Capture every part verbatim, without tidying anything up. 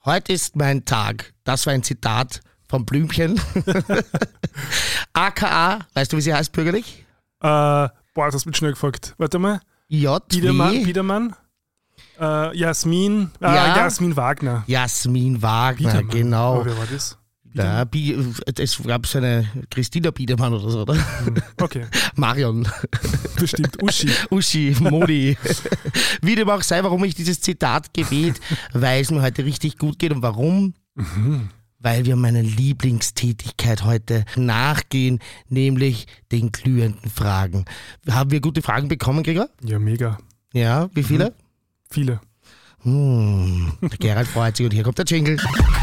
heute ist mein Tag. Das war ein Zitat von Blümchen. A K A, weißt du, wie sie heißt bürgerlich? Äh, boah, das hast du mich schnell gefragt. Warte mal. J. Biedermann, Biedermann. Äh, Jasmin, äh, Ja. Jasmin Wagner. Jasmin Wagner, Biedermann. genau. Oh, wer war das? Ja, Bi- es gab so eine Christina Biedermann oder so, oder? Okay, Marion, bestimmt Uschi. Uschi, Modi. Wie dem auch sei, warum ich dieses Zitat gewählt, weil es mir heute richtig gut geht. Und warum? Mhm. Weil wir meiner Lieblingstätigkeit heute nachgehen, nämlich den glühenden Fragen. Haben wir gute Fragen bekommen, Gregor? Ja, mega. Ja, wie viele? Viele. Hm, der Gerald freut sich und hier kommt der Jingle.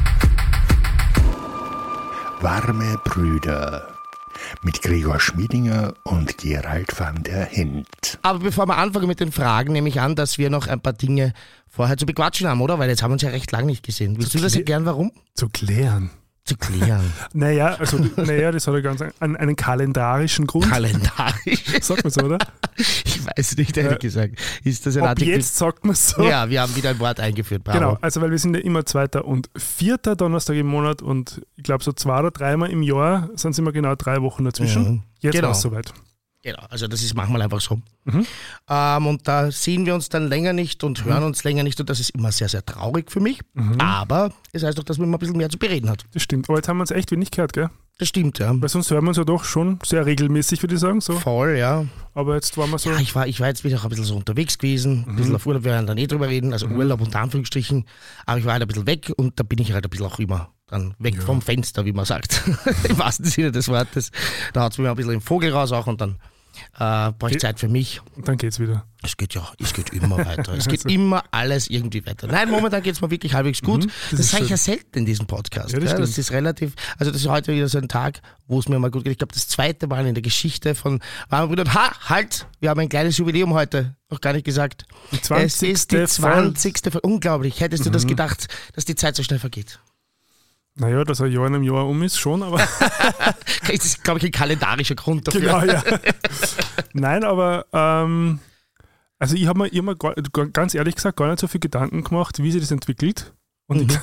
Warme Brüder mit Gregor Schmiedinger und Gerald van der Hint. Aber bevor wir anfangen mit den Fragen, nehme ich an, dass wir noch ein paar Dinge vorher zu bequatschen haben, oder? Weil jetzt haben wir uns ja recht lange nicht gesehen. Willst du das klä- erklären, warum? Zu klären. Zu klären. Naja, also, naja, das hat ja ganz einen, einen kalendarischen Grund. Kalendarisch. Sagt man so, oder? Ich weiß nicht, ehrlich Ja. gesagt. Ist das ein Ab Adjektiv? jetzt sagt man so. Ja, wir haben wieder ein Wort eingeführt. Bravo. Genau, also weil wir sind ja immer zweiter und vierter Donnerstag im Monat und ich glaube so zwei oder dreimal im Jahr sind es immer genau drei Wochen dazwischen. Mhm. Jetzt Genau. war es soweit. Genau, also das ist manchmal einfach so. Mhm. Ähm, und da sehen wir uns dann länger nicht und hören uns länger nicht und das ist immer sehr, sehr traurig für mich. Mhm. Aber es heißt doch, dass man immer ein bisschen mehr zu bereden hat. Das stimmt. Aber jetzt haben wir uns echt wenig gehört, gell? Das stimmt, ja. Weil sonst hören wir uns ja doch schon sehr regelmäßig, würde ich sagen. So. Voll, ja. Aber jetzt waren wir so. Ja, ich war, ich war jetzt wieder auch ein bisschen so unterwegs gewesen, ein bisschen auf Urlaub, wir werden dann eh drüber reden, also Urlaub unter Anführungsstrichen, aber ich war halt ein bisschen weg und da bin ich halt ein bisschen auch immer dann weg Ja. vom Fenster, wie man sagt, im wahrsten Sinne des Wortes. Da hat es mir ein bisschen im Vogel raus auch und dann äh, brauche ich Ge- Zeit für mich. Und dann geht's wieder. Es geht ja, es geht immer weiter. Es geht Also. immer alles irgendwie weiter. Nein, momentan geht es mir wirklich halbwegs gut. Mhm, das das ist sage ich schön. ja selten in diesem Podcast. Ja, das Ja, das stimmt. ist relativ, also das ist heute wieder so ein Tag, wo es mir mal gut geht. Ich glaube, das zweite Mal in der Geschichte von Warme Brüder. Ha, halt! Wir haben ein kleines Jubiläum heute. Noch gar nicht gesagt. Die Es zwanzigste ist die Folge. zwanzigste Folge. Unglaublich. Hättest du das gedacht, dass die Zeit so schnell vergeht? Naja, dass ein Jahr in einem Jahr um ist, schon, aber. Das ist, glaube ich, ein kalendarischer Grund dafür. Genau, ja. Nein, aber ähm, also ich habe mir immer gar, ganz ehrlich gesagt gar nicht so viel Gedanken gemacht, wie sich das entwickelt. Und Mhm.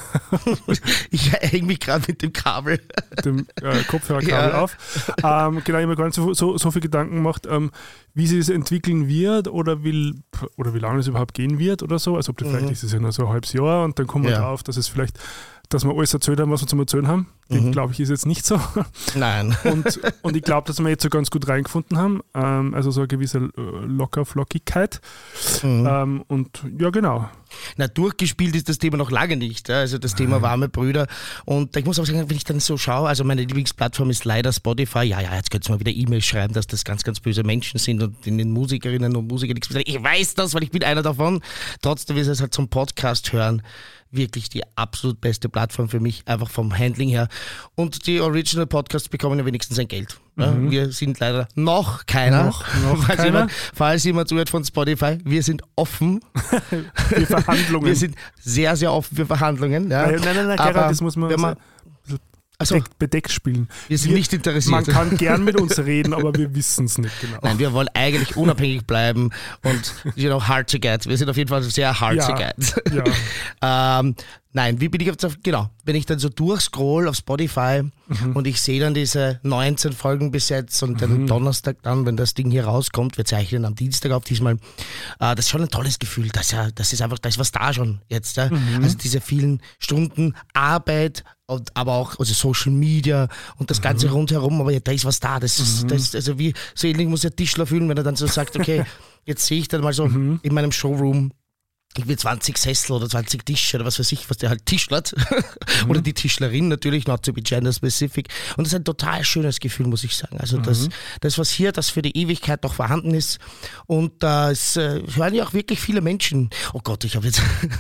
Ich hänge mich gerade mit dem Kabel. ich dem äh, Kopfhörerkabel Ja. auf. Ähm, genau, ich habe mir gar nicht so, so, so viel Gedanken gemacht, ähm, wie sich das entwickeln wird oder wie, oder wie lange es überhaupt gehen wird oder so. Also ob das vielleicht ist es ja nur so ein halbes Jahr und dann kommen wir Ja. drauf, dass es vielleicht, dass wir alles erzählt haben, was wir zum Erzählen haben. Mhm. Ich glaube ich, ist jetzt nicht so. Nein. Und, und ich glaube, dass wir jetzt so ganz gut reingefunden haben. Ähm, also so eine gewisse äh, Lockerflockigkeit. Mhm. Ähm, und ja, genau. Na, durchgespielt ist das Thema noch lange nicht. ja. Also das Thema warme Brüder. Und ich muss auch sagen, wenn ich dann so schaue, also meine Lieblingsplattform ist leider Spotify. Ja, ja, jetzt könnt ihr mal wieder E-Mails schreiben, dass das ganz, ganz böse Menschen sind und in den Musikerinnen und Musikern nichts. Ich weiß das, weil ich bin einer davon. Trotzdem ist es halt zum Podcast hören wirklich die absolut beste Plattform für mich, einfach vom Handling her. Und die Original Podcasts bekommen ja wenigstens ein Geld. Ja, wir sind leider noch keiner. Noch- noch falls, keiner. Jemand, falls jemand zuhört von Spotify, wir sind offen. Die Verhandlungen. Wir sind sehr, sehr offen für Verhandlungen. Ja. nein, nein, nein, nein, Aber Gerhard, das muss man, wenn man so also, bedeckt, bedeckt spielen. wir sind nicht interessiert. Man kann gern mit uns reden, aber wir wissen es nicht genau. Nein, wir wollen eigentlich unabhängig bleiben und you know, hard to get. Wir sind auf jeden Fall sehr hard Ja. to get. Ja. ähm, nein, wie bin ich jetzt auf, genau, wenn ich dann so durchscroll auf Spotify und ich sehe dann diese neunzehn Folgen bis jetzt und dann Donnerstag dann, wenn das Ding hier rauskommt, wir zeichnen am Dienstag auf diesmal, äh, das ist schon ein tolles Gefühl, das, ja, das ist einfach, da ist was da schon jetzt. Ja? Also diese vielen Stunden Arbeit, und, aber auch also Social Media und das Ganze rundherum, aber ja, da ist was da. Das ist, das ist also wie so ähnlich muss der Tischler fühlen, wenn er dann so sagt, okay, jetzt sehe ich dann mal so in meinem Showroom irgendwie zwanzig Sessel oder zwanzig Tische oder was weiß ich, was der halt tischlert. Oder die Tischlerin natürlich, not to be gender specific. Und das ist ein total schönes Gefühl, muss ich sagen. Also das, das was hier, das für die Ewigkeit noch vorhanden ist. Und äh, es äh, hören ja auch wirklich viele Menschen. Oh Gott, ich habe jetzt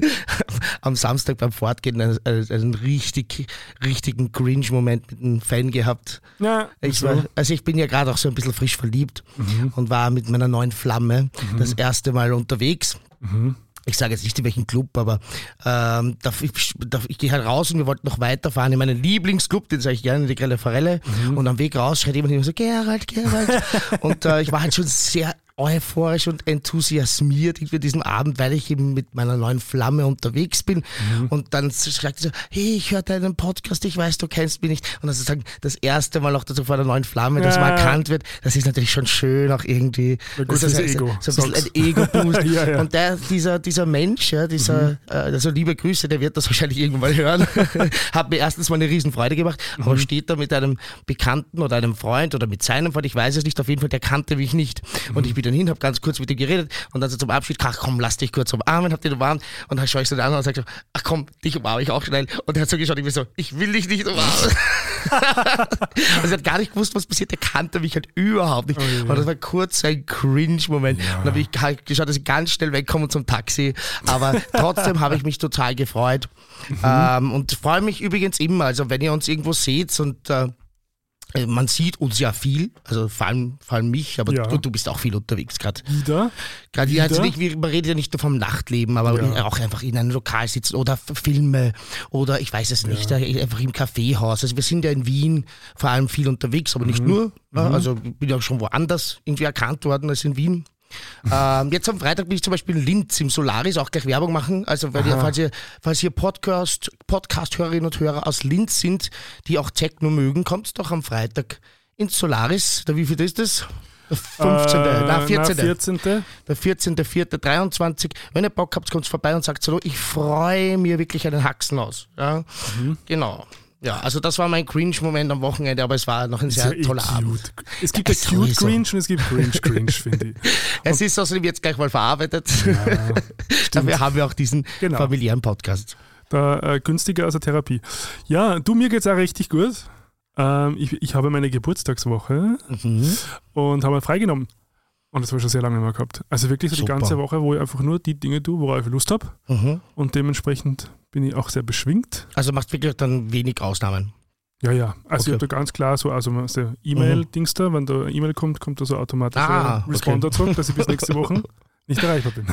am Samstag beim Fortgehen einen, einen richtig, richtigen Cringe-Moment mit einem Fan gehabt. Ja, Ich so. war, also ich bin ja gerade auch so ein bisschen frisch verliebt und war mit meiner neuen Flamme das erste Mal unterwegs. Ich sage jetzt nicht in welchem Club, aber ähm, da, ich, da, ich gehe halt raus und wir wollten noch weiterfahren in meinen Lieblingsclub, den sage ich gerne, die Grelle Forelle. Und am Weg raus schreit jemand immer so, Gerald, Gerald. Und äh, ich war halt schon sehr euphorisch und enthusiasmiert für diesen Abend, weil ich eben mit meiner neuen Flamme unterwegs bin. Mhm. Und dann sagt sie so, hey, ich höre deinen Podcast, ich weiß, du kennst mich nicht. Und dann sozusagen das erste Mal auch dazu vor der neuen Flamme, dass ja. man erkannt wird, das ist natürlich schon schön, auch irgendwie. Ja, gut, das, das ist ist Ego. So ein bisschen ein Ego-Boost. ja, ja. Und der, dieser, dieser Mensch, ja, dieser, mhm. äh, also liebe Grüße, der wird das wahrscheinlich irgendwann mal hören, hat mir erstens mal eine riesen Freude gemacht, mhm. aber steht da mit einem Bekannten oder einem Freund oder mit seinem Freund, ich weiß es nicht, auf jeden Fall, der kannte mich nicht. Mhm. Und ich bin dann hin, habe ganz kurz mit ihm geredet und dann so zum Abschied, ach komm, lass dich kurz umarmen, hab den umarmt und dann schaue ich so an und sage so, ach komm, dich umarme ich auch schnell. Und er hat so geschaut, ich bin so, ich will dich nicht umarmen. Also er hat gar nicht gewusst, was passiert, der kannte mich halt überhaupt nicht. Oh, ja. Und das war kurz ein Cringe-Moment. Ja. Und dann habe ich geschaut, dass ich ganz schnell wegkomme zum Taxi. Aber trotzdem habe ich mich total gefreut. Mhm. Ähm, und freue mich übrigens immer, also wenn ihr uns irgendwo seht und äh, man sieht uns ja viel, also vor allem, vor allem mich, aber ja. du, du bist auch viel unterwegs gerade. Wieder? Gerade ja, also nicht, man redet ja nicht nur vom Nachtleben, aber ja. auch einfach in einem Lokal sitzen oder Filme oder ich weiß es nicht, ja. einfach im Kaffeehaus. Also wir sind ja in Wien vor allem viel unterwegs, aber nicht mhm. nur. Mhm. Also bin ja auch schon woanders irgendwie erkannt worden als in Wien. ähm, jetzt am Freitag bin ich zum Beispiel in Linz im Solaris, auch gleich Werbung machen. Also weil ihr, falls ihr, falls ihr Podcast, Podcast-Hörerinnen und Hörer aus Linz sind, die auch Techno mögen, kommt doch am Freitag ins Solaris. Der, wie viel ist das? Der fünfzehnte Äh, Nein, vierzehnte Na, vierzehnte Der vierzehnte vierte dreiundzwanzig Wenn ihr Bock habt, kommt vorbei und sagt so, ich freue mir wirklich einen Haxen aus. Ja? Mhm. Genau. Ja, also das war mein Cringe-Moment am Wochenende, aber es war noch ein sehr ja toller eh Abend. Es gibt ja cute Cringe und es gibt Cringe Cringe, finde ich. Es ist außerdem jetzt gleich mal verarbeitet. Ja, dafür haben wir auch diesen genau. familiären Podcast. Der äh, günstiger als eine Therapie. Ja, du, mir geht's auch richtig gut. Ähm, ich, ich habe meine Geburtstagswoche mhm. und habe freigenommen. Und das habe ich schon sehr lange nicht mehr gehabt. Also wirklich so Super. Die ganze Woche, wo ich einfach nur die Dinge tue, worauf ich Lust habe. Mhm. Und dementsprechend bin ich auch sehr beschwingt. Also macht wirklich dann wenig Ausnahmen? Ja, ja. Also okay. ich habe da ganz klar so, also der E-Mail-Dings da, wenn da eine E-Mail kommt, kommt da so automatisch ah, ein Responder okay. zurück, dass ich bis nächste Woche nicht erreichbar bin.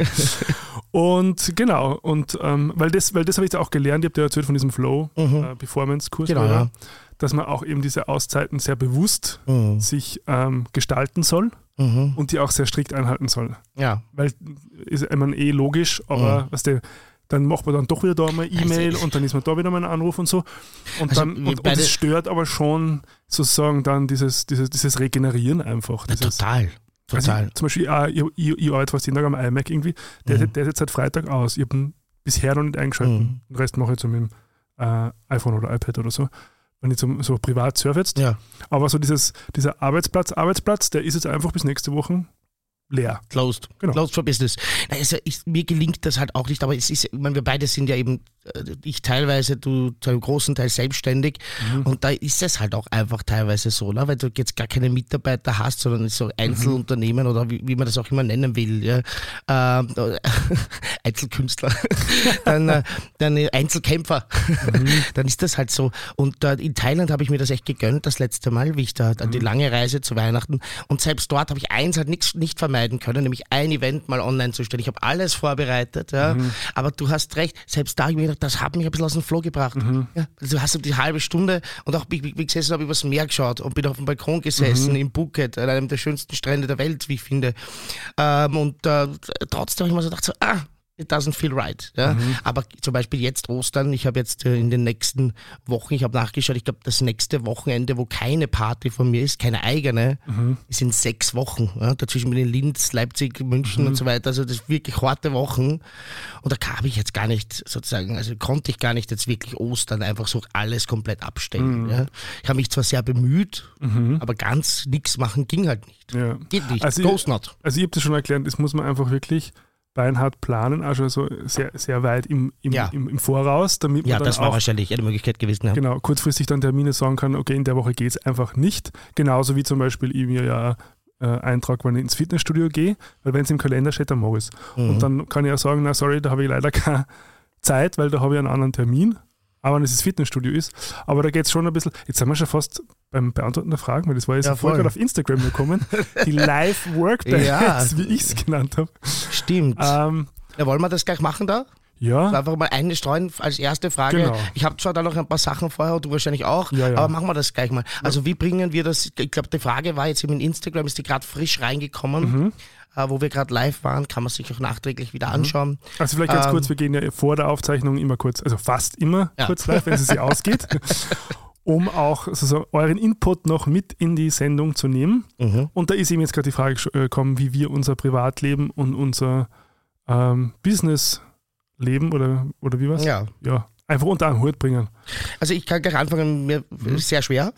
Und genau, und ähm, weil das, weil das habe ich da auch gelernt, ich habe dir erzählt von diesem Flow-Performance-Kurs, mhm. genau, ja. dass man auch eben diese Auszeiten sehr bewusst mhm. sich ähm, gestalten soll. Mhm. Und die auch sehr strikt einhalten soll. Ja. Weil ist immer eh logisch, aber mhm. weißt du, dann macht man dann doch wieder da mal E-Mail und dann ist man da wieder mal ein Anruf und so. Und also dann und, und es stört aber schon sozusagen dann dieses, dieses, dieses Regenerieren einfach. Dieses, ja, total. Total. Also ich, zum Beispiel, ich, ich, ich, ich arbeite fast jeden Tag am iMac irgendwie. Der, mhm. der ist jetzt seit Freitag aus. Ich habe ihn bisher noch nicht eingeschaltet. Mhm. Den Rest mache ich jetzt so mit dem äh, iPhone oder iPad oder so. Wenn ich so, so privat surfe jetzt. Ja. Aber so dieses, dieser Arbeitsplatz, Arbeitsplatz, der ist jetzt einfach bis nächste Woche leer. Closed. Genau. Closed for business. Also ich, mir gelingt das halt auch nicht, aber es ist, ich meine, wir beide sind ja eben, ich teilweise, du zu einem großen Teil selbstständig mhm. und da ist es halt auch einfach teilweise so, ne? Weil du jetzt gar keine Mitarbeiter hast, sondern so Einzelunternehmen mhm. oder wie, wie man das auch immer nennen will, ja? ähm, Einzelkünstler, dann, äh, dann Einzelkämpfer, mhm. dann ist das halt so. Und äh, in Thailand habe ich mir das echt gegönnt, das letzte Mal, wie ich da mhm. die lange Reise zu Weihnachten und selbst dort habe ich eins halt nix, nicht vermeiden können, nämlich ein Event mal online zu stellen. Ich habe alles vorbereitet, ja, mhm. aber du hast recht, selbst da habe ich mir gedacht, das hat mich ein bisschen aus dem Flow gebracht. Mhm. Ja, also du hast die halbe Stunde und auch wie ich gesessen habe, übers Meer geschaut und bin auf dem Balkon gesessen mhm. in Phuket, an einem der schönsten Strände der Welt, wie ich finde. Ähm, und äh, trotzdem habe ich mir so gedacht, so, ah, it doesn't feel right. Ja? Mhm. Aber zum Beispiel jetzt Ostern, ich habe jetzt äh, in den nächsten Wochen, ich habe nachgeschaut, ich glaube, das nächste Wochenende, wo keine Party von mir ist, keine eigene, mhm. ist in sechs Wochen. Ja? Dazwischen bin ich in Linz, Leipzig, München mhm. und so weiter. Also das sind wirklich harte Wochen. Und da habe ich jetzt gar nicht sozusagen, also konnte ich gar nicht jetzt wirklich Ostern einfach so alles komplett abstellen. Mhm. Ja? Ich habe mich zwar sehr bemüht, mhm. aber ganz nichts machen ging halt nicht. Ja. Geht nicht. Also Goes ich, not. Also ich habe das schon erklärt, das muss man einfach wirklich beinhart planen, also so sehr, sehr weit im, im, ja. im, im Voraus, damit man ja, dann das war auch, wahrscheinlich eine Möglichkeit gewesen. Ja. Genau, kurzfristig dann Termine sagen kann, okay, in der Woche geht es einfach nicht. Genauso wie zum Beispiel ich mir ja äh, eintrage, wenn ich ins Fitnessstudio gehe, weil wenn es im Kalender steht, dann mache ich es. Mhm. Und dann kann ich ja sagen, na sorry, da habe ich leider keine Zeit, weil da habe ich einen anderen Termin. Aber wenn es das Fitnessstudio ist. Aber da geht es schon ein bisschen, jetzt sind wir schon fast beim Beantworten der Fragen, weil das war jetzt ja, vorher gerade auf Instagram gekommen, die Live-Work-Days, ja. wie ich es genannt habe. Stimmt. Ähm, ja, wollen wir das gleich machen da? Ja. So einfach mal einstreuen als erste Frage. Genau. Ich habe zwar da noch ein paar Sachen vorher, du wahrscheinlich auch, Ja, ja. aber machen wir das gleich mal. Also wie bringen wir das, ich glaube die Frage war jetzt eben in Instagram, ist die gerade frisch reingekommen, Mhm. äh, wo wir gerade live waren, kann man sich auch nachträglich wieder anschauen. Also vielleicht ganz Ähm, kurz, wir gehen ja vor der Aufzeichnung immer kurz, also fast immer Ja. kurz live, wenn es sich ausgeht, um auch sozusagen euren Input noch mit in die Sendung zu nehmen. Mhm. Und da ist eben jetzt gerade die Frage sch- äh, gekommen, wie wir unser Privatleben und unser ähm, Businessleben oder, oder wie was? Ja. Ja, einfach unter einen Hut bringen. Also ich kann gleich anfangen, mir ist sehr schwer.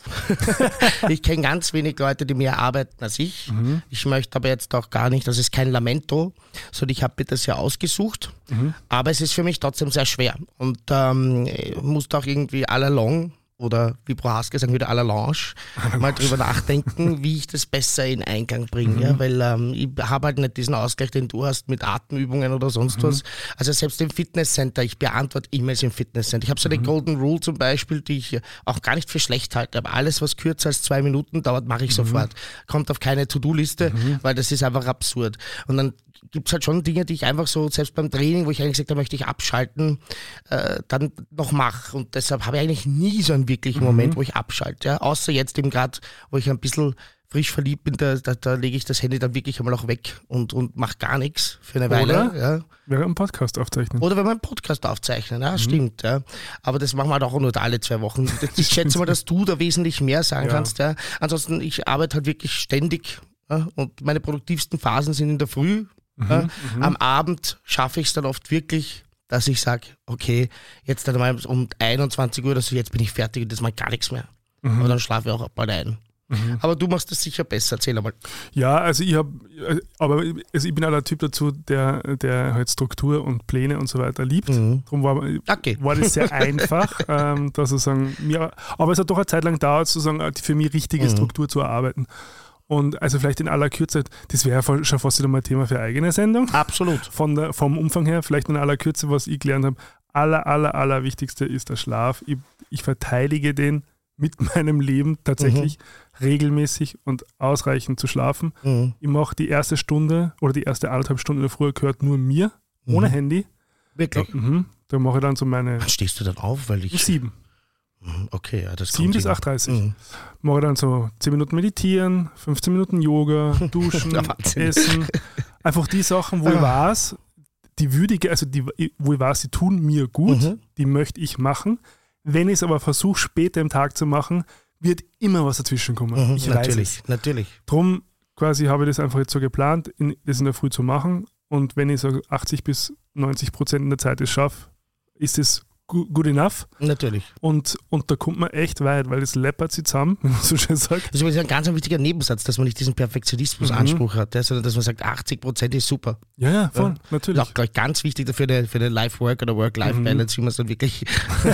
Ich kenne ganz wenig Leute, die mehr arbeiten als ich. Mhm. Ich möchte aber jetzt auch gar nicht, das ist kein Lamento, sondern ich habe mir das ja ausgesucht. Mhm. Aber es ist für mich trotzdem sehr schwer. Und ähm, ich musste auch irgendwie all along, oder wie Prohaska sagen würde, à la Lange, mal drüber nachdenken, wie ich das besser in Einklang bringe. Mhm. Ja? Weil ähm, ich habe halt nicht diesen Ausgleich, den du hast mit Atemübungen oder sonst Mhm. was. Also selbst im Fitnesscenter, ich beantworte E-Mails im Fitnesscenter. Ich habe so eine Mhm. Golden Rule zum Beispiel, die ich auch gar nicht für schlecht halte. Aber alles, was kürzer als zwei Minuten dauert, mache ich Mhm. sofort. Kommt auf keine To-Do-Liste, weil das ist einfach absurd. Und dann gibt es halt schon Dinge, die ich einfach so, selbst beim Training, wo ich eigentlich gesagt habe, da möchte ich abschalten, äh, dann noch mache. Und deshalb habe ich eigentlich nie so einen wirklichen Mhm. Moment, wo ich abschalte. Ja? Außer jetzt eben gerade, wo ich ein bisschen frisch verliebt bin, da, da, da lege ich das Handy dann wirklich einmal auch weg und, und mache gar nichts für eine Weile. Oder? Ja? Wäre ein Podcast aufzeichnen. Oder wenn wir einen Podcast aufzeichnen, Mhm. ja, stimmt. Ja. Aber das machen wir halt auch nur alle zwei Wochen. Ich schätze mal, dass du da wesentlich mehr sagen Ja. kannst. Ja. Ansonsten, ich arbeite halt wirklich ständig, ja, und meine produktivsten Phasen sind in der Früh. Mhm, Ja. Am Abend schaffe ich es dann oft wirklich, dass ich sage, okay, jetzt dann mal um einundzwanzig Uhr oder so, jetzt bin ich fertig und das macht gar nichts mehr. Mhm. Aber dann schlafe ich auch bald ein. Aber du machst das sicher besser, erzähl einmal. Ja, also ich habe, aber also ich bin auch der Typ dazu, der, der halt Struktur und Pläne und so weiter liebt. Mhm. Darum war, Okay. war das sehr einfach, ähm, dass sozusagen mir, aber es hat doch eine Zeit lang gedauert, sozusagen die für mich richtige Mhm. Struktur zu erarbeiten. Und also vielleicht in aller Kürze, das wäre ja schon fast wieder mal ein Thema für eine eigene Sendung. Absolut. Von der, vom Umfang her, vielleicht in aller Kürze, was ich gelernt habe. Aller, aller, aller Wichtigste ist der Schlaf. Ich, ich verteidige den mit meinem Leben tatsächlich regelmäßig und ausreichend zu schlafen. Mhm. Ich mache die erste Stunde oder die erste anderthalb Stunden in der Früh gehört nur mir, ohne Mhm. Handy. Wirklich? Mhm. Da mache ich dann so meine Wann stehst du dann auf? Weil ich. sieben. Mhm, Okay, ja, das Sieben kommt bis hin. acht Uhr dreißig. Mhm. Mache dann so zehn Minuten meditieren, fünfzehn Minuten Yoga, duschen, Ja, Wahnsinn. essen. Einfach die Sachen, wo ich Ah. weiß, die würdige, also die, wo ich weiß, die tun mir gut, Mhm. die möchte ich machen. Wenn ich es aber versuche, später im Tag zu machen, wird immer was dazwischen kommen. Mhm, ich weiß natürlich, es. natürlich. Drum quasi habe ich das einfach jetzt so geplant, in, das in der Früh zu machen. Und wenn ich so achtzig bis neunzig Prozent der Zeit es schaffe, ist es gu- good enough. Natürlich. Und, und da kommt man echt weit, weil es läppert sich zusammen, wie man so schön sagt. Das ist übrigens ein ganz ein wichtiger Nebensatz, dass man nicht diesen Perfektionismusanspruch hat, ja, sondern dass man sagt, achtzig Prozent ist super. Ja, ja, voll, Ja. natürlich. Das ist auch gleich ganz wichtig dafür eine, für eine Life-Work- oder Work-Life-Balance, wie man es dann wirklich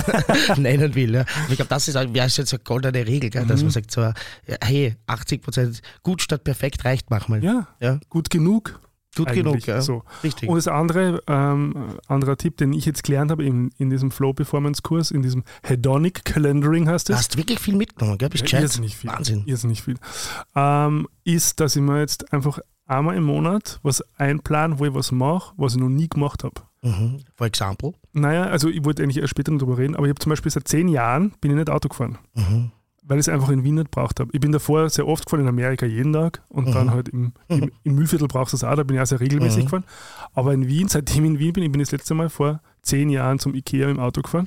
nennen will. Ja. Und ich glaube, das ist, auch- ja, ist jetzt eine goldene Regel, gell, dass man sagt, so, ja, hey, achtzig Prozent gut statt perfekt reicht manchmal. Ja, Ja. gut genug. Gut eigentlich. genug, ja. So. Richtig. Und das andere, ähm, anderer Tipp, den ich jetzt gelernt habe in, in diesem Flow-Performance-Kurs, in diesem Hedonic Calendaring heißt du es. hast wirklich viel mitgenommen, gell? Bist Ja, gescheit. irrsinnig viel. Wahnsinn. Irrsinnig viel. Ähm, ist, dass ich mir jetzt einfach einmal im Monat was einplan, wo ich was mache, was ich noch nie gemacht habe. Mhm. For example. Naja, also ich wollte eigentlich erst später noch drüber reden, aber ich habe zum Beispiel seit zehn Jahren bin ich nicht Auto gefahren, Mhm. weil ich es einfach in Wien nicht braucht habe. Ich bin davor sehr oft gefahren, in Amerika jeden Tag und Mhm. dann halt im, im, im Mühlviertel brauchst du es auch, da bin ich auch sehr regelmäßig Mhm. gefahren. Aber in Wien, seitdem ich in Wien bin, ich bin das letzte Mal vor zehn Jahren zum Ikea im Auto gefahren.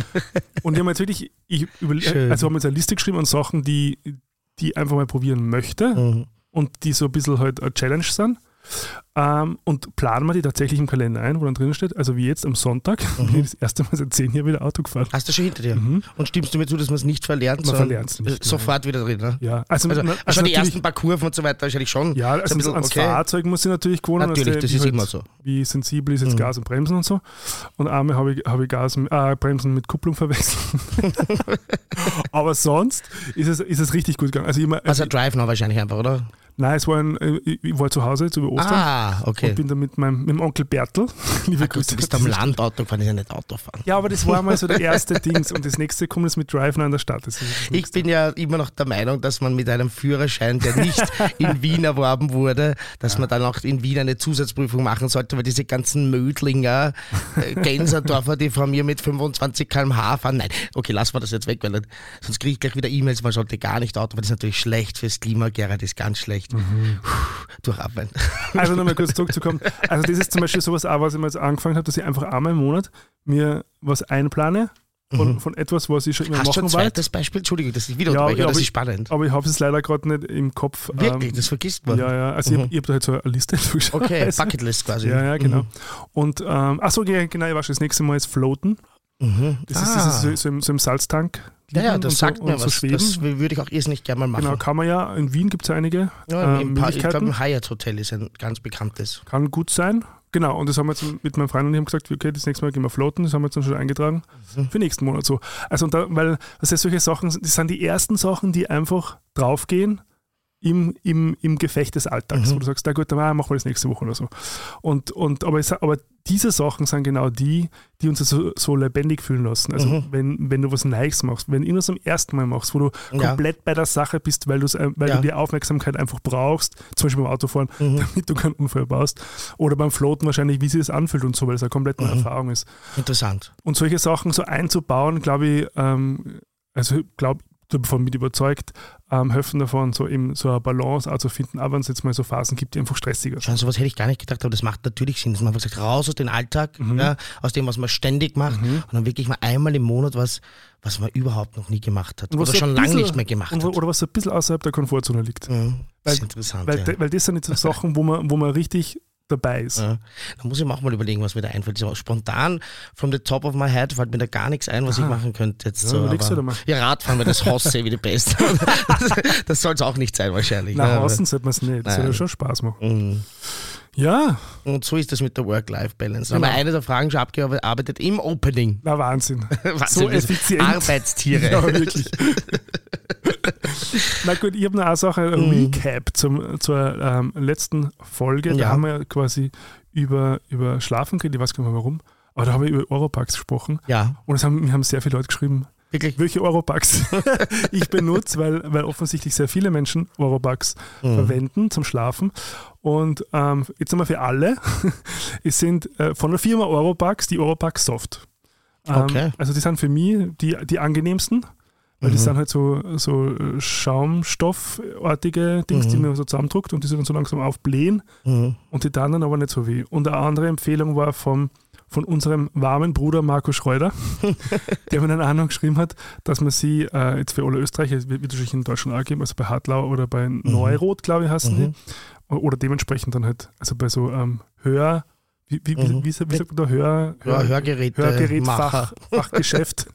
Und ich habe mir jetzt wirklich, ich überle- Schön. also habe mir jetzt eine Liste geschrieben an Sachen, die, die ich einfach mal probieren möchte Mhm. und die so ein bisschen halt eine Challenge sind. Ähm, und planen wir die tatsächlich im Kalender ein, wo dann drin steht, also wie jetzt am Sonntag, Mhm. bin ich das erste Mal seit zehn Jahren wieder Auto gefahren. Hast du schon hinter dir? Mhm. Und stimmst du mir zu, dass man es nicht verlernt, Man sondern verlernt's nicht, sofort wieder drin, ne? Ja, also, Also, na- also, also die natürlich- ersten paar Kurven und so weiter wahrscheinlich schon. Ja, Ist also ein bisschen ans okay. Fahrzeug muss ich natürlich gewohnen. Natürlich, also das wie ist halt, immer so. Wie sensibel ist jetzt Mhm. Gas und Bremsen und so. Und einmal habe ich, habe ich Gas, äh, Bremsen mit Kupplung verwechselt. Aber sonst ist es, ist es richtig gut gegangen. Also immer, Also Drive noch wahrscheinlich einfach, oder? nein, es war ein, äh, ich war zu Hause jetzt über Ostern. Ah, Ah, okay. Und bin dann mit meinem, mit dem Onkel Bertel, liebe Ah, gut, Grüße. du bist am Land Auto gefahren, ist ja nicht Autofahren. Ja, aber das war mal so der erste Dings und das nächste kommt jetzt mit Drive an der Stadt. Das ist das Ich nächste. bin ja immer noch der Meinung, dass man mit einem Führerschein, der nicht in Wien erworben wurde, dass man dann auch in Wien eine Zusatzprüfung machen sollte, weil diese ganzen Mödlinger, äh, Gänserdorfer, die von mir mit fünfundzwanzig Kilometer pro Stunde fahren, nein, okay, lassen wir das jetzt weg, weil dann, sonst kriege ich gleich wieder E-Mails, man sollte gar nicht Auto, weil das ist natürlich schlecht fürs Klima, Gerhard, ist ganz schlecht. Mhm. Durchatmen. Also nochmal kurz zurückzukommen. Also das ist zum Beispiel sowas auch, was ich mal jetzt angefangen habe, dass ich einfach einmal im Monat mir was einplane von, mhm. von etwas, was ich schon immer Hast machen du ein wollte. zweites Beispiel? Entschuldigung, das ist wieder Ja, unterbreche, ja, aber das aber ist ich- spannend. Aber ich habe es leider gerade nicht im Kopf. Wirklich, ähm, das vergisst man. Ja, ja. Also Mhm. ich habe hab da halt so eine Liste zugeschaut. Okay, Bucketlist quasi. Ja, ja, genau. Mhm. Und, ähm, achso, ja, genau, ich weiß schon, das nächste Mal ist Floaten. Mhm. Das ah. ist, das ist so, so, im, so im Salztank. ja, ja, liegen das und sagt so, mir und so was. schweben. Das würde ich auch irrsinnig gerne mal machen. Genau, kann man ja. In Wien gibt es einige Ja, äh, im pa- ich glaube, Möglichkeiten. im Hyatt Hotel ist ein ganz bekanntes. Kann gut sein. Genau, und das haben wir jetzt mit meinem Freund und ich haben gesagt, okay, das nächste Mal gehen wir floaten, das haben wir jetzt dann schon eingetragen Mhm. für nächsten Monat so. Also, und da, weil das sind solche Sachen, das sind die ersten Sachen, die einfach draufgehen im, im, im Gefecht des Alltags, Mhm. wo du sagst, na gut, dann machen wir das nächste Woche oder so. Und, und, aber, es, aber diese Sachen sind genau die, die uns so, so lebendig fühlen lassen. Also Mhm. wenn, wenn du was Neues machst, wenn du irgendwas zum ersten Mal machst, wo du Ja. komplett bei der Sache bist, weil, du's, äh, weil Ja. du die Aufmerksamkeit einfach brauchst, zum Beispiel beim Autofahren, Mhm. damit du keinen Unfall baust. Oder beim Floaten wahrscheinlich, wie sich das anfühlt und so, weil es eine komplett neue Mhm. Erfahrung ist. Interessant. Und solche Sachen so einzubauen, glaube ich, ähm, also glaube davon mit überzeugt, ähm, helfen davon, so eben so eine Balance auch zu finden, auch wenn es jetzt mal so Phasen gibt, die einfach stressiger sind. Schon sowas hätte ich gar nicht gedacht, aber das macht natürlich Sinn, dass man einfach sagt, raus aus dem Alltag, Mhm. ja, aus dem, was man ständig macht Mhm. und dann wirklich mal einmal im Monat was, was man überhaupt noch nie gemacht hat Und was oder so schon ein lange bisschen- nicht mehr gemacht Und, hat. oder was so ein bisschen außerhalb der Komfortzone liegt. Mhm. Das ist Weil- interessant. Weil, ja. de- weil das sind jetzt so Sachen, wo man, wo man richtig dabei ist. Ja. Da muss ich mir auch mal überlegen, was mir da einfällt. So spontan, from the top of my head, fällt mir da gar nichts ein, was Aha. ich machen könnte. Jetzt Ja, so, überlegst aber, du dir mal. ja, Radfahren, weil das hasse ich wie die Pest. das das soll es auch nicht sein, wahrscheinlich. Nach ne, aber- außen sollte man es nicht. Das soll Nein. ja schon Spaß machen. Mhm. Ja, Und so ist das mit der Work-Life-Balance. Da Genau. haben wir eine der Fragen schon abgearbeitet im Opening. na Wahnsinn. Was So sind das? effizient. Arbeitstiere. Ja, wirklich. Na gut, ich habe noch eine Sache, ein Mhm. Recap zum, zur ähm, letzten Folge. Da Ja. haben wir quasi über, über Schlafen geredet, ich weiß gar nicht mehr warum, aber da haben wir über Oropax gesprochen Ja, und es haben, mir haben sehr viele Leute geschrieben, wirklich. welche Oropax ich benutze, weil, weil offensichtlich sehr viele Menschen Oropax Mhm. verwenden zum Schlafen. Und ähm, jetzt einmal für alle, es sind äh, von der Firma Oropax die Oropax Soft. Ähm, Okay. Also die sind für mich die, die angenehmsten, weil die Mhm. sind halt so, so Schaumstoffartige Dings, die Mhm. man so zusammendruckt und die sind dann so langsam aufblähen Mhm. und die dann dann aber nicht so weh. Und eine andere Empfehlung war vom, von unserem warmen Bruder Marco Schreuder, der mir dann auch noch geschrieben hat, dass man sie äh, jetzt für alle Österreicher, es wird wahrscheinlich in Deutschland auch geben, also bei Hartlau oder bei Neurot, glaube ich, heißen Mhm. die. Oder dementsprechend dann halt, also bei so ähm, Hör, wie, wie, Mhm. wie, wie, wie sagt man da, Hör, Ja, Hörgeräte, Hörgerätfach, Macher. Fachgeschäft.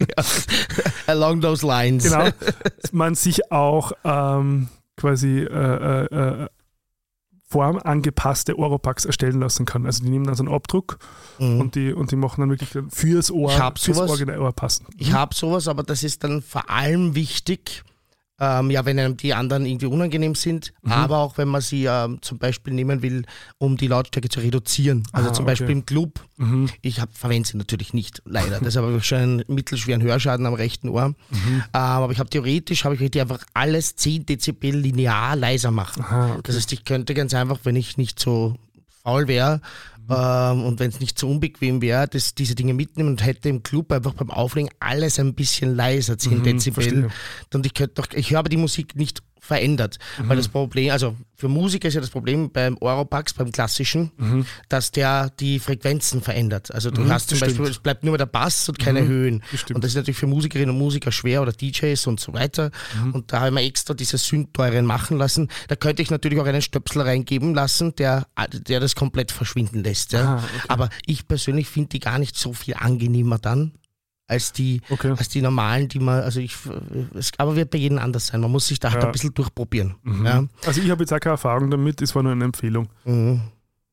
Along those lines. Genau, dass man sich auch ähm, quasi äh, äh, formangepasste Oropax erstellen lassen kann. Also die nehmen dann so einen Abdruck Mhm. und, die, und die machen dann wirklich dann fürs Ohr, Ich hab fürs sowas. Original-Ohr passen. Ich habe sowas, aber das ist dann vor allem wichtig, ähm, ja, wenn einem die anderen irgendwie unangenehm sind, Mhm. aber auch wenn man sie ähm, zum Beispiel nehmen will, um die Lautstärke zu reduzieren. Also Ah, zum okay. Beispiel im Club. Mhm. Ich hab, verwende sie natürlich nicht, leider. Deshalb habe ich schon einen mittelschweren Hörschaden am rechten Ohr. Mhm. Ähm, aber ich habe theoretisch, habe ich die einfach alles zehn Dezibel linear leiser machen. Aha, okay. Das heißt, ich könnte ganz einfach, wenn ich nicht so faul wäre ähm, und wenn es nicht so unbequem wäre, das, diese Dinge mitnehmen und hätte im Club einfach beim Auflegen alles ein bisschen leiser, zehn Mhm, Dezibel. verstehe. Und ich könnte doch, ich höre aber die Musik nicht verändert, weil das Problem, also für Musiker ist ja das Problem beim Oropax, beim klassischen, Mhm. dass der die Frequenzen verändert. Also du Mhm, hast zum das Beispiel, stimmt. es bleibt nur mehr der Bass und keine Mhm, Höhen. das stimmt. Und das ist natürlich für Musikerinnen und Musiker schwer oder D Js und so weiter. Mhm. Und da haben wir extra diese Synth-Teuren machen lassen. Da könnte ich natürlich auch einen Stöpsel reingeben lassen, der, der das komplett verschwinden lässt. Ja. Ah, okay. Aber ich persönlich finde die gar nicht so viel angenehmer dann, als die, Okay. als die normalen, die man, also ich, es, aber wird bei jedem anders sein. Man muss sich da halt Ja. ein bisschen durchprobieren. Mhm. Ja. Also ich habe jetzt auch keine Erfahrung damit, es war nur eine Empfehlung. Mhm.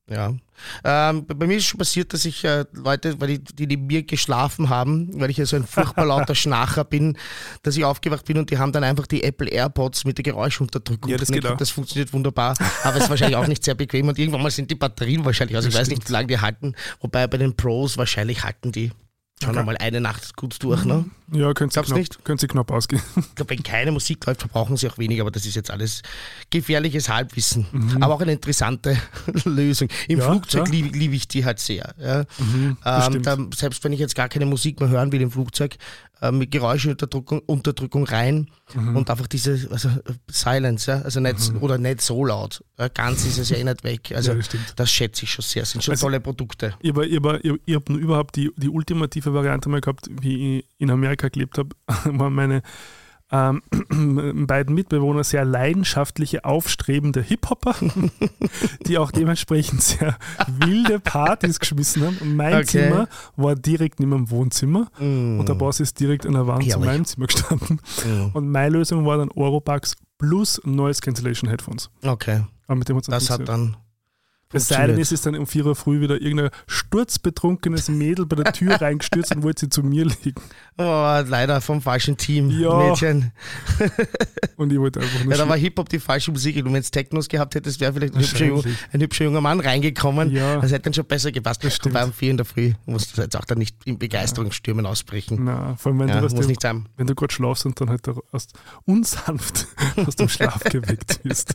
Ja. Ähm, bei mir ist schon passiert, dass ich äh, Leute, weil die, die neben mir geschlafen haben, weil ich ja so ein furchtbar lauter Schnarcher bin, dass ich aufgewacht bin und die haben dann einfach die Apple AirPods mit der Geräuschunterdrückung. Ja, das geht auch. Das funktioniert wunderbar, aber es ist wahrscheinlich auch nicht sehr bequem und irgendwann mal sind die Batterien wahrscheinlich, also ich weiß nicht, wie lange die halten, wobei bei den Pros wahrscheinlich halten die schon Okay. einmal eine Nacht gut durch, ne? Ja, können Sie Glaubst knapp, nicht? können Sie knapp ausgehen. Ich glaube, wenn keine Musik läuft, verbrauchen sie auch weniger, aber das ist jetzt alles gefährliches Halbwissen. Aber auch eine interessante Lösung. Im Ja, Flugzeug ja. liebe lieb ich die halt sehr. Ja. das ähm, stimmt. da, selbst wenn ich jetzt gar keine Musik mehr hören will im Flugzeug, äh, mit Geräuscheunterdrückung Unterdrückung rein und einfach diese also, äh, Silence, ja? Also nicht, oder nicht so laut. Ja, ganz ist es ja eh nicht weg. Also Ja, das stimmt. das schätze ich schon sehr. Das sind schon Also- tolle Produkte. Ich habe ich hab, ich hab, ich hab nur überhaupt die, die ultimative Variante mal gehabt, wie ich in Amerika gelebt habe, waren meine ähm, beiden Mitbewohner sehr leidenschaftliche, aufstrebende Hip-Hopper, die auch dementsprechend sehr wilde Partys geschmissen haben. Und mein Okay. Zimmer war direkt neben dem Wohnzimmer Mm. und der Boss ist direkt an der Wand zu Herrlich. meinem Zimmer gestanden. Mm. Und meine Lösung war dann Oropax plus Noise Cancellation Headphones. Okay, Aber mit dem hat's dann das hat funktioniert. dann Es sei denn, es ist dann um vier Uhr früh wieder irgendein sturzbetrunkenes Mädel bei der Tür reingestürzt und wollte sie zu mir liegen. Oh, leider vom falschen Team, Ja. Mädchen. Und ich wollte einfach nur Ja, da schla- war Hip-Hop die falsche Musik. Und wenn es Technos gehabt hättest, wäre vielleicht ein hübscher, Jung- Wahrscheinlich. ein hübscher junger Mann reingekommen. Ja. Das hätte dann schon besser gepasst. Das stimmt. Wobei um vier in der Früh musst du jetzt auch dann nicht in Begeisterungsstürmen ausbrechen. Na, vor allem, wenn Ja, du, was muss du, nicht sein. wenn du gerade schlafst und dann halt aus, unsanft aus dem Schlaf geweckt wirst.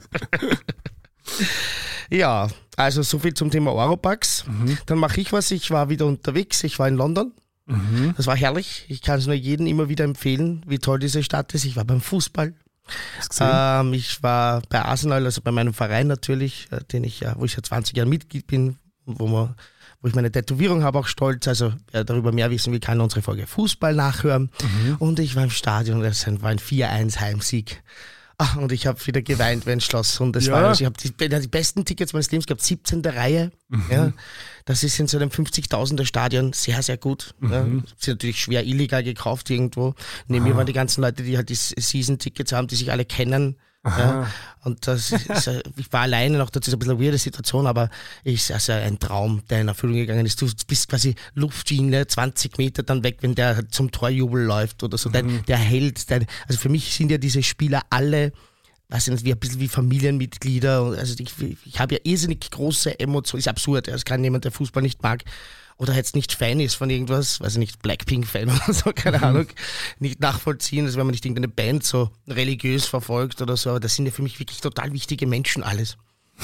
Ja, also so viel zum Thema Oropax. Mhm. Dann mache ich was. Ich war wieder unterwegs. Ich war in London. Mhm. Das war herrlich. Ich kann es nur jedem immer wieder empfehlen, wie toll diese Stadt ist. Ich war beim Fußball. Hast gesehen? Ähm, ich war bei Arsenal, also bei meinem Verein natürlich, äh, den ich ja, wo ich seit zwanzig Jahren Mitglied bin, wo man, wo ich meine Tätowierung habe, auch stolz. Also wer darüber mehr wissen will, kann unsere Folge Fußball nachhören. Und ich war im Stadion, das war ein vier eins Heimsieg. Ach, und ich habe wieder geweint wie ein Schloss. Und das Ja. war, also ich habe die, die besten Tickets meines Lebens gehabt, siebzehnte Reihe. Ja, das ist in so einem fünfzigtausender Stadion sehr, sehr gut. Ja, sind natürlich schwer illegal gekauft irgendwo. Neben mir waren die ganzen Leute, die halt die Season-Tickets haben, die sich alle kennen. Ja, und das ist, äh, ich war alleine noch, das ist ein bisschen eine weirde Situation, aber ist also ein Traum, der in Erfüllung gegangen ist. Du bist quasi Luftlinie, zwanzig Meter dann weg, wenn der zum Torjubel läuft oder so. Dein, der Held, dein, also für mich sind ja diese Spieler alle, weiß ich nicht, wie ein bisschen wie Familienmitglieder. Also ich, ich habe ja irrsinnig große Emotionen, ist absurd, das kann jemand, der Fußball nicht mag oder jetzt nicht Fan ist von irgendwas, weiß ich nicht, Blackpink-Fan oder so, keine Mhm. Ahnung, nicht nachvollziehen, also wenn man nicht irgendeine Band so religiös verfolgt oder so, aber das sind ja für mich wirklich total wichtige Menschen alles.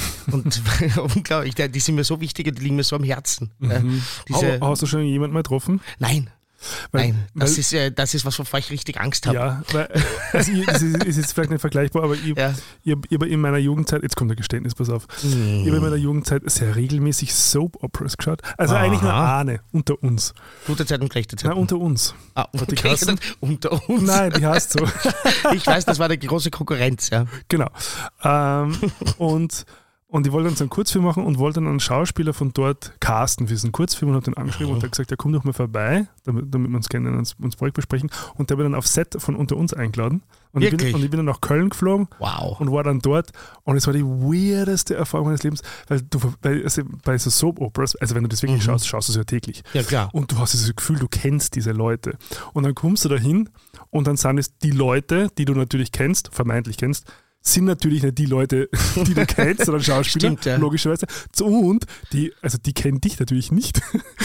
Und unglaublich, die die sind mir so wichtig und die liegen mir so am Herzen. Ja, diese, Aber hast du schon jemanden mal getroffen? nein, Weil- nein, das, weil- ist, äh, das ist was, wovor ich richtig Angst habe. Ja, weil, also ich, das ist, ist jetzt vielleicht nicht vergleichbar, aber ich, Ja. ich, hab- ich habe in meiner Jugendzeit, jetzt kommt ein Geständnis, pass auf, Mhm. ich habe in meiner Jugendzeit sehr regelmäßig Soap-Operas geschaut. Also Aha. eigentlich nur eine, unter uns. Gute Zeit und schlechte Zeit. Nein, unter uns. Ah, die okay, Kassen? unter uns. Nein, die heißt so. Ich weiß, das war die große Konkurrenz, ja. Genau. Ähm, und, und ich wollte dann so einen Kurzfilm machen und wollte dann einen Schauspieler von dort casten für diesen Kurzfilm und habe den angeschrieben und der hat gesagt, ja, komm doch mal vorbei, damit, damit wir uns kennen und uns, uns Projekt besprechen. Und der wird dann auf Set von Unter uns eingeladen. Und ich, bin, Wirklich? und ich bin dann nach Köln geflogen Wow. und war dann dort und es war die weirdeste Erfahrung meines Lebens, weil du weil, also bei so Soap-Operas, also wenn du das wirklich schaust, schaust du es ja täglich. Ja, klar. Und du hast dieses Gefühl, du kennst diese Leute. Und dann kommst du da hin und dann sind es die Leute, die du natürlich kennst, vermeintlich kennst, sind natürlich nicht die Leute, die du kennst, sondern Schauspieler, Stimmt, ja. logischerweise. Und die, also die kennen dich natürlich nicht.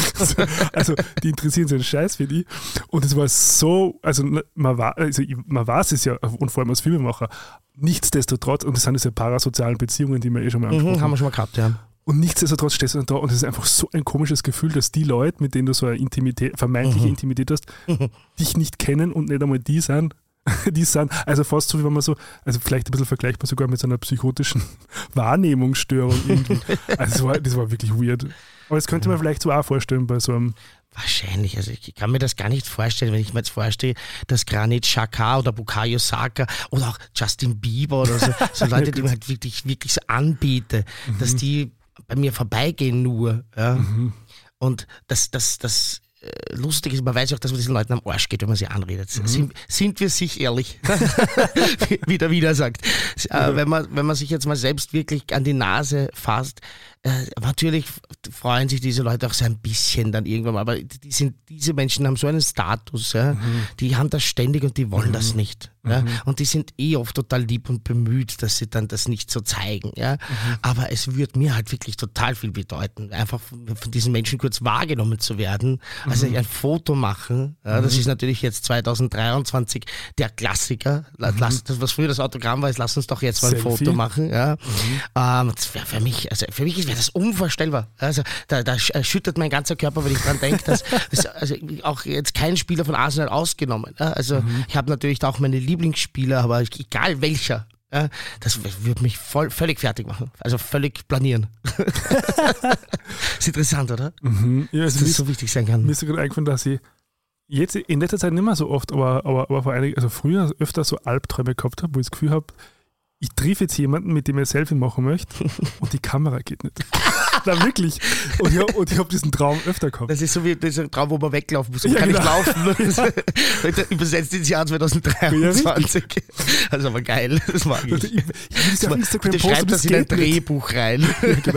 Also die interessieren sich einen Scheiß für die. Und es war so, also man, war, also man weiß es ja, und vor allem als Filmemacher, nichtsdestotrotz, und das sind diese parasozialen Beziehungen, die wir eh schon mal angesprochen Mhm, haben haben. wir schon mal gehabt, ja. Und nichtsdestotrotz stehst du dann da und es ist einfach so ein komisches Gefühl, dass die Leute, mit denen du so eine Intimität, vermeintliche Mhm. Intimität hast, dich nicht kennen und nicht einmal die sind, die sind, also fast so wie wenn man so, also vielleicht ein bisschen vergleichbar sogar mit so einer psychotischen Wahrnehmungsstörung irgendwie. Also das war, das war wirklich weird. Aber das könnte man vielleicht so auch vorstellen bei so einem, Wahrscheinlich, also ich kann mir das gar nicht vorstellen, wenn ich mir jetzt vorstelle, dass Granit Xhaka oder Bukayo Saka oder auch Justin Bieber oder so, so Leute, die man halt wirklich, wirklich so anbiete, dass die bei mir vorbeigehen nur. Ja. Und das, das, das äh, lustig ist, man weiß ja auch, dass man diesen Leuten am Arsch geht, wenn man sie anredet. Sind, sind wir sich ehrlich? Wie der Wiener sagt. Äh, wenn, man, wenn man sich jetzt mal selbst wirklich an die Nase fasst, äh, natürlich freuen sich diese Leute auch so ein bisschen dann irgendwann mal, aber die sind, diese Menschen haben so einen Status, ja, mhm. die haben das ständig und die wollen mhm. das nicht. Ja, mhm. Und die sind eh oft total lieb und bemüht, dass sie dann das nicht so zeigen. Ja. Mhm. Aber es würde mir halt wirklich total viel bedeuten, einfach von, von diesen Menschen kurz wahrgenommen zu werden. Also mhm. ein Foto machen, ja, das mhm. ist natürlich jetzt zwanzig dreiundzwanzig der Klassiker. Mhm. Lass, das, was früher das Autogramm war, ist, lass uns doch jetzt mal ein Selfie. Foto machen. Ja. Mhm. Ähm, das wäre für mich, also für mich wäre das unvorstellbar. Also da, da schüttert mein ganzer Körper, wenn ich dran denke, dass das, also auch jetzt kein Spieler von Arsenal ausgenommen. Ja. Also mhm. ich habe natürlich auch meine Lieblingsspieler, aber egal welcher, ja, das würde mich voll, völlig fertig machen. Also völlig planieren. Ist interessant, oder? Mhm. Ja, also dass das so wichtig sein kann. Mir ist gerade eingefallen, dass ich jetzt in letzter Zeit nicht mehr so oft, aber, aber, aber vor einigen, also früher öfter so Albträume gehabt habe, wo ich das Gefühl habe, ich treffe jetzt jemanden, mit dem ich ein Selfie machen möchte und die Kamera geht nicht. Na wirklich. Und ich, und ich habe diesen Traum öfter gehabt. Das ist so wie dieser Traum, wo man weglaufen muss. Man ja, kann genau. nicht laufen. Übersetzt ins Jahr zwanzig dreiundzwanzig. Ja, das ist aber geil. Das mag ich. ich, ich ja Bitte schreib das in ein Drehbuch rein. Ja, genau.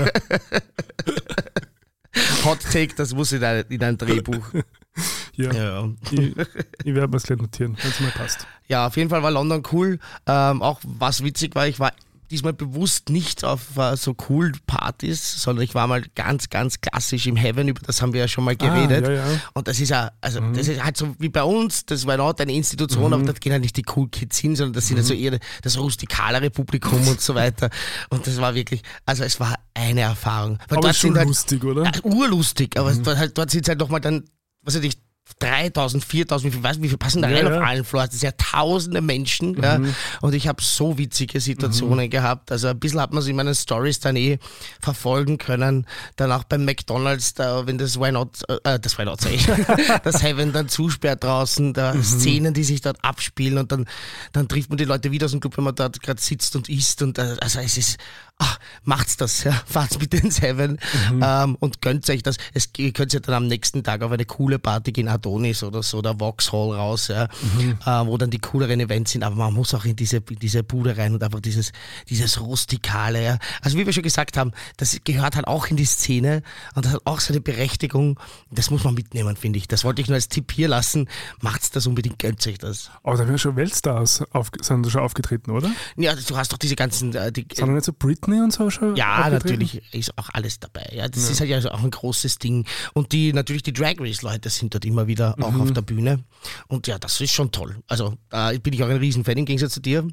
Hot Take, das muss in ein, in ein Drehbuch. Ja, ja. Ich, ich werde mir es gleich notieren, wenn es mal passt. Ja, auf jeden Fall war London cool. Ähm, auch was witzig war, ich war diesmal bewusst nicht auf uh, so cool Partys, sondern ich war mal ganz, ganz klassisch im Heaven, über das haben wir ja schon mal geredet. Ah, ja, ja. Und das ist ja, also mhm. das ist halt so wie bei uns, das war auch eine Institution, mhm. aber da gehen ja nicht die Cool Kids hin, sondern das sind mhm. also eher das rustikalere Publikum und so weiter. Und das war wirklich, also es war eine Erfahrung. Weil aber dort schon sind halt, lustig, oder? Ja, urlustig, aber mhm. dort, halt, dort sind es halt nochmal dann, was weiß ich, dreitausend, viertausend, wie viel, weißt, wie viel passen da rein ja, auf allen Floors? Das sind ja tausende Menschen. Mhm. Ja. Und ich habe so witzige Situationen mhm. gehabt. Also ein bisschen hat man es in meinen Stories dann eh verfolgen können. Dann auch beim McDonalds, da, wenn das Why Not, äh, das Why Not, sag ich, das Heaven dann zusperrt draußen, da mhm. Szenen, die sich dort abspielen und dann, dann trifft man die Leute wieder aus dem Club, wenn man dort gerade sitzt und isst. Und äh, also es ist, ach, macht's das, ja. Fahrt's bitte ins Heaven mhm. ähm, und gönnt euch das. Es, ihr könnt ja dann am nächsten Tag auf eine coole Party gehen, Adonis oder so, oder Vauxhall raus, ja, mhm. äh, wo dann die cooleren Events sind, aber man muss auch in diese, in diese Bude rein und einfach dieses, dieses Rustikale, ja. Also wie wir schon gesagt haben, das gehört halt auch in die Szene und das hat auch seine Berechtigung. Das muss man mitnehmen, finde ich. Das wollte ich nur als Tipp hier lassen. Macht's das unbedingt, gönnt euch das. Aber da werden schon Weltstars auf, sind da schon aufgetreten, oder? Ja, du hast doch diese ganzen... Äh, die, sind da nicht so Britney und so schon? Ja, natürlich ist auch alles dabei. Ja, das ja. ist halt ja auch ein großes Ding. Und die natürlich die Drag Race Leute sind dort immer wieder auch mhm. auf der Bühne. Und ja, das ist schon toll. Also da bin ich auch ein Riesenfan im Gegensatz zu dir.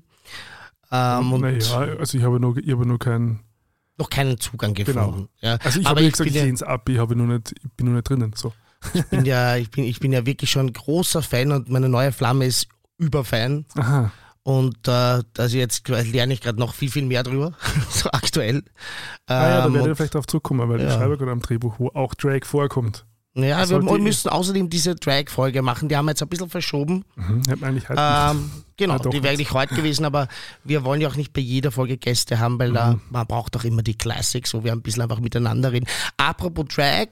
Ähm, und naja, also ich habe nur, ich habe nur keinen noch keinen Zugang gefunden. Genau. Ja. Also ich aber habe ich gesagt, ich lehne es ab, ich, habe nur nicht, ich bin nur nicht drinnen. So. Ich bin ja, ich bin, ich bin ja wirklich schon ein großer Fan und meine neue Flamme ist Überfan. Aha. Und äh, also jetzt lerne ich gerade noch viel, viel mehr drüber, so aktuell. Ah ja, da werde ich vielleicht darauf zurückkommen, weil ja. ich schreibe gerade am Drehbuch, wo auch Drag vorkommt. Ja, wir müssen außerdem diese Drag-Folge machen, die haben wir jetzt ein bisschen verschoben. Mhm, hätten eigentlich heute ähm, genau, ja, die wäre eigentlich heute gewesen, aber wir wollen ja auch nicht bei jeder Folge Gäste haben, weil mhm. da, man braucht auch immer die Classics, wo wir ein bisschen einfach miteinander reden. Apropos Drag.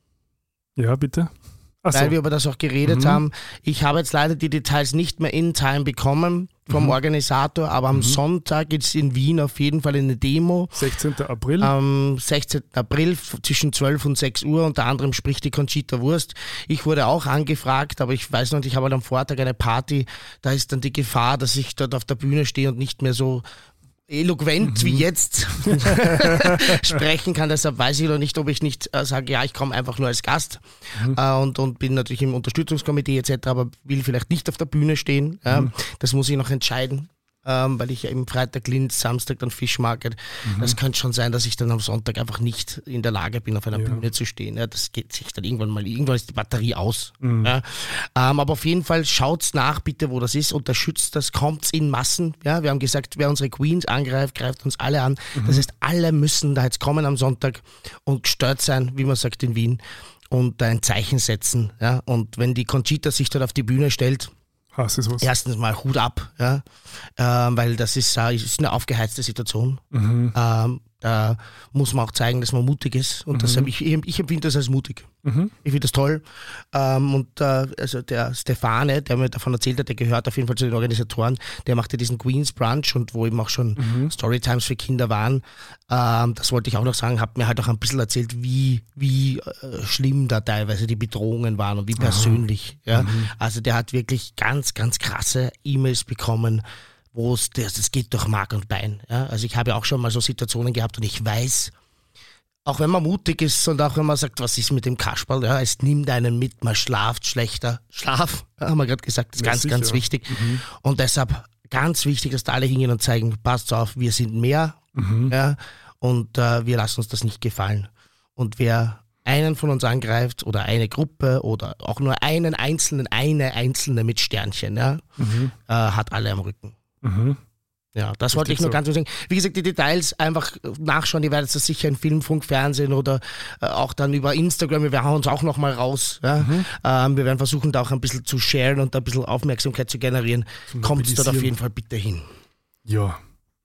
Ja, bitte. Ach weil so. wir über das auch geredet mhm. haben. Ich habe jetzt leider die Details nicht mehr in time bekommen vom mhm. Organisator, aber am mhm. Sonntag gibt es in Wien auf jeden Fall eine Demo. sechzehnten April. Am sechzehnten April zwischen zwölf und sechs Uhr, unter anderem spricht die Conchita Wurst. Ich wurde auch angefragt, aber ich weiß noch nicht, ich habe halt am Vortag eine Party, da ist dann die Gefahr, dass ich dort auf der Bühne stehe und nicht mehr so eloquent mhm. wie jetzt sprechen kann, deshalb weiß ich noch nicht, ob ich nicht äh, sage, ja, ich komme einfach nur als Gast mhm. äh, und, und bin natürlich im Unterstützungskomitee et cetera, aber will vielleicht nicht auf der Bühne stehen. Ja. Mhm. Das muss ich noch entscheiden, ähm, weil ich ja im Freitag Linz, Samstag dann Fish Market. Mhm. Das könnte schon sein, dass ich dann am Sonntag einfach nicht in der Lage bin, auf einer ja. Bühne zu stehen. Ja, das geht sich dann irgendwann mal, irgendwann ist die Batterie aus. Mhm. Ja. Ähm, aber auf jeden Fall schaut's nach, bitte, wo das ist, unterstützt das, kommt's in Massen. Ja, wir haben gesagt, wer unsere Queens angreift, greift uns alle an. Mhm. Das heißt, alle müssen da jetzt kommen am Sonntag und gestört sein, wie man sagt in Wien, und ein Zeichen setzen. Ja. Und wenn die Conchita sich dort auf die Bühne stellt, erstens mal Hut ab, ja, ähm, weil das ist, äh, ist eine aufgeheizte Situation. Mhm. Ähm, da muss man auch zeigen, dass man mutig ist. Und Mhm. das, ich, ich empfinde das als mutig. Mhm. Ich finde das toll. Ähm, und äh, also der Stefane, der mir davon erzählt hat, der gehört auf jeden Fall zu den Organisatoren, der machte diesen Queen's Brunch und wo eben auch schon Mhm. Storytimes für Kinder waren. Ähm, das wollte ich auch noch sagen, hat mir halt auch ein bisschen erzählt, wie, wie äh, schlimm da teilweise die Bedrohungen waren und wie persönlich. Ja? Mhm. Also der hat wirklich ganz, ganz krasse E-Mails bekommen, wo es, das, das geht durch Mark und Bein. Ja? Also ich habe ja auch schon mal so Situationen gehabt und ich weiß, auch wenn man mutig ist und auch wenn man sagt, was ist mit dem Kasperl, ja, es nimmt einen mit, man schlaft schlechter. Schlaf, ja, haben wir gerade gesagt, ist Ja, ganz, sicher. ganz wichtig. Mhm. Und deshalb ganz wichtig, dass da alle hingehen und zeigen, passt auf, wir sind mehr Mhm. ja, und äh, wir lassen uns das nicht gefallen. Und wer einen von uns angreift oder eine Gruppe oder auch nur einen Einzelnen, eine Einzelne mit Sternchen, ja, Mhm. äh, hat alle am Rücken. Mhm. Ja, das wollte ich Richtig nur so. ganz kurz sagen. Wie gesagt, die Details einfach nachschauen. Ihr werdet das sicher in Film, Funk, Fernsehen oder äh, auch dann über Instagram. Wir hauen uns auch nochmal raus. Ja? Mhm. Ähm, wir werden versuchen, da auch ein bisschen zu sharen und da ein bisschen Aufmerksamkeit zu generieren. Zum Kommt dort auf Mobilisieren. jeden Fall bitte hin. Ja,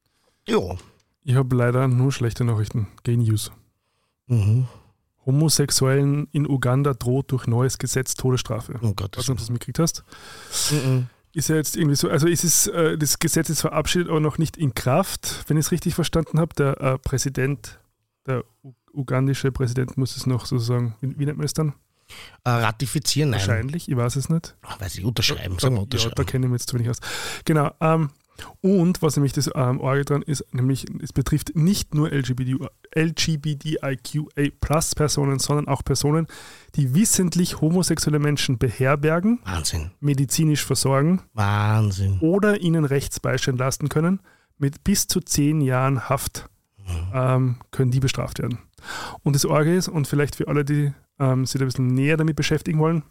Jo. ich habe leider nur schlechte Nachrichten. Gay News. Mhm. Homosexuellen in Uganda droht durch neues Gesetz Todesstrafe. Oh Gott. Ich weiß nicht, ob du das mitgekriegt hast. Mhm. Ist ja jetzt irgendwie so, also ist es, äh, das Gesetz ist verabschiedet, aber noch nicht in Kraft, wenn ich es richtig verstanden habe. Der äh, Präsident, der u- ugandische Präsident muss es noch sozusagen, wie, wie nennt man es dann? Äh, ratifizieren, nein. Wahrscheinlich, ich weiß es nicht. Ach, weiß ich, unterschreiben. Sagen wir Ja, unterschreiben. da kenne ich mich jetzt zu wenig aus. Genau. Ähm, und was nämlich das ähm, Orgel dran ist, nämlich es betrifft nicht nur L G B T L G B T I Q A Plus Personen, sondern auch Personen, die wissentlich homosexuelle Menschen beherbergen, Wahnsinn. medizinisch versorgen Wahnsinn. oder ihnen Rechtsbeistand leisten können. Mit bis zu zehn Jahren Haft ähm, können die bestraft werden. Und das Orgel ist, und vielleicht für alle, die ähm, sich da ein bisschen näher damit beschäftigen wollen,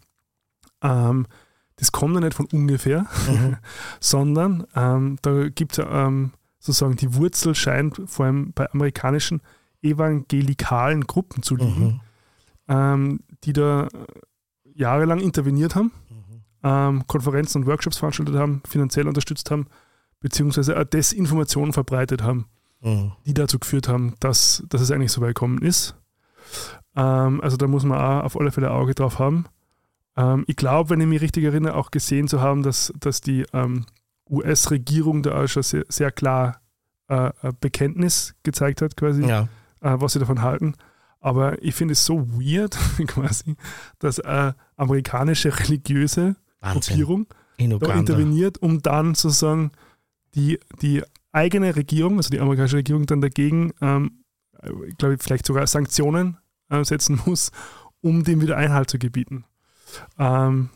ähm, das kommt ja nicht von ungefähr, Mhm. sondern ähm, da gibt es ja ähm, sozusagen die Wurzel scheint vor allem bei amerikanischen evangelikalen Gruppen zu liegen, Mhm. ähm, die da jahrelang interveniert haben, Mhm. ähm, Konferenzen und Workshops veranstaltet haben, finanziell unterstützt haben, beziehungsweise auch Desinformationen verbreitet haben, Mhm. die dazu geführt haben, dass, dass es eigentlich so weit gekommen ist. Ähm, also da muss man auch auf alle Fälle ein Auge drauf haben. Ähm, ich glaube, wenn ich mich richtig erinnere, auch gesehen zu haben, dass, dass die ähm, U S-Regierung da auch schon sehr, sehr klar äh, ein Bekenntnis gezeigt hat, quasi, Ja. äh, was sie davon halten. Aber ich finde es so weird, quasi, dass äh, amerikanische religiöse Wahnsinn. Gruppierung In da Uganda. interveniert, um dann sozusagen die, die eigene Regierung, also die amerikanische Regierung, dann dagegen, ähm, ich glaube, vielleicht sogar Sanktionen äh, setzen muss, um dem wieder Einhalt zu gebieten. Ähm,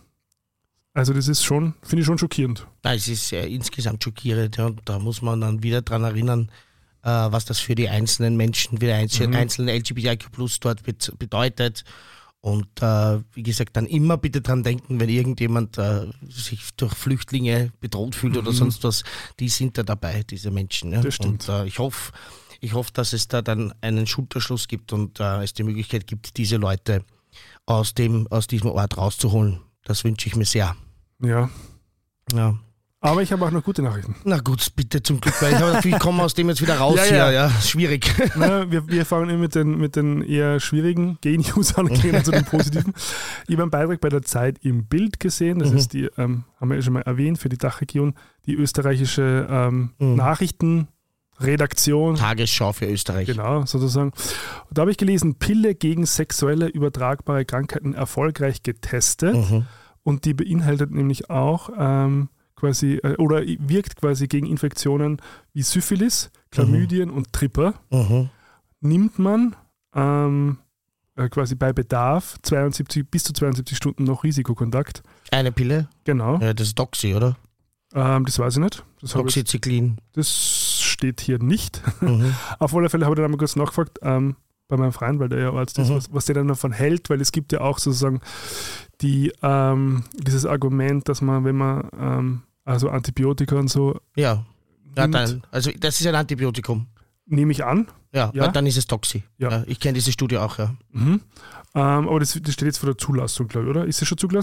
also das ist schon, finde ich schon schockierend. Nein, es ist äh, insgesamt schockierend. Ja, und da muss man dann wieder dran erinnern, äh, was das für die einzelnen Menschen, für die einzelnen, Mhm. einzelnen L G B T I Q plus dort bet- bedeutet. Und äh, wie gesagt, dann immer bitte dran denken, wenn irgendjemand äh, sich durch Flüchtlinge bedroht fühlt oder Mhm. sonst was, die sind da dabei, diese Menschen. Ja? Das stimmt. Und äh, ich hoffe, ich hoffe, dass es da dann einen Schulterschluss gibt und äh, es die Möglichkeit gibt, diese Leute aus, dem, aus diesem Ort rauszuholen. Das wünsche ich mir sehr. Ja. Ja. Aber ich habe auch noch gute Nachrichten. Na gut, bitte zum Glück, weil ich habe natürlich komme aus dem jetzt wieder raus Ja, hier. ja. Ja, schwierig. Na, wir, wir fangen immer mit den, mit den eher schwierigen Gay-News an und gehen dann zu den positiven. Ich habe einen Beitrag bei der Zeit im Bild gesehen. Das Mhm. ist die, ähm, haben wir ja schon mal erwähnt, für die Dachregion, die österreichische ähm, Mhm. Nachrichtenredaktion. Tagesschau für Österreich. Genau, sozusagen. Und da habe ich gelesen, Pille gegen sexuelle übertragbare Krankheiten erfolgreich getestet. Mhm. Und die beinhaltet nämlich auch ähm, quasi, äh, oder wirkt quasi gegen Infektionen wie Syphilis, Chlamydien und Tripper. Mhm. Nimmt man ähm, äh, quasi bei Bedarf zweiundsiebzig bis zu zweiundsiebzig Stunden noch Risikokontakt. Eine Pille? Genau, Ja, das ist Doxy, oder? ähm, das weiß ich nicht. Das, habe ich, Doxycyclin. das steht hier nicht. Mhm. Auf alle Fälle habe ich dann einmal kurz nachgefragt ähm, bei meinem Freund, weil der ja Arzt ist, Mhm. was, was der dann davon hält, weil es gibt ja auch sozusagen die, ähm, dieses Argument, dass man, wenn man ähm, also Antibiotika und so Ja. Ja, nimmt, dann, also das ist ein Antibiotikum. nehme ich an. Ja, Ja. weil dann ist es Doxy. Ja. Ja. Ich kenne diese Studie auch, ja. Mhm. Ähm, aber das, das steht jetzt vor der Zulassung, glaube ich, oder? Ist sie schon zugelassen?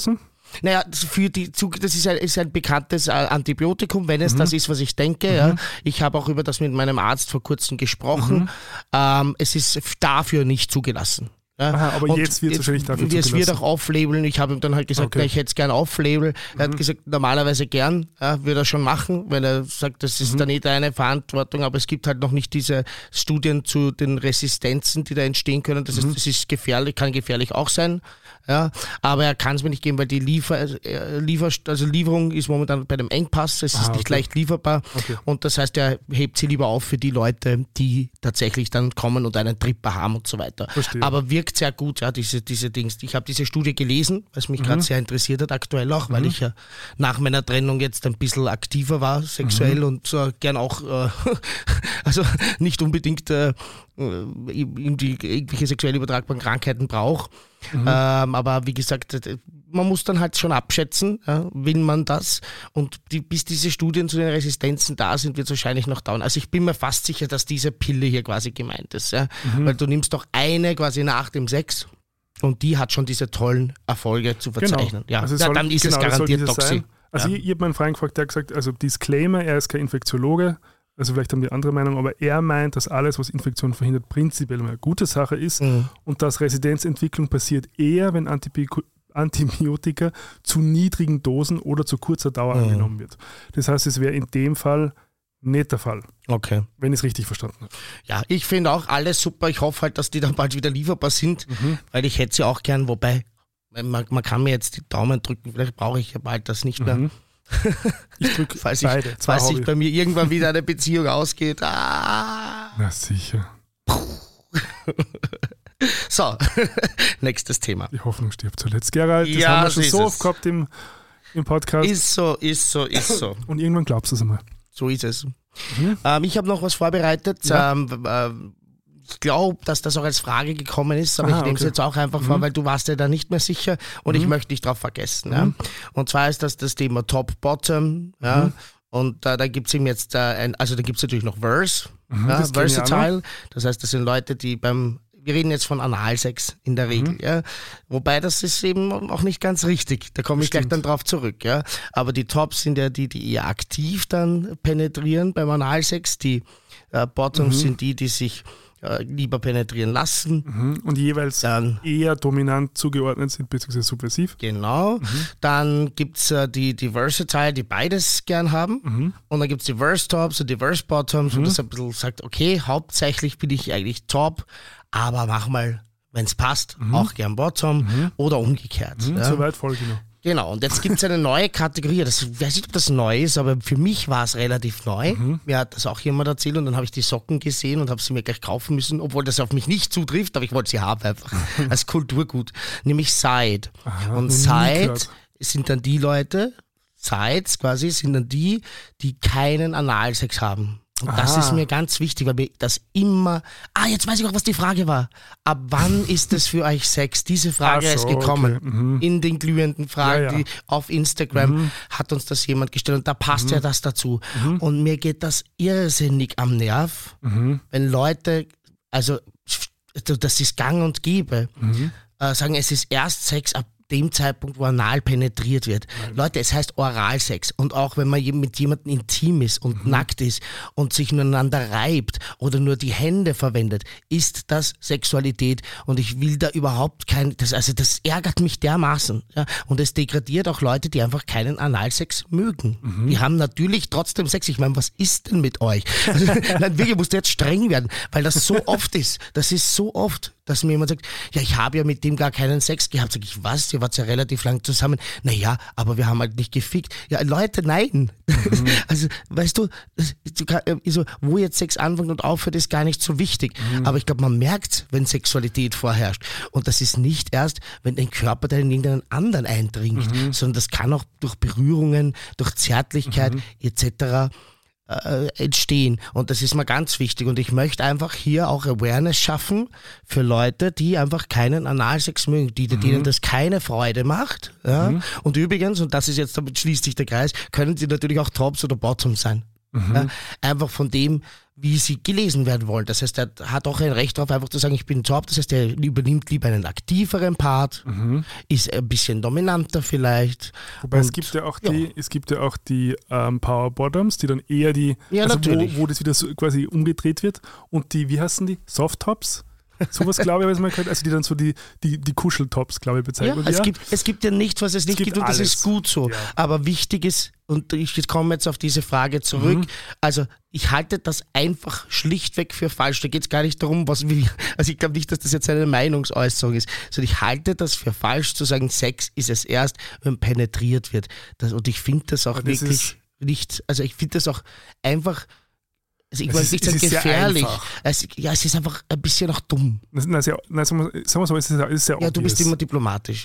Naja, das, für die, das ist ein, ist ein bekanntes Antibiotikum, wenn es mhm. das ist, was ich denke. Mhm. Ja. Ich habe auch über das mit meinem Arzt vor kurzem gesprochen. Mhm. Ähm, es ist dafür nicht zugelassen. Ja. Aha, aber und jetzt wird es wahrscheinlich dafür zugelassen. Es wird auch off-labeln. Ich habe ihm dann halt gesagt, okay. na, ich hätte es gern off-label. Er mhm. hat gesagt, normalerweise gern, ja, würde er schon machen, weil er sagt, das ist mhm. dann nicht deine Verantwortung, aber es gibt halt noch nicht diese Studien zu den Resistenzen, die da entstehen können. Das mhm. heißt, das ist gefährlich, kann gefährlich auch sein. Ja, aber er kann es mir nicht geben, weil die Liefer, äh, Liefer, also Lieferung ist momentan bei einem Engpass, es ist ah, nicht okay. leicht lieferbar okay. und das heißt, er hebt sie lieber auf für die Leute, die tatsächlich dann kommen und einen Tripper haben und so weiter. Verstehe. Aber wirkt sehr gut, ja, diese, diese Dings. Ich habe diese Studie gelesen, was mich mhm. gerade sehr interessiert hat aktuell auch, weil mhm. ich ja nach meiner Trennung jetzt ein bisschen aktiver war, sexuell mhm. und äh, gern auch, äh, also nicht unbedingt äh, irgendwie irgendwelche sexuell übertragbaren Krankheiten braucht. Mhm. Ähm, aber wie gesagt, man muss dann halt schon abschätzen, ja, will man das und die, bis diese Studien zu den Resistenzen da sind, wird es wahrscheinlich noch dauern. Also ich bin mir fast sicher, dass diese Pille hier quasi gemeint ist, ja, mhm. weil du nimmst doch eine quasi nach dem Sex und die hat schon diese tollen Erfolge zu verzeichnen. Genau. Ja, also ja soll, dann ist genau, es garantiert toxisch. Also ja. ich, ich habe meinen Freund gefragt, der hat gesagt, also Disclaimer, er ist kein Infektiologe, also vielleicht haben die andere Meinung, aber er meint, dass alles, was Infektionen verhindert, prinzipiell eine gute Sache ist mhm. und dass Resistenzentwicklung passiert eher, wenn Antibiotika Antibiotika zu niedrigen Dosen oder zu kurzer Dauer mhm. angenommen wird. Das heißt, es wäre in dem Fall nicht der Fall. Okay. Wenn ich es richtig verstanden habe. Ja, ich finde auch alles super. Ich hoffe halt, dass die dann bald wieder lieferbar sind, mhm. weil ich hätte sie auch gern, wobei man, man kann mir jetzt die Daumen drücken, vielleicht brauche ich ja bald das nicht mehr. Mhm. Ich drücke falls beide. Ich, falls sich bei mir irgendwann wieder eine Beziehung ausgeht. Ah. Na sicher. So, nächstes Thema. Die Hoffnung stirbt zuletzt. Gerald, das ja, haben wir schon so so oft gehabt im, im Podcast. Ist so, ist so, ist so. Und irgendwann glaubst du es einmal. So ist es. Mhm. Ähm, ich habe noch was vorbereitet. Ja. Ähm, äh, ich glaube, dass das auch als Frage gekommen ist, aber Aha, ich nehme es okay. jetzt auch einfach mhm. vor, weil du warst ja da nicht mehr sicher und mhm. ich möchte dich drauf vergessen. Mhm. Ja? Und zwar ist das das Thema Top-Bottom. Ja? Mhm. Und äh, da gibt es eben jetzt, äh, ein, also da gibt es natürlich noch Verse, mhm, ja? Versatile. Das heißt, das sind Leute, die beim wir reden jetzt von Analsex in der Regel, mhm. ja. Wobei das ist eben auch nicht ganz richtig. Da komme ich Stimmt. gleich dann drauf zurück, ja. Aber die Tops sind ja die, die eher aktiv dann penetrieren beim Analsex. Die äh, Bottoms mhm. sind die, die sich äh, lieber penetrieren lassen. Mhm. Und jeweils dann eher dominant zugeordnet sind, beziehungsweise subversiv. Genau. Mhm. Dann gibt es äh, die, die Versatile, die beides gern haben. Mhm. Und dann gibt es die Verse-Tops und die Verse-Bottoms, mhm. wo das ein bisschen sagt, okay, hauptsächlich bin ich eigentlich Top, aber mach mal, wenn es passt, mhm. auch gern Bottom mhm. oder umgekehrt. Mhm, ja. Soweit voll genau. Genau, und jetzt gibt es eine neue Kategorie, das, ich weiß nicht, ob das neu ist, aber für mich war es relativ neu. Mhm. Mir hat das auch jemand erzählt und dann habe ich die Socken gesehen und habe sie mir gleich kaufen müssen, obwohl das auf mich nicht zutrifft, aber ich wollte sie haben einfach als Kulturgut, nämlich Side. Aha, und Side sind dann die Leute, Sides quasi, sind dann die, die keinen Analsex haben. Und Aha. das ist mir ganz wichtig, weil mir das immer... Ah, jetzt weiß ich auch, was die Frage war. Ab wann ist es für euch Sex? Diese Frage so, ist gekommen. Okay. Mhm. In den glühenden Fragen, ja, ja. Die auf Instagram mhm. hat uns das jemand gestellt. Und da passt mhm. ja das dazu. Mhm. Und mir geht das irrsinnig am Nerv, mhm. wenn Leute, also das ist gang und gäbe, mhm. äh, sagen, es ist erst Sex ab dem Zeitpunkt, wo anal penetriert wird. Nein. Leute, es heißt Oralsex. Und auch wenn man mit jemandem intim ist und mhm. nackt ist und sich nureinander reibt oder nur die Hände verwendet, ist das Sexualität. Und ich will da überhaupt kein, das, also das ärgert mich dermaßen. Ja? Und es degradiert auch Leute, die einfach keinen Analsex mögen. Mhm. Die haben natürlich trotzdem Sex. Ich meine, was ist denn mit euch? Also, nein, wirklich, musst du jetzt streng werden, weil das so oft ist. Das ist so oft, dass mir jemand sagt, ja, ich habe ja mit dem gar keinen Sex gehabt. Sag ich, was? Ihr wart ja relativ lang zusammen. Naja, aber wir haben halt nicht gefickt. Ja, Leute, nein. Mhm. Also, weißt du, also, wo jetzt Sex anfängt und aufhört, ist gar nicht so wichtig. Mhm. Aber ich glaube, man merkt, wenn Sexualität vorherrscht. Und das ist nicht erst, wenn dein Körper dann in irgendeinen anderen eindringt, mhm. sondern das kann auch durch Berührungen, durch Zärtlichkeit mhm. et cetera Äh, entstehen. Und das ist mir ganz wichtig. Und ich möchte einfach hier auch Awareness schaffen für Leute, die einfach keinen Analsex mögen, die, mhm. denen das keine Freude macht. Ja? Mhm. Und übrigens, und das ist jetzt, damit schließt sich der Kreis, können sie natürlich auch Tops oder Bottoms sein. Mhm. Ja, einfach von dem, wie sie gelesen werden wollen. Das heißt, er hat auch ein Recht darauf, einfach zu sagen, ich bin top. Das heißt, er übernimmt lieber einen aktiveren Part, Mhm. ist ein bisschen dominanter vielleicht. Wobei Und, es gibt ja auch ja. die, es gibt ja auch die ähm, Power Bottoms, die dann eher die, Ja, also natürlich. wo, wo das wieder so quasi umgedreht wird. Und die, wie heißen die? Soft Tops? Sowas glaube ich, was man könnte. Also die dann so die, die, die Kuscheltops, glaube ich, Ja, bezeichnet. es, ja. gibt, es gibt ja nichts, was es nicht gibt gibt, und das alles. ist gut so. Ja. Aber wichtig ist, und ich komme jetzt auf diese Frage zurück, Mhm. also ich halte das einfach schlichtweg für falsch. Da geht es gar nicht darum, was wir, also ich glaube nicht, dass das jetzt eine Meinungsäußerung ist, sondern ich halte das für falsch zu sagen, Sex ist es erst, wenn penetriert wird. Das, und ich finde das auch Aber das wirklich ist- nicht, also ich finde das auch einfach, also ich Es wollte ist- nicht es sagen ist sehr gefährlich. einfach. Es, ja, es ist einfach ein bisschen auch dumm. Na, sehr, na, sagen, wir, sagen wir so, es ist, es ist sehr Ja, du bist obvious. immer diplomatisch.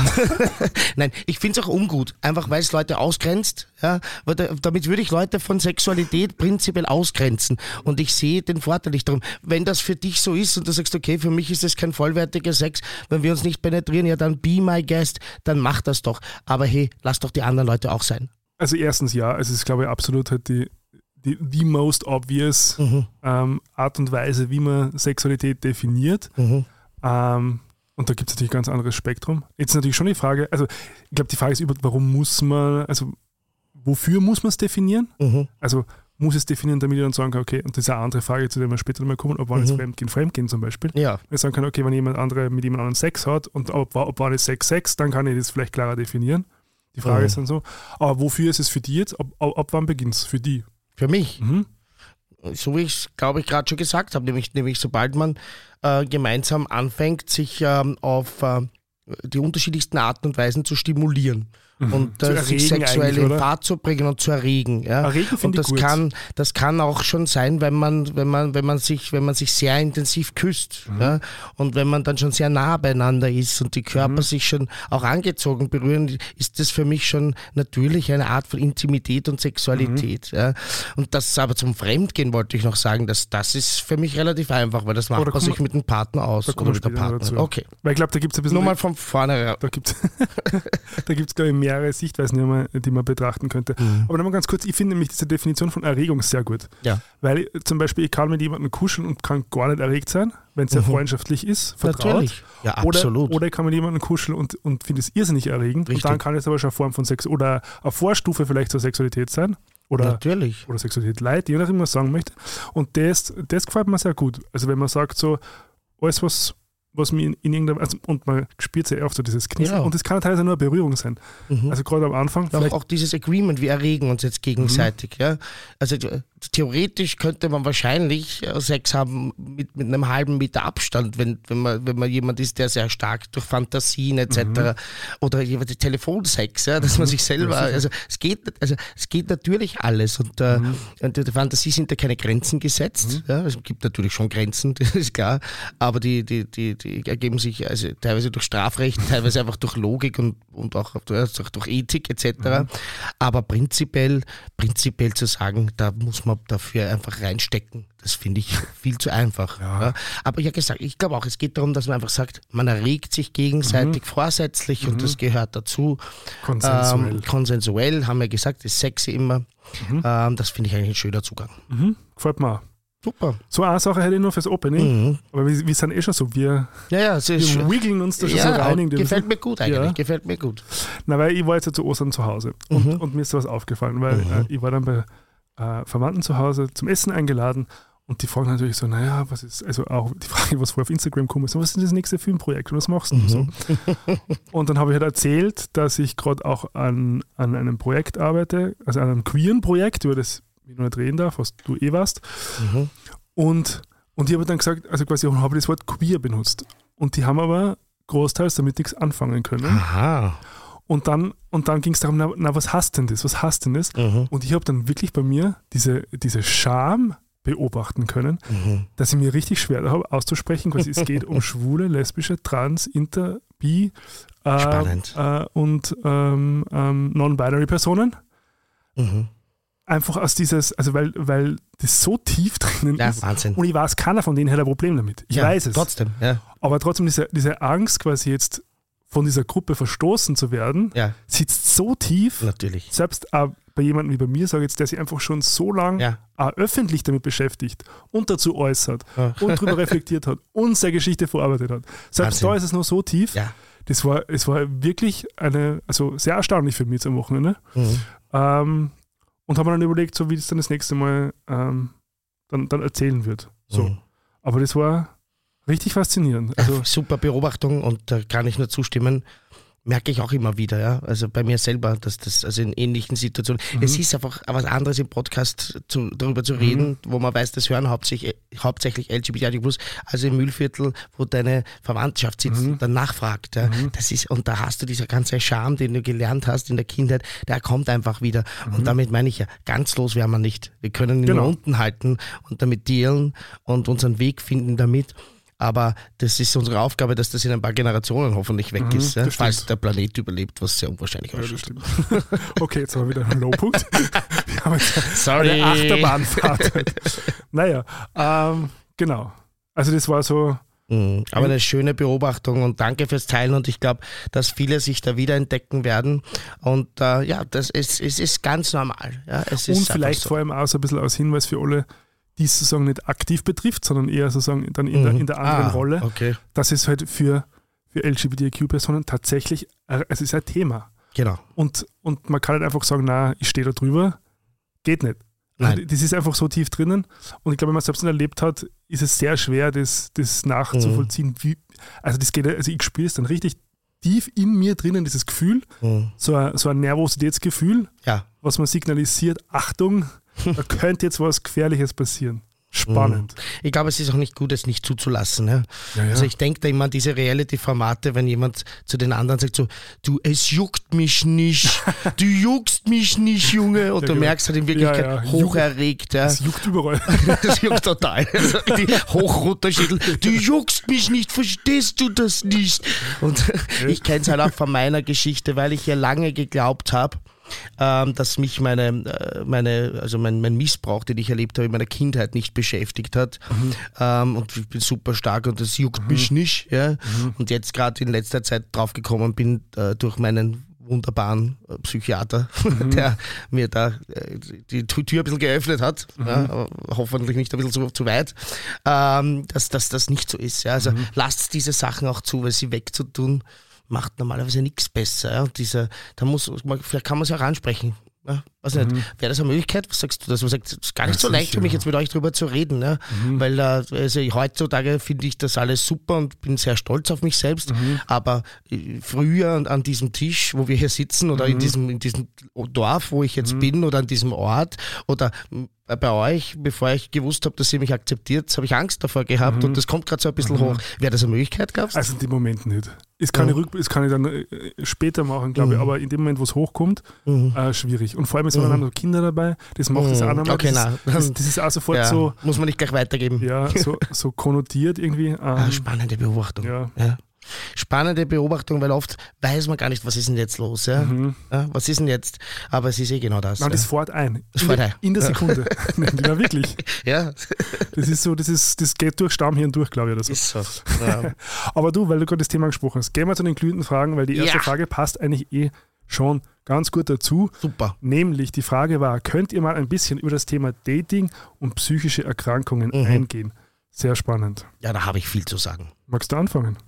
Nein, ich finde es auch ungut, einfach weil es Leute ausgrenzt. Ja, weil da- damit würde ich Leute von Sexualität prinzipiell ausgrenzen. Und ich sehe den Vorteil nicht darum. Wenn das für dich so ist und du sagst, okay, für mich ist das kein vollwertiger Sex, wenn wir uns nicht penetrieren, ja dann be my guest, dann mach das doch. Aber hey, lass doch die anderen Leute auch sein. Also erstens ja, also es ist glaube ich absolut halt die, die, die most obvious Mhm. ähm, Art und Weise, wie man Sexualität definiert. Mhm. Ähm, und da gibt es natürlich ein ganz anderes Spektrum. Jetzt natürlich schon die Frage, also ich glaube, die Frage ist über, warum muss man, also wofür muss man es definieren? Mhm. Also muss es definieren, damit ich dann sagen kann, okay, und das ist eine andere Frage, zu der wir später mal kommen, ob wann Mhm. es Fremdgehen, Fremdgehen zum Beispiel. Ja. Wenn ich sagen kann, okay, wenn jemand andere mit jemand anderem Sex hat und ob, ob wann ist Sex Sex, dann kann ich das vielleicht klarer definieren. Die Frage Mhm. ist dann so, aber wofür ist es für die jetzt? Ab, ab, ab wann beginnt es für die? Für mich. Mhm. So wie ich es, glaube ich, gerade schon gesagt habe, nämlich, nämlich sobald man äh, gemeinsam anfängt, sich ähm, auf äh, die unterschiedlichsten Arten und Weisen zu stimulieren und Zu äh, sich erregen sexuell eigentlich, in oder? Fahrt zu bringen und zu erregen. Ja. Erregen Und finde ich das gut. kann, das kann auch schon sein, wenn man, wenn man, wenn man sich, wenn man sich sehr intensiv küsst, Mhm. ja. Und wenn man dann schon sehr nah beieinander ist und die Körper Mhm. sich schon auch angezogen berühren, ist das für mich schon natürlich eine Art von Intimität und Sexualität. Mhm. Ja. Und das aber zum Fremdgehen wollte ich noch sagen, dass das ist für mich relativ einfach, weil das macht da man kommen sich wir- mit dem Partner aus Da kommen oder wir mit der später noch Partnerin. dazu. Okay. Weil ich glaube, da gibt es ein bisschen... Nur mal von vorne. Da gibt es, da gibt's, glaube ich, mehrere Sichtweisen, die man, die man betrachten könnte. Mhm. Aber nochmal ganz kurz, ich finde nämlich diese Definition von Erregung sehr gut. Ja. Weil ich, zum Beispiel, ich kann mit jemandem kuscheln und kann gar nicht erregt sein, wenn es sehr Mhm. freundschaftlich ist, vertraut. Natürlich. Ja, absolut. Oder, oder ich kann mit jemandem kuscheln und, und finde es irrsinnig erregend. Richtig. Und dann kann es aber schon eine Form von Sex oder eine Vorstufe vielleicht zur Sexualität sein. Oder, Natürlich. oder Sexualität leid, je nachdem, was man sagen möchte. Und das, das gefällt mir sehr gut. Also wenn man sagt so, alles was, was mir in, in irgendeiner, also, und man spürt sehr oft so dieses Knistern. Ja. Und das kann teilweise nur eine Berührung sein. Mhm. Also gerade am Anfang, Auch, vielleicht, auch dieses Agreement, wir erregen uns jetzt gegenseitig. Ja? Also äh, theoretisch könnte man wahrscheinlich äh, Sex haben mit, mit einem halben Meter Abstand, wenn, wenn, man, wenn man jemand ist, der sehr stark durch Fantasien et cetera. Oder jemand Telefonsex, ja? dass man sich selber, Ja, sicher. also es geht, also es geht natürlich alles und, äh, Mhm. und der Fantasie sind da keine Grenzen gesetzt. Ja? Es gibt natürlich schon Grenzen, das ist klar, aber die, die, die, die ergeben sich also teilweise durch Strafrecht, teilweise einfach durch Logik und, und auch durch, durch Ethik et cetera. Mhm. Aber prinzipiell, prinzipiell zu sagen, da muss man dafür einfach reinstecken, das finde ich viel zu einfach. Ja. Ja. Aber ja gesagt, ich glaube auch, es geht darum, dass man einfach sagt, man erregt sich gegenseitig Mhm. vorsätzlich und das gehört dazu. konsensuell. Ähm, konsensuell, haben wir gesagt, ist sexy immer. Mhm. Ähm, das finde ich eigentlich ein schöner Zugang. Mhm. Gefällt mir auch. Super. So eine Sache hätte ich nur fürs Opening, Mhm. aber wir, wir sind eh schon so, wir, Ja, ja, es ist wir wiggeln uns da schon ja, so rein. in den- gefällt mir gut eigentlich, Ja. gefällt mir gut. Na, weil ich war jetzt ja zu Ostern zu Hause und, Mhm. und mir ist sowas aufgefallen, weil Mhm. äh, ich war dann bei äh, Verwandten zu Hause zum Essen eingeladen und die fragen natürlich so, naja, was ist, also auch die Frage, was vorher auf Instagram kommt, so, was ist denn das nächste Filmprojekt und was machst du Mhm. so? Und dann habe ich halt erzählt, dass ich gerade auch an, an einem Projekt arbeite, also an einem queeren Projekt, über das ich noch nicht reden darf, was du eh warst. Mhm. Und, und ich habe dann gesagt, also quasi habe das Wort queer benutzt. Und die haben aber großteils damit nichts anfangen können. Aha. Und dann, und dann ging es darum, na, na, was hast denn das? Was hast denn das? Mhm. Und ich habe dann wirklich bei mir diese, diese Scham beobachten können, Mhm. dass ich mir richtig schwer habe auszusprechen, quasi es geht um schwule, lesbische, trans, inter, bi äh, Spannend. äh, und ähm, ähm, non-binary Personen. Mhm. Einfach aus dieses, also weil, weil das so tief drinnen Ja, ist. Wahnsinn. Und ich weiß, keiner von denen hat ein Problem damit. Ich ja, weiß es. Trotzdem, ja. Aber trotzdem diese, diese Angst, quasi jetzt von dieser Gruppe verstoßen zu werden, Ja, sitzt so tief, natürlich. selbst auch bei jemandem wie bei mir, sage jetzt, der sich einfach schon so lange Ja. auch öffentlich damit beschäftigt und dazu äußert Ja. und darüber reflektiert hat und seine Geschichte verarbeitet hat. Selbst Wahnsinn. da ist es noch so tief. Ja. Das war, es war wirklich eine, also sehr erstaunlich für mich am Wochenende. Mhm. Ähm, und haben mir dann überlegt, so wie es dann das nächste Mal ähm, dann, dann erzählen wird. So. Mhm. Aber das war richtig faszinierend. Also, Ja, super Beobachtung und da kann ich nur zustimmen. Merke ich auch immer wieder, ja. Also bei mir selber, dass das, also in ähnlichen Situationen. Mhm. Es ist einfach was anderes im Podcast zu, darüber zu reden, Mhm. wo man weiß, das hören hauptsächlich, hauptsächlich L G B T I Q plus, also im Mühlviertel, wo deine Verwandtschaft sitzt Mhm. und dann nachfragt. Ja. Mhm. Das ist, und da hast du dieser ganze Charme, den du gelernt hast in der Kindheit, der kommt einfach wieder. Und damit meine ich ja, ganz los wären wir nicht. Wir können ihn Genau. nur unten halten und damit dealen und unseren Weg finden damit. Aber das ist unsere Aufgabe, dass das in ein paar Generationen hoffentlich weg Mhm, ist, ja? das falls stimmt. der Planet überlebt, was sehr unwahrscheinlich ja, das ausschaut. stimmt. Okay, jetzt haben wir wieder einen Lowpunkt. Wir haben jetzt Sorry. eine Achterbahnfahrt. Naja, ähm, genau. Also das war so, Mhm. Aber eine schöne Beobachtung und danke fürs Teilen und ich glaube, dass viele sich da wiederentdecken werden und äh, ja, das ist, es ist ganz normal. Ja? Es ist und einfach vielleicht so. vor allem auch so ein bisschen als Hinweis für alle, die es sozusagen nicht aktiv betrifft, sondern eher sozusagen dann in, Mhm. der, in der anderen Ah, Rolle, Okay, dass es halt für, für L G B T I Q-Personen tatsächlich, äh, es ist ein Thema. genau. Und, und man kann nicht einfach sagen, na, ich stehe da drüber. Geht nicht. Nein. Also das ist einfach so tief drinnen. Und ich glaube, wenn man es selbst nicht erlebt hat, ist es sehr schwer, das, das nachzuvollziehen. Mhm. Wie, also das geht, also ich spüre es dann richtig tief in mir drinnen, dieses Gefühl, Mhm. so ein, so ein Nervositätsgefühl, Ja. was man signalisiert, Achtung, da könnte jetzt was Gefährliches passieren. Spannend. Ich glaube, es ist auch nicht gut, es nicht zuzulassen. Ja? Ja, ja. Also ich denke da immer an diese Reality-Formate, wenn jemand zu den anderen sagt so, du, es juckt mich nicht, du juckst mich nicht, Junge. Und Ja, du genau. merkst halt in Wirklichkeit Ja, ja. hocherregt. Ja. Es juckt überall. Das juckt total. Also die Hochrunterschütteln. Du juckst mich nicht, verstehst du das nicht? Und ich kenne es halt auch von meiner Geschichte, weil ich ja lange geglaubt habe, ähm, dass mich meine, äh, meine also mein, mein Missbrauch, den ich erlebt habe in meiner Kindheit, nicht beschäftigt hat. Mhm. Ähm, und ich bin super stark und das juckt mich nicht. Ja? Mhm. Und jetzt gerade in letzter Zeit draufgekommen bin, äh, durch meinen wunderbaren äh, Psychiater, Mhm. der mir da äh, die Tu- Tür ein bisschen geöffnet hat, Mhm. ja, aber hoffentlich nicht ein bisschen zu, zu weit, ähm, dass, dass das nicht so ist. Ja. Also Mhm. lasst diese Sachen auch zu, weil sie wegzutun, macht normalerweise nichts besser. Ja. Und diese, da muss, man- vielleicht kann man es auch ansprechen. Ja. Weiß nicht, wäre das eine Möglichkeit? Was sagst du das? Man sagt, es ist gar nicht Ja, so leicht für sicher. mich, jetzt mit euch drüber zu reden. Ja. Weil äh, also ich, heutzutage finde ich das alles super und bin sehr stolz auf mich selbst. Aber äh, früher an, an diesem Tisch, wo wir hier sitzen oder in, diesem, in diesem Dorf, wo ich jetzt bin oder an diesem Ort oder äh, bei euch, bevor ich gewusst habe, dass ihr mich akzeptiert, habe ich Angst davor gehabt und das kommt gerade so ein bisschen hoch. Wäre das eine Möglichkeit, glaubst du? Also in dem Moment nicht. Das kann, Ja. ich, rück, das kann ich dann äh, später machen, glaube ich, Mhm. aber in dem Moment, wo es hochkommt, Mhm. äh, schwierig. Und vor allem, es waren dann noch Kinder dabei, das macht das Mhm. auch nochmal. Okay, das, nein. das, das ist auch sofort Ja, so, muss man nicht gleich weitergeben. ja, so, so konnotiert irgendwie. Ähm, Ah, spannende Beobachtung. ja. Ja. Spannende Beobachtung, weil oft weiß man gar nicht, was ist denn jetzt los. Ja? Mhm. Ja, was ist denn jetzt? Aber es ist eh genau das. Nein, das ja. fährt ein. Das in, fährt der, ein. in der Ja. Sekunde. Ja, wirklich. Ja, Das ist so, das, ist, das geht durch Stammhirn durch, glaube ich. Oder so. ist so. Ja. Aber du, weil du gerade das Thema angesprochen hast, gehen wir zu den glühenden Fragen, weil die erste Ja. Frage passt eigentlich eh schon ganz gut dazu. Super. Nämlich die Frage war, könnt ihr mal ein bisschen über das Thema Dating und psychische Erkrankungen Mhm. eingehen? Sehr spannend. Ja, da habe ich viel zu sagen. Magst du anfangen?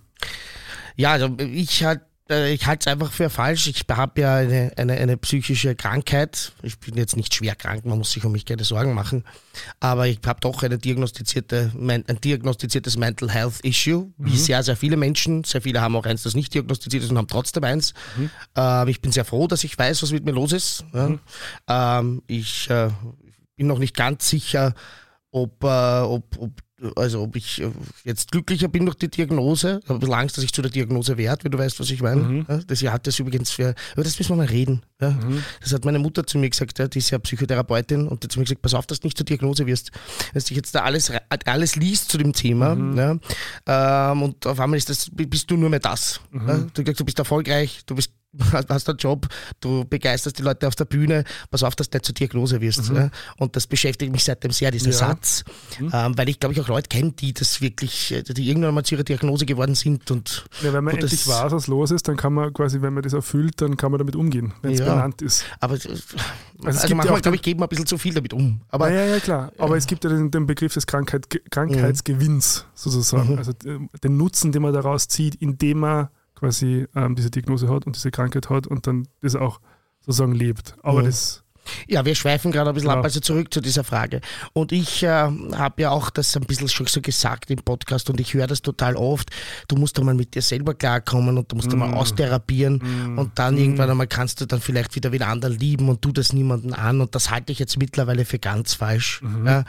Ja, also ich halt äh, ich halte es einfach für falsch. Ich habe ja eine, eine, eine psychische Krankheit. Ich bin jetzt nicht schwer krank, man muss sich um mich keine Sorgen machen. Aber ich habe doch eine diagnostizierte, ein diagnostiziertes Mental Health Issue, wie sehr, sehr viele Menschen. Sehr viele haben auch eins, das nicht diagnostiziert ist und haben trotzdem eins. Mhm. Ähm, ich bin sehr froh, dass ich weiß, was mit mir los ist. Ja. Mhm. Ähm, ich äh, bin noch nicht ganz sicher, ob, äh, ob, ob also ob ich äh, jetzt glücklicher bin durch die Diagnose. Ich habe ein bisschen Angst, dass ich zu der Diagnose werde, wenn du weißt, was ich meine. Mhm. Ja, das Jahr hat das übrigens für, über das müssen wir mal reden. Ja. Mhm. Das hat meine Mutter zu mir gesagt, ja, die ist ja Psychotherapeutin und die hat zu mir gesagt, pass auf, dass du nicht zur Diagnose wirst. Wenn du jetzt da alles, alles liest zu dem Thema Mhm. ja, ähm, und auf einmal ist das, bist du nur mehr das. Mhm. Ja. Du, sagst, du bist erfolgreich, du bist hast einen Job, du begeisterst die Leute auf der Bühne, pass auf, dass du nicht zur Diagnose wirst. Mhm. Ja? Und das beschäftigt mich seitdem sehr, dieser Ja. Satz, Mhm. ähm, weil ich glaube, ich auch Leute kenne, die das wirklich, die irgendwann mal zu ihrer Diagnose geworden sind. Und, Ja, wenn man und endlich das, weiß, was los ist, dann kann man quasi, wenn man das erfüllt, dann kann man damit umgehen, wenn es Ja. benannt ist. Aber es also, gibt ja manchmal, auch glaube ich, geben wir ein bisschen zu viel damit um. Aber Aber ja, ja, klar. Aber es gibt ja den, den Begriff des Krankheit, Krankheitsgewinns sozusagen. Mhm. Also äh, den Nutzen, den man daraus zieht, indem man quasi ähm, diese Diagnose hat und diese Krankheit hat und dann das auch sozusagen lebt. Aber Mhm. das... Ja, wir schweifen gerade ein bisschen Genau. ab, also zurück zu dieser Frage. Und ich äh, habe ja auch das ein bisschen schon so gesagt im Podcast und ich höre das total oft. Du musst einmal mit dir selber klarkommen und du musst Mm. einmal austherapieren Mm. und dann Mm. irgendwann einmal kannst du dann vielleicht wieder wieder anderen lieben und tu das niemanden an und das halte ich jetzt mittlerweile für ganz falsch. Mhm. Ja,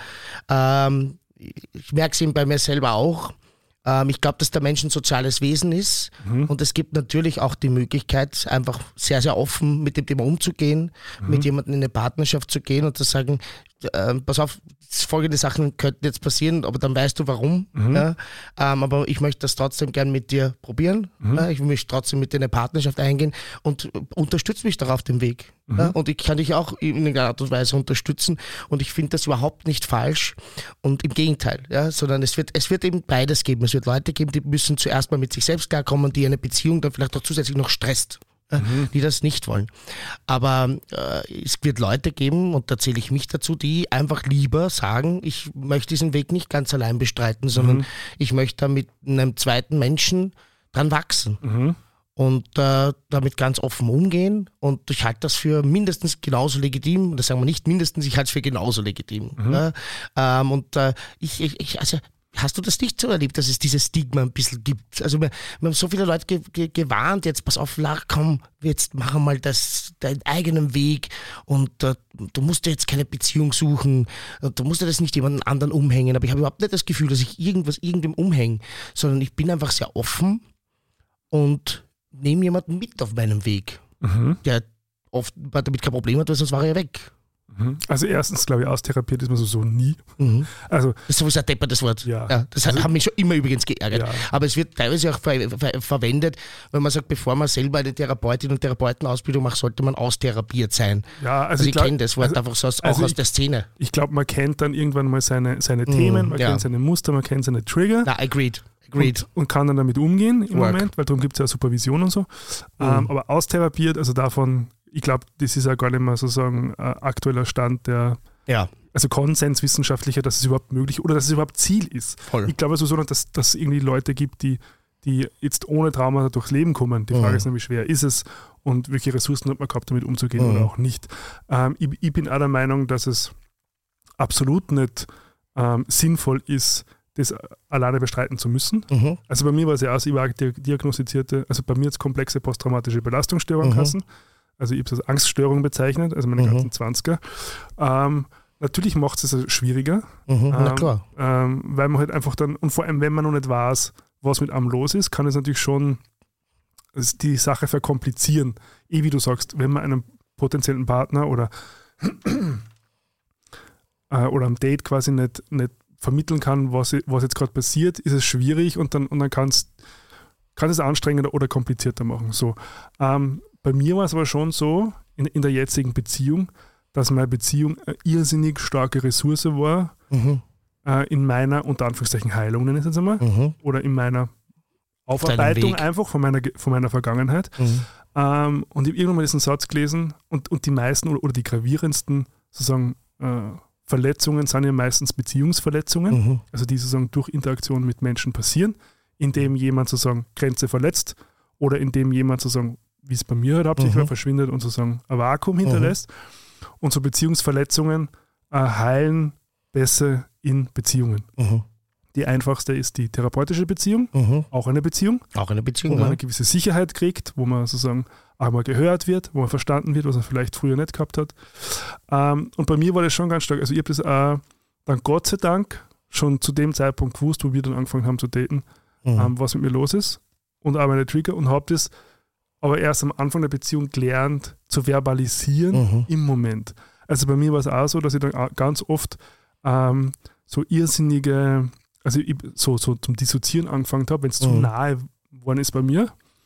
ähm, ich merke es eben bei mir selber auch. Ähm, ich glaube, dass der Mensch ein soziales Wesen ist Mhm. und es gibt natürlich auch die Möglichkeit, einfach sehr, sehr offen mit dem Thema umzugehen, Mhm. mit jemandem in eine Partnerschaft zu gehen und zu sagen, äh, pass auf, folgende Sachen könnten jetzt passieren, aber dann weißt du warum. Mhm. Ja? Ähm, aber ich möchte das trotzdem gern mit dir probieren. Mhm. Ja? Ich möchte trotzdem mit dir in eine Partnerschaft eingehen und äh, unterstütze mich doch auf dem Weg. Mhm. Ja? Und ich kann dich auch in irgendeiner Art und Weise unterstützen und ich finde das überhaupt nicht falsch und im Gegenteil, ja? Sondern es wird, es wird eben beides geben. Es wird Leute geben, die müssen zuerst mal mit sich selbst klarkommen, die eine Beziehung dann vielleicht auch zusätzlich noch stresst. Mhm. Die das nicht wollen. Aber äh, es wird Leute geben, und da zähle ich mich dazu, die einfach lieber sagen, ich möchte diesen Weg nicht ganz allein bestreiten, sondern Mhm. ich möchte da mit einem zweiten Menschen dran wachsen Mhm. und äh, damit ganz offen umgehen. Und ich halte das für mindestens genauso legitim. Das sagen wir nicht mindestens, ich halte es für genauso legitim. Mhm. Ja? Ähm, und äh, ich, ich, ich, also hast du das nicht so erlebt, dass es dieses Stigma ein bisschen gibt? Also wir, wir haben so viele Leute ge, ge, gewarnt, jetzt pass auf, Lach, komm, jetzt machen mal das, deinen eigenen Weg und äh, du musst dir jetzt keine Beziehung suchen, und du musst dir das nicht jemanden anderen umhängen, aber ich habe überhaupt nicht das Gefühl, dass ich irgendwas irgendwem umhänge, sondern ich bin einfach sehr offen und nehme jemanden mit auf meinem Weg, Mhm. der oft damit kein Problem hat, weil sonst war er ja weg. Mhm. Also erstens, glaube ich, austherapiert ist man sowieso nie. Mhm. Also Das ist sowieso ein deppertes Wort. Ja. das hat, Also- hat mich schon immer übrigens geärgert. Ja. Aber es wird teilweise auch ver ver verwendet, wenn man sagt, bevor man selber eine Therapeutin und Therapeutenausbildung macht, sollte man austherapiert sein. ja, also, Also, ich glaub- kenne das Wort also, einfach so aus, also auch aus ich- der Szene. ich glaube, man kennt dann irgendwann mal seine, seine Themen, man ja. kennt seine Muster, man kennt seine Trigger. Na, agreed. Agreed. Und, und kann dann damit umgehen im Work. Moment, weil darum gibt es ja Supervision und so. Mhm. Ähm, aber austherapiert, also davon, ich glaube, das ist ja gar nicht mehr sozusagen äh, aktueller Stand der, Ja, also konsenswissenschaftlicher, dass es überhaupt möglich oder dass es überhaupt Ziel ist. voll. Ich glaube also so, dass dass es irgendwie Leute gibt, die, die jetzt ohne Trauma durchs Leben kommen. Die Frage Mhm. ist nämlich, schwer ist es und welche Ressourcen hat man gehabt, damit umzugehen Mhm. oder auch nicht. Ähm, ich, ich bin auch der Meinung, dass es absolut nicht ähm, sinnvoll ist, das alleine bestreiten zu müssen. Mhm. Also bei mir war es ja auch, ich war di- diagnostizierte, also bei mir jetzt komplexe posttraumatische Belastungsstörung Mhm. kassen. Also ich habe es als Angststörung bezeichnet, also meine Mhm. ganzen zwanziger. Ähm, natürlich macht es es schwieriger, Mhm. Na ähm, klar. ähm, weil man halt einfach dann, und vor allem wenn man noch nicht weiß, was mit einem los ist, kann es natürlich schon es die Sache verkomplizieren. Eh wie du sagst, wenn man einem potenziellen Partner oder, äh, oder am Date quasi nicht, nicht vermitteln kann, was, was jetzt gerade passiert, ist es schwierig und dann, und dann kann's, kann es anstrengender oder komplizierter machen. So. Ähm, bei mir war es aber schon so, in, in der jetzigen Beziehung, dass meine Beziehung eine irrsinnig starke Ressource war, Mhm. äh, in meiner, unter Anführungszeichen, Heilung, nenne ich es jetzt einmal, Mhm. oder in meiner Aufarbeitung Weg. einfach von meiner, von meiner Vergangenheit. Mhm. Ähm, und ich habe irgendwann mal diesen Satz gelesen und, und die meisten oder, oder die gravierendsten sozusagen äh, Verletzungen sind ja meistens Beziehungsverletzungen, Mhm. also die sozusagen durch Interaktion mit Menschen passieren, indem jemand sozusagen Grenze verletzt oder indem jemand sozusagen, wie es bei mir halt hauptsächlich Mhm. war, verschwindet und sozusagen ein Vakuum hinterlässt. Und so Beziehungsverletzungen äh, heilen besser in Beziehungen. Mhm. Die einfachste ist die therapeutische Beziehung, Mhm. auch eine Beziehung, Auch eine wo Beziehung. man Ja. eine gewisse Sicherheit kriegt, wo man sozusagen auch mal gehört wird, wo man verstanden wird, was man vielleicht früher nicht gehabt hat. Ähm, und bei mir war das schon ganz stark. Also ich habe das auch dann Gott sei Dank schon zu dem Zeitpunkt gewusst, wo wir dann angefangen haben zu daten, Mhm. ähm, was mit mir los ist und auch meine Trigger und habe das aber erst am Anfang der Beziehung gelernt zu verbalisieren Mhm. im Moment. Also bei mir war es auch so, dass ich dann auch ganz oft ähm, so irrsinnige, also ich so, so zum Dissoziieren angefangen habe, wenn es zu Mhm. nahe geworden ist bei mir.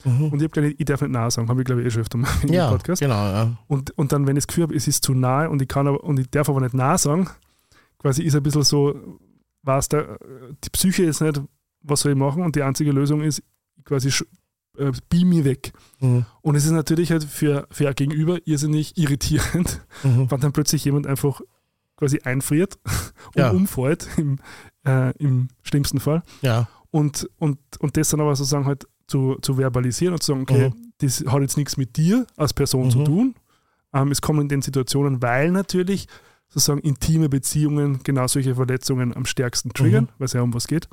mhm. und ich habe gedacht, ich darf nicht Nein sagen, habe ich glaube ich eh schon öfter mal in ja, dem Podcast. Genau, ja. Und, und dann, wenn ich das Gefühl habe, es ist zu nahe und ich kann aber, und ich darf aber nicht Nein sagen, quasi ist ein bisschen so, was da, die Psyche ist nicht, was soll ich machen, und die einzige Lösung ist quasi äh, beam mich weg. Mhm. Und es ist natürlich halt für, für ein Gegenüber irrsinnig irritierend, mhm. wenn dann plötzlich jemand einfach quasi einfriert und ja. umfällt, im, äh, im schlimmsten Fall. Ja. Und, und, und das dann aber sozusagen halt zu, zu verbalisieren und zu sagen, okay, mhm. das hat jetzt nichts mit dir als Person mhm. zu tun. Ähm, es kommt in den Situationen, weil natürlich sozusagen intime Beziehungen genau solche Verletzungen am stärksten triggern, mhm. weil es ja um was geht.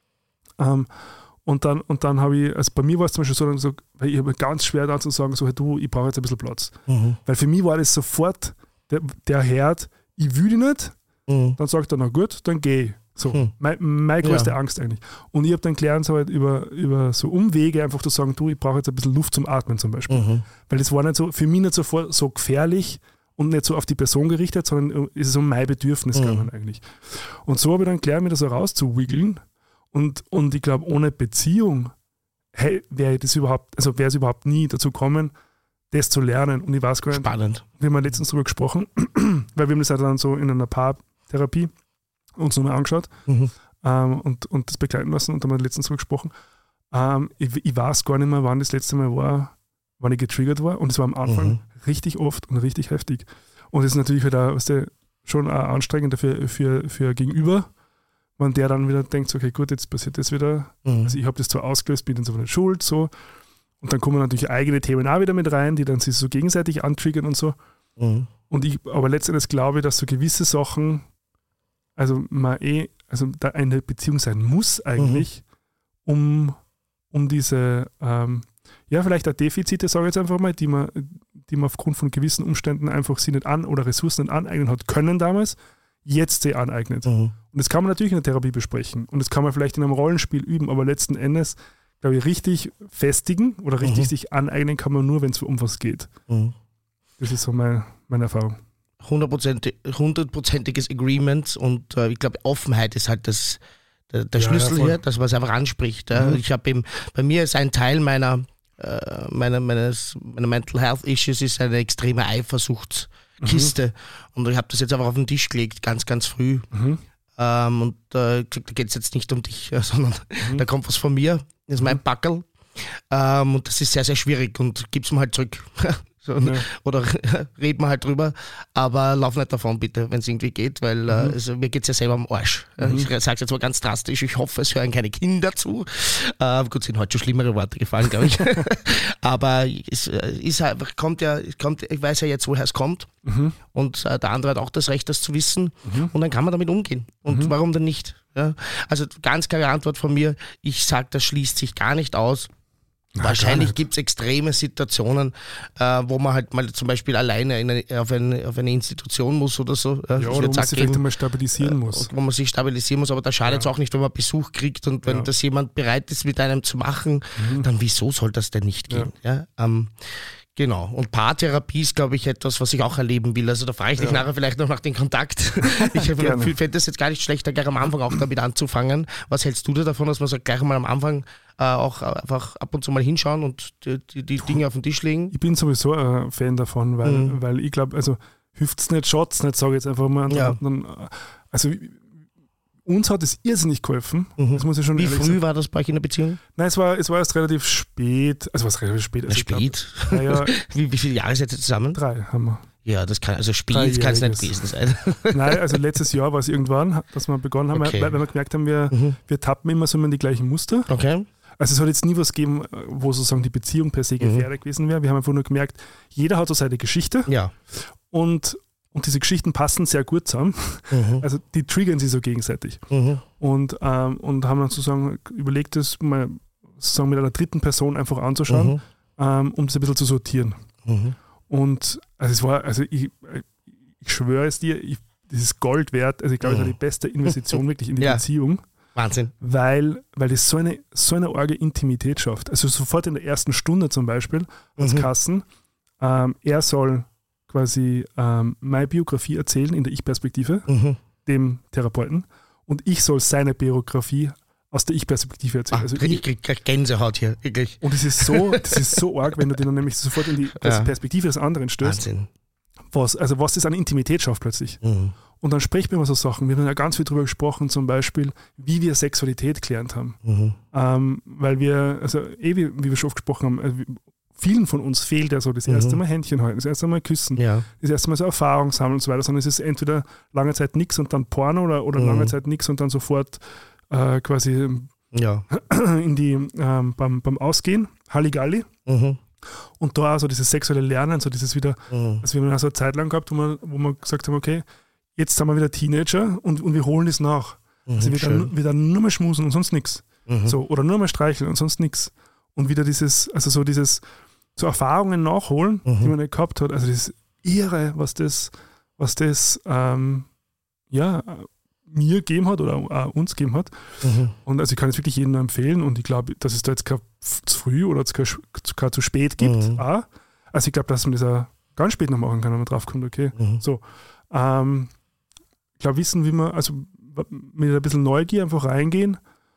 Ähm, und dann, und dann habe ich, also bei mir war es zum Beispiel so, so weil ich habe ganz schwer da zu sagen, so, hey, du, ich brauche jetzt ein bisschen Platz. Mhm. Weil für mich war das sofort der, der Herd, ich will dich nicht, mhm. dann sagt er, na gut, dann geh ich. So, hm. meine, meine größte ja. Angst eigentlich. Und ich habe dann gelernt, so halt über, über so Umwege einfach zu sagen, du, ich brauche jetzt ein bisschen Luft zum Atmen zum Beispiel. Mhm. Weil das war nicht so, für mich nicht sofort so gefährlich und nicht so auf die Person gerichtet, sondern es ist um mein Bedürfnis mhm. gegangen eigentlich. Und so habe ich dann gelernt, mir das so rauszuwiggeln. Und, und ich glaube, ohne Beziehung hey, wäre das überhaupt, also wäre es überhaupt nie dazu kommen, das zu lernen. Und ich weiß gar nicht, spannend. Wir haben letztens darüber gesprochen, weil wir haben das ja dann so in einer Paartherapie uns nochmal angeschaut mhm. ähm, und, und das begleiten lassen, und da haben wir letztens drüber gesprochen. Ähm, ich, ich weiß gar nicht mehr, wann das letzte Mal war, wann ich getriggert war, und es war am Anfang mhm. richtig oft und richtig heftig. Und das ist natürlich halt auch, weißt du, schon auch anstrengender für, für, für Gegenüber, wenn der dann wieder denkt, so, okay, gut, jetzt passiert das wieder. Mhm. Also ich habe das zwar ausgelöst, bin dann so nicht schuld, so. Und dann kommen natürlich eigene Themen auch wieder mit rein, die dann sich so gegenseitig antriggern und so. Mhm. Und ich, aber letztendlich glaube ich, dass so gewisse Sachen, also man eh, also da eine Beziehung sein muss eigentlich, mhm. um, um diese, ähm, ja, vielleicht auch Defizite, sage ich jetzt einfach mal, die man, die man aufgrund von gewissen Umständen einfach sie nicht an oder Ressourcen nicht aneignen hat können damals, jetzt sie aneignet. Mhm. Und das kann man natürlich in der Therapie besprechen und das kann man vielleicht in einem Rollenspiel üben, aber letzten Endes, glaube ich, richtig festigen oder richtig mhm. sich aneignen kann man nur, wenn es um was geht. Mhm. Das ist so meine, meine Erfahrung. hundertprozentiges Agreement, und äh, ich glaube, Offenheit ist halt das, der, der ja, Schlüssel ja, hier, dass man es einfach anspricht. Ja. Mhm. Ich habe eben, bei mir ist ein Teil meiner, äh, meiner, meines, meiner Mental Health Issues ist eine extreme Eifersuchtskiste, mhm. und ich habe das jetzt einfach auf den Tisch gelegt, ganz, ganz früh. Mhm. Ähm, und äh, da geht es jetzt nicht um dich, sondern mhm. da kommt was von mir, das ist mein Backel. Ähm, und das ist sehr, sehr schwierig, und gib's mir halt zurück. So, ja. Oder reden wir halt drüber, aber lauf nicht davon bitte, wenn es irgendwie geht, weil mhm. äh, also, mir geht es ja selber am Arsch. Mhm. Ich sage es jetzt mal ganz drastisch, ich hoffe, es hören keine Kinder zu. Äh, gut, sind heute schon schlimmere Worte gefallen, glaube ich. Aber es ist einfach, kommt ja, kommt, ich weiß ja jetzt, woher es kommt, mhm. und äh, der andere hat auch das Recht, das zu wissen, mhm. und dann kann man damit umgehen. Und mhm. warum denn nicht? Ja? Also ganz klare Antwort von mir, ich sage, das schließt sich gar nicht aus. Na, wahrscheinlich gibt es extreme Situationen, äh, wo man halt mal zum Beispiel alleine in eine, auf, eine, auf eine Institution muss oder so. Ja, ja oder wo man sich vielleicht einmal stabilisieren äh, muss. Wo man sich stabilisieren muss, aber da schadet es ja. auch nicht, wenn man Besuch kriegt, und wenn ja. das jemand bereit ist, mit einem zu machen, mhm. dann wieso soll das denn nicht gehen? Ja. Ja, ähm, genau. Und Paartherapie ist, glaube ich, etwas, was ich auch erleben will. Also da frage ich dich ja. nachher vielleicht noch nach dem Kontakt. Ich fände das jetzt gar nicht schlecht, da gleich am Anfang auch damit anzufangen. Was hältst du da davon, dass man so gleich mal am Anfang äh, auch einfach ab und zu mal hinschauen und die, die, die Dinge auf den Tisch legen? Ich bin sowieso ein Fan davon, weil, mhm. weil ich glaube, also hilft es nicht, schaut es nicht, sage ich jetzt einfach mal. Ja. Dann, also uns hat es irrsinnig geholfen. Mhm. Das muss ich schon Wie früh sagen. war das bei euch in der Beziehung? Nein, es war, es war erst relativ spät. Also was relativ spät. Also ja, spät? Glaub, ja, wie, wie viele Jahre seid ihr zusammen? Drei haben wir. Ja, das kann, also spät kann es nicht gewesen sein. Nein, also letztes Jahr war es irgendwann, dass wir begonnen haben, okay. weil, weil wir gemerkt haben, wir, mhm. wir tappen immer so in die gleichen Muster. Okay. Also es hat jetzt nie was gegeben, wo sozusagen die Beziehung per se gefährdet mhm. gewesen wäre. Wir haben einfach nur gemerkt, jeder hat so seine Geschichte. Ja. Und Und diese Geschichten passen sehr gut zusammen. Mhm. Also die triggern sich so gegenseitig. Mhm. Und, ähm, und haben dann sozusagen überlegt, das mal sozusagen mit einer dritten Person einfach anzuschauen, mhm. ähm, um das ein bisschen zu sortieren. Mhm. Und also es war, also ich, ich schwöre es dir, ich, das ist Gold wert. Also ich glaube, mhm. das war die beste Investition wirklich in die ja. Beziehung. Wahnsinn. Weil, weil das so eine, so eine arge Intimität schafft. Also sofort in der ersten Stunde zum Beispiel als mhm. Kassen, ähm, er soll quasi ähm, meine Biografie erzählen in der Ich-Perspektive, mhm. dem Therapeuten, und ich soll seine Biografie aus der Ich-Perspektive erzählt. Ah, Also ich ich, krieg gleich Gänsehaut hier, wirklich. und es ist so, das ist so arg, wenn du dir dann nämlich sofort in die Ja. Perspektive des anderen stößt, Wahnsinn. was, also was das an Intimität schafft plötzlich. Mhm. Und dann sprechen wir über so Sachen. Wir haben ja ganz viel darüber gesprochen, zum Beispiel, wie wir Sexualität gelernt haben. Mhm. Ähm, weil wir, also eh, wie, wie wir schon oft gesprochen haben, also vielen von uns fehlt ja so das erste Mhm. Mal Händchen halten, das erste Mal küssen, Ja. das erste Mal so Erfahrung sammeln und so weiter, sondern es ist entweder lange Zeit nichts und dann Porno oder, oder Mhm. lange Zeit nichts und dann sofort äh, quasi Ja. in die, ähm, beim, beim Ausgehen, Halligalli. Mhm. Und da also dieses sexuelle Lernen, so dieses wieder, Mhm. also wir haben ja so eine Zeit lang gehabt, wo wir, wo wir gesagt haben, okay, jetzt sind wir wieder Teenager und, und wir holen das nach. Also Mhm. wir Schön. dann, wir dann nur mehr schmusen und sonst nichts. Mhm. So, oder nur mehr streicheln und sonst nichts. Und wieder dieses, also so dieses, so Erfahrungen nachholen, Mhm. die man nicht gehabt hat. Also das ist irre, was das, was das ähm, ja, mir gegeben hat oder auch uns gegeben hat. Mhm. Und also ich kann es wirklich jedem nur empfehlen und ich glaube, dass es da jetzt kein f- zu früh oder kein, kein zu spät gibt. Mhm. Auch. Also ich glaube, dass man das auch ganz spät noch machen kann, wenn man drauf kommt, okay. Mhm. So, ähm, ich glaube, wissen, wie man, also mit ein bisschen Neugier einfach reingehen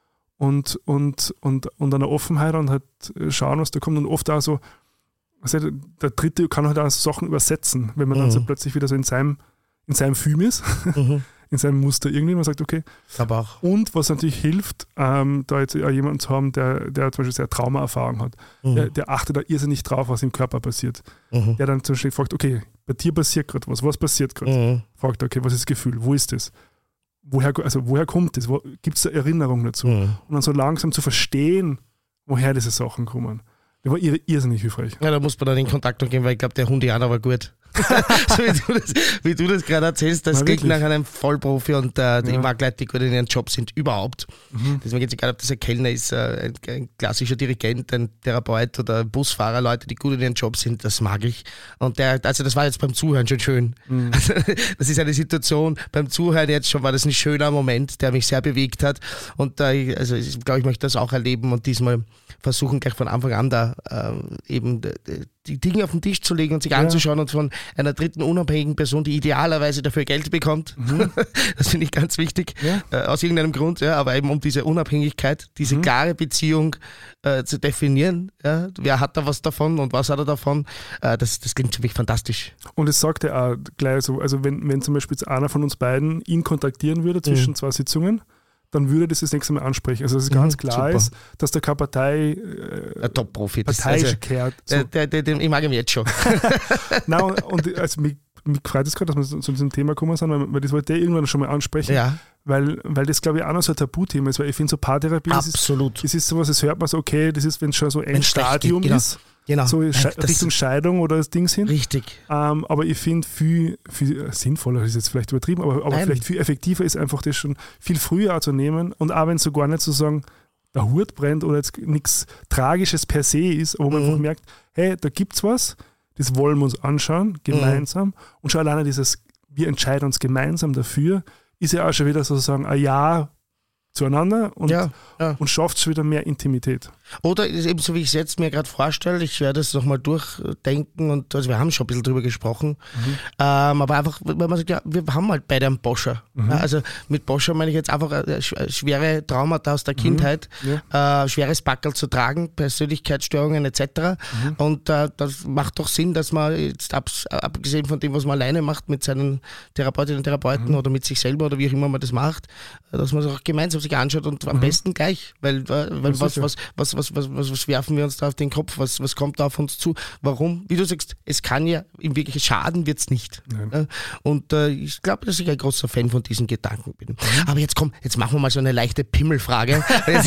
und, und, und, und einer Offenheit und halt schauen, was da kommt. Und oft auch so, also der Dritte kann halt auch Sachen übersetzen, wenn man dann Mhm. so plötzlich wieder so in seinem, in seinem Film ist, Mhm. in seinem Muster irgendwie. Man sagt, okay. Aber auch. Und was natürlich hilft, ähm, da jetzt auch jemanden zu haben, der, der zum Beispiel sehr Traumaerfahrung hat, Mhm. der, der achtet da irrsinnig drauf, was im Körper passiert. Mhm. Der dann zum Beispiel fragt, okay, bei dir passiert gerade was, was passiert gerade? Mhm. Fragt, okay, was ist das Gefühl, wo ist das? Woher, also woher kommt das? Wo, gibt es eine Erinnerung dazu? Mhm. Und dann so langsam zu verstehen, woher diese Sachen kommen. Das war ir irrsinnig hilfreich. Ja, da muss man dann in Kontakt noch gehen, weil ich glaube, der Hundianer war gut. so wie du das, wie du das gerade erzählst, das Na, klingt wirklich. nach einem Vollprofi und äh, ich Ja. mag Leute, die gut in ihrem Job sind, überhaupt. Mhm. Deswegen geht es egal, ob das ein Kellner ist, äh, ein, ein klassischer Dirigent, ein Therapeut oder ein Busfahrer, Leute, die gut in ihrem Job sind, das mag ich. Und der, also das war jetzt beim Zuhören schon schön. Mhm. Also, das ist eine Situation, beim Zuhören jetzt schon war das ein schöner Moment, der mich sehr bewegt hat. Und äh, also ich glaube, ich möchte das auch erleben und diesmal versuchen, gleich von Anfang an da äh, eben d- d- die Dinge auf den Tisch zu legen und sich Ja. anzuschauen und von einer dritten unabhängigen Person, die idealerweise dafür Geld bekommt. Mhm. Das finde ich ganz wichtig, Ja. äh, aus irgendeinem Grund, ja, aber eben um diese Unabhängigkeit, diese Mhm. klare Beziehung äh, zu definieren. Ja, wer hat da was davon und was hat er davon? Äh, das, das klingt für mich fantastisch. Und es sagt er auch gleich so, also wenn, wenn zum Beispiel jetzt einer von uns beiden ihn kontaktieren würde zwischen Mhm. zwei Sitzungen, dann würde das das nächste Mal ansprechen. Also dass es Mhm, ganz klar super. ist, dass der keine Partei äh, Ein Top-Profi. Das- parteiisch also, kehrt. So. der, der, der, den- ich mag ihn jetzt schon. Nein, und, und also mich, mich freut es gerade, dass wir so zu diesem Thema gekommen sind, weil, weil das wollte ich irgendwann schon mal ansprechen, Ja, weil, weil das glaube ich auch noch so ein Tabuthema ist, weil ich finde so Paartherapie, das ist, absolut. das ist sowas, das hört man so, okay, das ist, wenn es schon so ein Wenn's schlecht Stadium geht, genau. ist, Genau. so Nein, Sche das- Richtung Scheidung oder das Ding hin. Richtig. Ähm, aber ich finde viel, viel sinnvoller, ist jetzt vielleicht übertrieben, aber, aber Nein. vielleicht viel effektiver ist einfach das schon viel früher zu nehmen und auch wenn es so gar nicht so sagen, der Hut brennt oder jetzt nichts Tragisches per se ist, aber wo man Mhm. einfach merkt, hey, da gibt's was, das wollen wir uns anschauen, gemeinsam Mhm. und schon alleine dieses, wir entscheiden uns gemeinsam dafür, ist ja auch schon wieder sozusagen ein Ja zueinander und, Ja, ja. und schafft schon wieder mehr Intimität. Oder ist eben so, wie ich es jetzt mir gerade vorstelle, ich werde es nochmal durchdenken und also wir haben schon ein bisschen drüber gesprochen, ähm, aber einfach, wenn man sagt, ja, wir haben halt beide einen Boscher. Mhm. Ja, also mit Boscher meine ich jetzt einfach äh, sch- schwere Traumata aus der Kindheit, äh, schweres Packerl zu tragen, Persönlichkeitsstörungen et cetera. Mhm. Und äh, das macht doch Sinn, dass man jetzt abs- abgesehen von dem, was man alleine macht mit seinen Therapeutinnen und Therapeuten Mhm. oder mit sich selber oder wie auch immer man das macht, äh, dass man es auch gemeinsam sich anschaut und am Mhm. besten gleich, weil, äh, weil Ja, was, sicher. was, was, was, was, was, was werfen wir uns da auf den Kopf, was, was kommt da auf uns zu, warum? Wie du sagst, es kann ja, im wirklichen Schaden wird es nicht. Nein. Ja? Und äh, ich glaube, dass ich ein großer Fan von diesen Gedanken bin. Mhm. Aber jetzt komm, jetzt machen wir mal so eine leichte Pimmelfrage. Jetzt,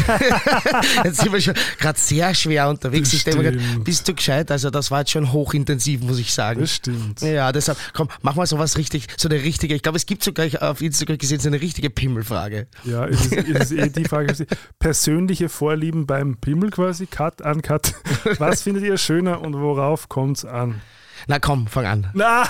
jetzt sind wir schon gerade sehr schwer unterwegs. Das Ich denke mir grad, stimmt. bist du gescheit? Also das war jetzt schon hochintensiv, muss ich sagen. Das stimmt. Ja, deshalb, komm, mach mal sowas richtig, so eine richtige, ich glaube, es gibt sogar auf Instagram gesehen, so eine richtige Pimmelfrage. Ja, es ist, es ist eh die Frage, persönliche Vorlieben beim Pimmel quasi, Cut, Uncut. Was findet ihr schöner und worauf kommt es an? Na komm, fang an. Na,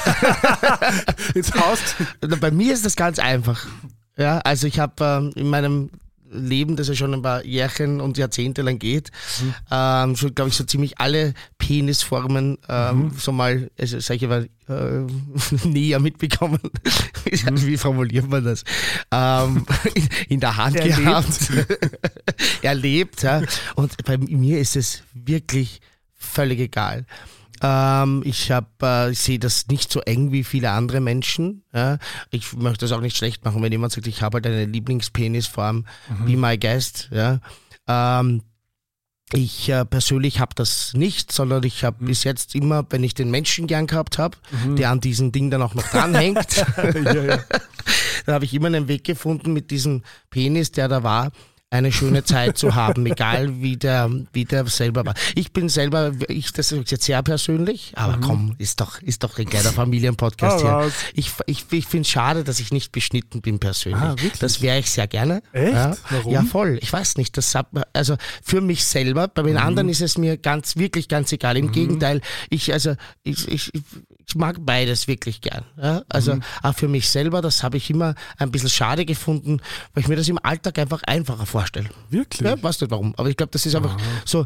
jetzt haust Bei mir ist das ganz einfach. Ja, also ich habe ähm, in meinem Leben, das ja schon ein paar Jährchen und Jahrzehnte lang geht, mhm. ähm, schon, glaube ich, so ziemlich alle Penisformen ähm, mhm. so mal, also sag ich mal, äh, näher mitbekommen. Mhm. Wie formuliert man das? Ähm, in, in der Hand Erlebt. gehabt. Erlebt, ja. Und bei mir ist es wirklich völlig egal. Ähm, ich hab, äh, ich sehe das nicht so eng wie viele andere Menschen. Ja. Ich möchte das auch nicht schlecht machen, wenn jemand sagt, ich habe halt eine Lieblingspenisform, mhm. be my guest. Ja. Ähm, ich äh, persönlich habe das nicht, sondern ich habe mhm. bis jetzt immer, wenn ich den Menschen gern gehabt habe, mhm. der an diesem Ding dann auch noch dranhängt, ja, ja. dann habe ich immer einen Weg gefunden mit diesem Penis, der da war, eine schöne Zeit zu haben, egal wie der, wie der selber war. Ich bin selber, ich, das ist jetzt sehr persönlich, aber mhm. komm, ist doch, ist doch ein geiler Familienpodcast oh, hier. Ich, ich, ich finde es schade, dass ich nicht beschnitten bin persönlich. Ah, wirklich? Das wäre ich sehr gerne. Echt? Ja. Warum? Ja, voll. Ich weiß nicht. Das hat, also für mich selber, bei den mhm. anderen ist es mir ganz, wirklich ganz egal. Im mhm. Gegenteil, ich, also, ich, ich, ich mag beides wirklich gern. Ja. Also mhm. auch für mich selber, das habe ich immer ein bisschen schade gefunden, weil ich mir das im Alltag einfach einfacher vorstelle. Wirklich? Ja, weiß nicht warum. Aber ich glaube, das ist einfach so,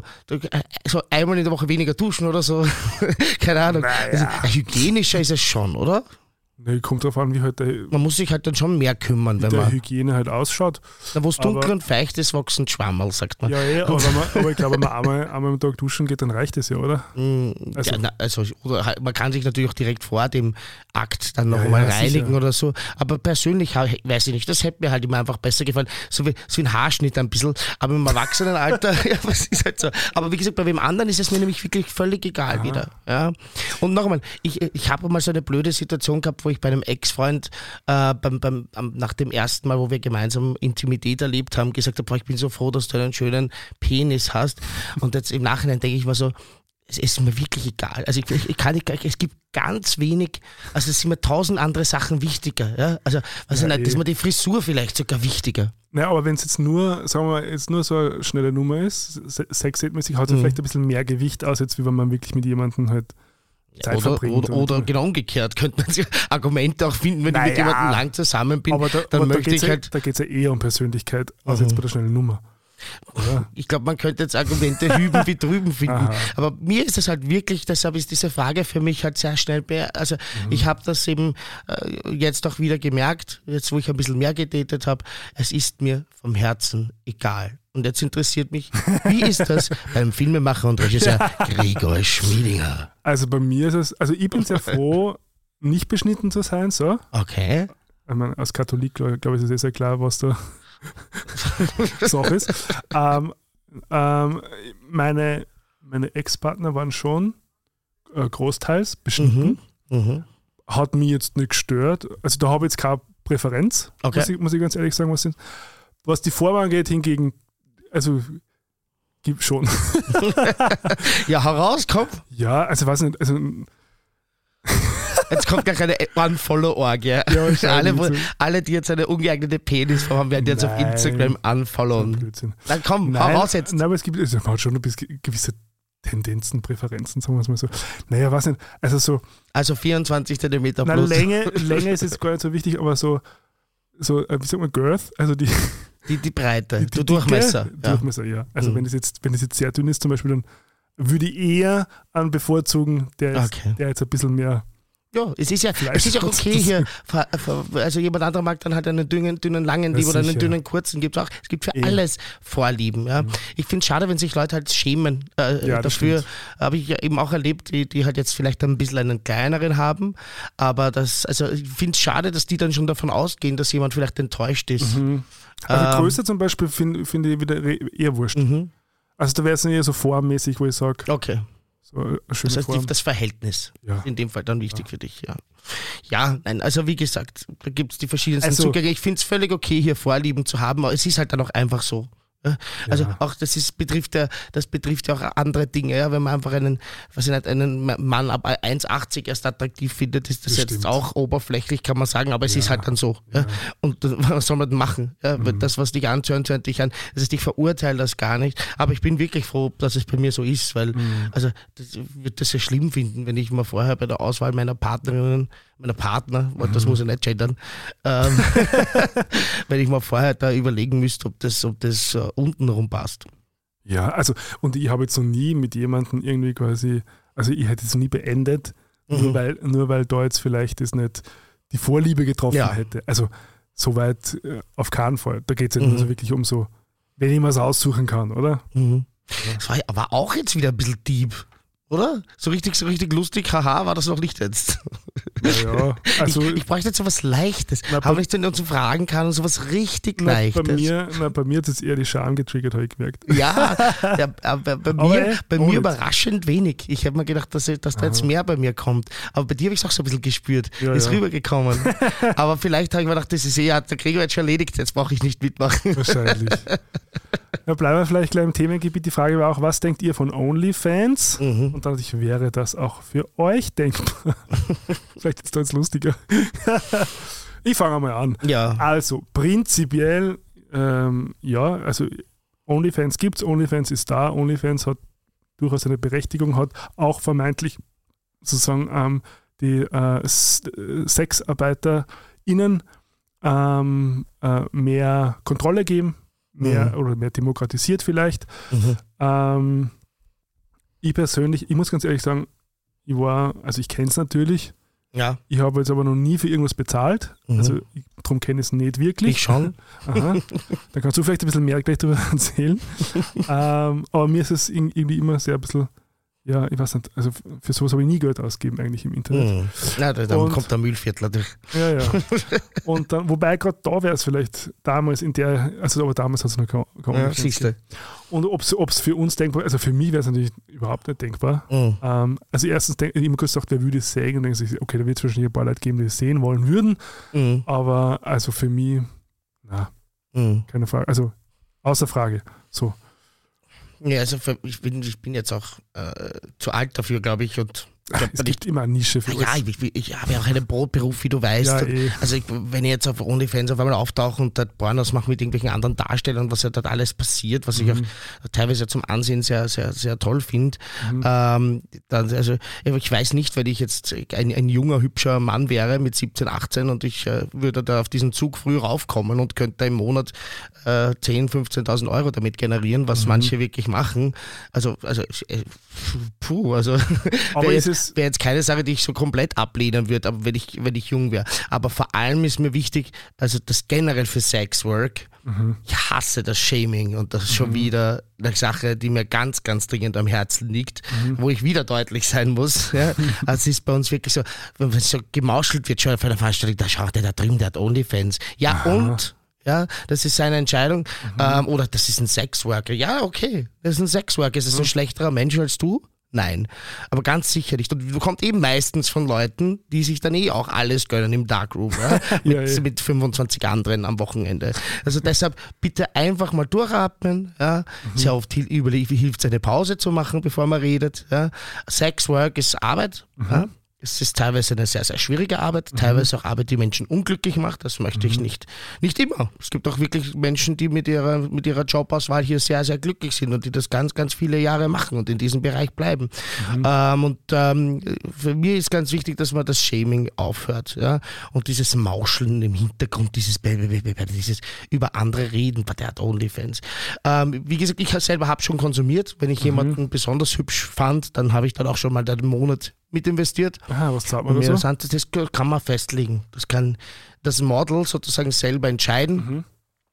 so einmal in der Woche weniger duschen oder so. Keine Ahnung. Naja. Also, hygienischer ist es schon, oder? Nee, kommt drauf an, wie halt der, Man muss sich halt dann schon mehr kümmern, wenn der man. Hygiene halt ausschaut. Da wo es dunkel und feucht ist, wachsen Schwammerl, sagt man. Ja, ja, aber, man, aber ich glaube, wenn man einmal, einmal am Tag duschen geht, dann reicht es ja, oder? Also, ja, na, also oder halt, man kann sich natürlich auch direkt vor dem Akt dann noch ja, einmal ja, reinigen sicher. oder so. Aber persönlich weiß ich nicht, das hätte mir halt immer einfach besser gefallen. So wie, so wie ein Haarschnitt ein bisschen. Aber im Erwachsenenalter, ja, was ist halt so. Aber wie gesagt, bei wem anderen ist es mir nämlich wirklich völlig egal Aha. wieder. Ja. Und noch einmal, ich, ich habe mal so eine blöde Situation gehabt, wo ich bei einem Ex-Freund äh, beim, beim, nach dem ersten Mal, wo wir gemeinsam Intimität erlebt haben, gesagt habe, ich bin so froh, dass du einen schönen Penis hast. Und jetzt im Nachhinein denke ich mir so, es ist mir wirklich egal. Also ich, ich, ich kann nicht, es gibt ganz wenig, also es sind mir tausend andere Sachen wichtiger. Ja? Also was ja, nicht, eh. ist mir die Frisur vielleicht sogar wichtiger. Naja, aber wenn es jetzt nur, sagen wir mal, jetzt nur so eine schnelle Nummer ist, sexmäßig hat es Mhm. vielleicht ein bisschen mehr Gewicht aus, als wie wenn man wirklich mit jemandem halt Zeit Oder, verbringt. oder, oder genau umgekehrt, könnte man sich Argumente auch finden, wenn Naja. ich mit jemandem lang zusammen bin, aber da, dann aber da möchte geht's ich ja, halt... Da geht es ja eher um Persönlichkeit, als Mhm. jetzt bei der schnellen Nummer. Oder? Ich glaube, man könnte jetzt Argumente hüben wie drüben finden. Aha. Aber mir ist es halt wirklich, deshalb ist diese Frage für mich halt sehr schnell, be- also Mhm. ich habe das eben äh, jetzt auch wieder gemerkt, jetzt wo ich ein bisschen mehr gedatet habe, es ist mir vom Herzen egal. Und jetzt interessiert mich, wie ist das beim Filmemacher und Regisseur Gregor Schmiedinger? Also bei mir ist es, also ich bin sehr froh, nicht beschnitten zu sein, so. Okay. Ich meine, als Katholik, glaube glaub ich, ist es sehr klar, was da Sache ist. Ähm, ähm, meine, meine Ex-Partner waren schon äh, großteils beschnitten. Mhm. Mhm. Hat mich jetzt nicht gestört. Also da habe ich jetzt keine Präferenz, Okay. muss, ich, muss ich ganz ehrlich sagen, was sind. Was die Form angeht, hingegen, also gibt schon. Ja, heraus, komm. Ja, also weiß nicht, also Jetzt kommt gleich eine Unfollow-Orgie. Ja, alle, wo- so. alle, die jetzt eine ungeeignete Penisform haben, werden jetzt auf Nein. Instagram unfollowen. Blödsinn. Dann komm, hau Nein, raus jetzt. nein, aber es gibt, also man hat schon ein bisschen gewisse Tendenzen, Präferenzen, sagen wir es mal so. Naja, weiß nicht, also so, Also vierundzwanzig Zentimeter na, plus. Länge, Länge ist jetzt gar nicht so wichtig, aber so, so äh, wie sagt man, Girth, also die, Die, die Breite, die, der die Durchmesser. Dicke, Ja. Durchmesser, ja. Also Mhm. wenn es jetzt, wenn es jetzt sehr dünn ist zum Beispiel, dann würde ich eher an bevorzugen, der, ist, Okay. der jetzt ein bisschen mehr. Ja, es ist ja, Fleisch es ist ja kostet okay das. hier. Ver- ver- Also jemand anderer mag dann halt einen dünnen, dünnen langen Ja, Lieb oder einen sicher. dünnen kurzen. Gibt's auch. Es gibt für Eh. alles Vorlieben. Ja. Mhm. Ich finde es schade, wenn sich Leute halt schämen. Äh, Ja, das dafür stimmt. habe ich ja eben auch erlebt, die, die halt jetzt vielleicht ein bisschen einen kleineren haben. Aber das, also ich finde es schade, dass die dann schon davon ausgehen, dass jemand vielleicht enttäuscht ist. Mhm. Also Ähm. Größe zum Beispiel finde find ich wieder re- eher wurscht. Mhm. Also da wäre es eher so formmäßig, wo ich sage, Okay. so eine schöne Das heißt, die- Form. das Verhältnis Ja. ist in dem Fall dann wichtig für dich, ja. Ja, nein, also wie gesagt, da gibt es die verschiedensten Also- Zugänge. Ich finde es völlig okay, hier Vorlieben zu haben, aber es ist halt dann auch einfach so. Ja? Also Ja. auch das ist, betrifft ja, das betrifft ja auch andere Dinge, ja, wenn man einfach einen, was ich nicht, einen Mann ab eins achtzig erst attraktiv findet, ist das, Das jetzt stimmt. auch oberflächlich, kann man sagen, aber es Ja. ist halt dann so. Ja? Ja. Und äh, was soll man denn machen? Ja? Mhm. Das, was dich anzuhören, hört dich an. Das heißt, ich verurteile das gar nicht, aber ich bin wirklich froh, dass es bei mir so ist, weil Mhm. also das, ich würde das ja schlimm finden, wenn ich mal vorher bei der Auswahl meiner Partnerinnen meiner Partner, mhm. das muss ich nicht gendern, ähm, weil ich mal vorher da überlegen müsste, ob das, ob das uh, untenrum passt. Ja, also und ich habe jetzt noch nie mit jemandem irgendwie quasi, also ich hätte es noch nie beendet, mhm. nur, weil, nur weil da jetzt vielleicht das nicht die Vorliebe getroffen ja. hätte. Also soweit äh, auf keinen Fall. Da geht es ja mhm. nur so wirklich um so, wenn ich mir es aussuchen kann, oder? Mhm. Das war aber auch jetzt wieder ein bisschen deep, oder? So richtig, so richtig lustig, haha, war das noch nicht jetzt. Ja, also ich, ich bräuchte jetzt so was Leichtes. Na, Haben wir nicht uns fragen kann und so was richtig na, Leichtes. Bei mir, na, bei mir hat es eher die Scham getriggert, habe ich gemerkt. Ja, ja aber bei aber mir, ey, bei mir überraschend wenig. Ich habe mir gedacht, dass, dass da jetzt mehr bei mir kommt. Aber bei dir habe ich es auch so ein bisschen gespürt. Ja, ist ja. rübergekommen. Aber vielleicht habe ich mir gedacht, das ist eh, hat der Gregor jetzt schon erledigt, jetzt brauche ich nicht mitmachen. Wahrscheinlich. Ja, bleiben wir vielleicht gleich im Themengebiet. Die Frage war auch, was denkt ihr von OnlyFans? Mhm. Und dann natürlich, wäre das auch für euch denkbar? Vielleicht ist das jetzt lustiger. Ich fange mal an. Ja. Also, prinzipiell, ähm, ja, also OnlyFans gibt es, OnlyFans ist da, OnlyFans hat durchaus eine Berechtigung, hat auch vermeintlich sozusagen ähm, die äh, SexarbeiterInnen ähm, äh, mehr Kontrolle geben, mehr mhm. oder mehr demokratisiert vielleicht. Mhm. Ähm, ich persönlich, ich muss ganz ehrlich sagen, ich war, also ich kenne es natürlich, ja. ich habe jetzt aber noch nie für irgendwas bezahlt, mhm. also ich, darum kenne ich es nicht wirklich. Ich schon. Aha. Dann kannst du vielleicht ein bisschen mehr gleich darüber erzählen. ähm, aber mir ist es irgendwie immer sehr ein bisschen, ja, ich weiß nicht, also für sowas habe ich nie Geld ausgegeben eigentlich im Internet. Mhm. Na, dann und, kommt der Mühlviertler durch. Ja, ja. Und dann, wobei gerade da wäre es vielleicht damals in der, also aber damals hat es noch kaum ja, siehste. Und ob es für uns denkbar, also für mich wäre es natürlich überhaupt nicht denkbar. Mhm. Ähm, also erstens denke ich immer kurz gedacht, wer würde es sehen und denke sich, okay, da wird es wahrscheinlich ein paar Leute geben, die es sehen wollen würden. Mhm. Aber also für mich, na, mhm. keine Frage, also außer Frage, so. Ja, also für, ich, bin, ich bin jetzt auch äh, zu alt dafür, glaube ich. Und ich glaub, es gibt ich, immer eine Nische für Ja, ich, ich, ich habe ja auch einen Brotberuf, wie du weißt. Ja, eh. Also ich, wenn ich jetzt auf OnlyFans auf einmal auftauche und dort Pornos mache mit irgendwelchen anderen Darstellern, was ja dort alles passiert, was mhm. ich auch teilweise zum Ansehen sehr, sehr, sehr toll finde. Mhm. Ähm, dann, also ich weiß nicht, wenn ich jetzt ein, ein junger, hübscher Mann wäre mit siebzehn, achtzehn und ich äh, würde da auf diesen Zug früh raufkommen und könnte im Monat äh, zehntausend, fünfzehntausend Euro damit generieren, was mhm. manche wirklich machen. Also, also äh, puh, also wäre jetzt, wär jetzt keine Sache, die ich so komplett ablehnen würde, aber wenn ich, wenn ich jung wäre. Aber vor allem ist mir wichtig, also das generell für Sexwork, mhm. ich hasse das Shaming und das ist schon mhm. wieder eine Sache, die mir ganz, ganz dringend am Herzen liegt, mhm. wo ich wieder deutlich sein muss. Ja. Also es ist bei uns wirklich so, wenn so gemauschelt wird schon auf einer Veranstaltung, da schaut der da drüben, der hat OnlyFans. Ja, Aha. und? Ja, das ist seine Entscheidung. Mhm. Ähm, oder das ist ein Sexworker. Ja, okay, das ist ein Sexworker. Ist das mhm. ein schlechterer Mensch als du? Nein, aber ganz sicher nicht. Und kommt eben meistens von Leuten, die sich dann eh auch alles gönnen im Darkroom, ja? mit, ja, ja. mit fünfundzwanzig anderen am Wochenende. Also deshalb bitte einfach mal durchatmen. Ja? Mhm. Sehr oft hilft es, eine Pause zu machen, bevor man redet. Ja? Sexwork ist Arbeit. Mhm. Ja? Es ist teilweise eine sehr, sehr schwierige Arbeit, mhm. teilweise auch Arbeit, die Menschen unglücklich macht. Das möchte mhm. ich nicht. Nicht immer. Es gibt auch wirklich Menschen, die mit ihrer, mit ihrer Jobauswahl hier sehr, sehr glücklich sind und die das ganz, ganz viele Jahre machen und in diesem Bereich bleiben. Mhm. Ähm, und ähm, für mich ist ganz wichtig, dass man das Shaming aufhört. Ja? Und dieses Mauscheln im Hintergrund, dieses, dieses über andere reden, bei der hat OnlyFans. Ähm, wie gesagt, ich selber habe schon konsumiert. Wenn ich mhm. jemanden besonders hübsch fand, dann habe ich dann auch schon mal einen Monat mit investiert. Aha, was zahlt man da so? Das kann man festlegen. Das kann das Model sozusagen selber entscheiden. Mhm.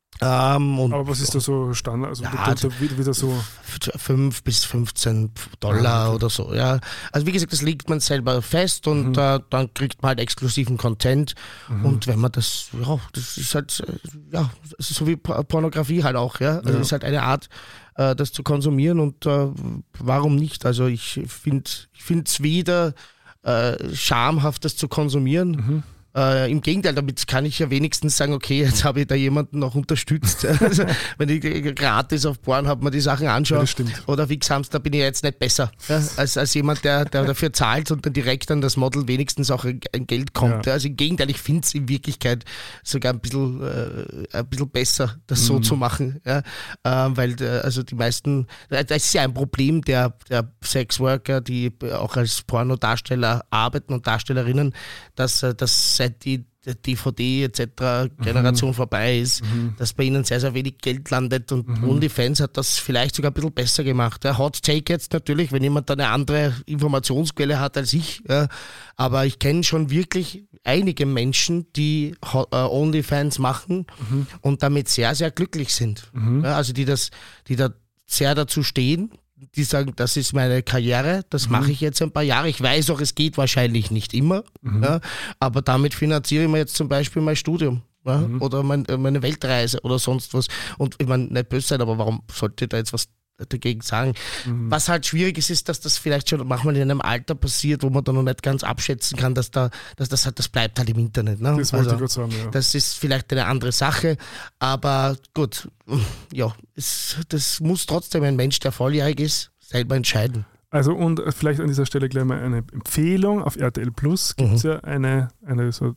Ähm, und aber was ist da so Standard? Also ja, da, da, wieder so fünf bis fünfzehn Dollar ah, okay. oder so. Ja. Also wie gesagt, das legt man selber fest und mhm. äh, dann kriegt man halt exklusiven Content. Mhm. Und wenn man das, ja, das ist halt, ja, das ist so wie Pornografie halt auch. Ja. Also ja. ist halt eine Art, äh, das zu konsumieren und äh, warum nicht? Also ich finde ich finde es weder äh, schamhaft, das zu konsumieren, mhm. Äh, Im Gegenteil, damit kann ich ja wenigstens sagen, okay, jetzt habe ich da jemanden noch unterstützt. Also, wenn ich gratis auf Pornhub mir die Sachen anschaue ja, oder Wix-Hamster, bin ich jetzt nicht besser ja, als, als jemand, der, der dafür zahlt und dann direkt an das Model wenigstens auch ein, ein Geld kommt. Ja. Ja. Also im Gegenteil, ich finde es in Wirklichkeit sogar ein bisschen, äh, ein bisschen besser, das mhm. so zu machen. Ja. Äh, weil äh, also die meisten, das ist ja ein Problem der, der Sexworker, die auch als Pornodarsteller arbeiten und Darstellerinnen, dass das seit die D V D et cetera Generation mhm. vorbei ist, mhm. dass bei ihnen sehr, sehr wenig Geld landet und mhm. OnlyFans hat das vielleicht sogar ein bisschen besser gemacht. Ja, Hot Take jetzt natürlich, wenn jemand da eine andere Informationsquelle hat als ich, ja, aber ich kenne schon wirklich einige Menschen, die äh, OnlyFans machen mhm. und damit sehr, sehr glücklich sind. Mhm. Ja, also die das, die da sehr dazu stehen, die sagen, das ist meine Karriere, das mhm. mache ich jetzt ein paar Jahre. Ich weiß auch, es geht wahrscheinlich nicht immer, mhm. ja, aber damit finanziere ich mir jetzt zum Beispiel mein Studium ja, mhm. oder mein, meine Weltreise oder sonst was. Und ich meine, nicht böse sein, aber warum sollte ich da jetzt was dagegen sagen? Mhm. Was halt schwierig ist, ist, dass das vielleicht schon manchmal in einem Alter passiert, wo man da noch nicht ganz abschätzen kann, dass da, dass das halt, das bleibt halt im Internet. Ne? Das wollte ich gerade sagen, ja. Das ist vielleicht eine andere Sache, aber gut, ja, es, das muss trotzdem ein Mensch, der volljährig ist, selber entscheiden. Also und vielleicht an dieser Stelle gleich mal eine Empfehlung. Auf R T L Plus gibt es mhm. ja eine, eine so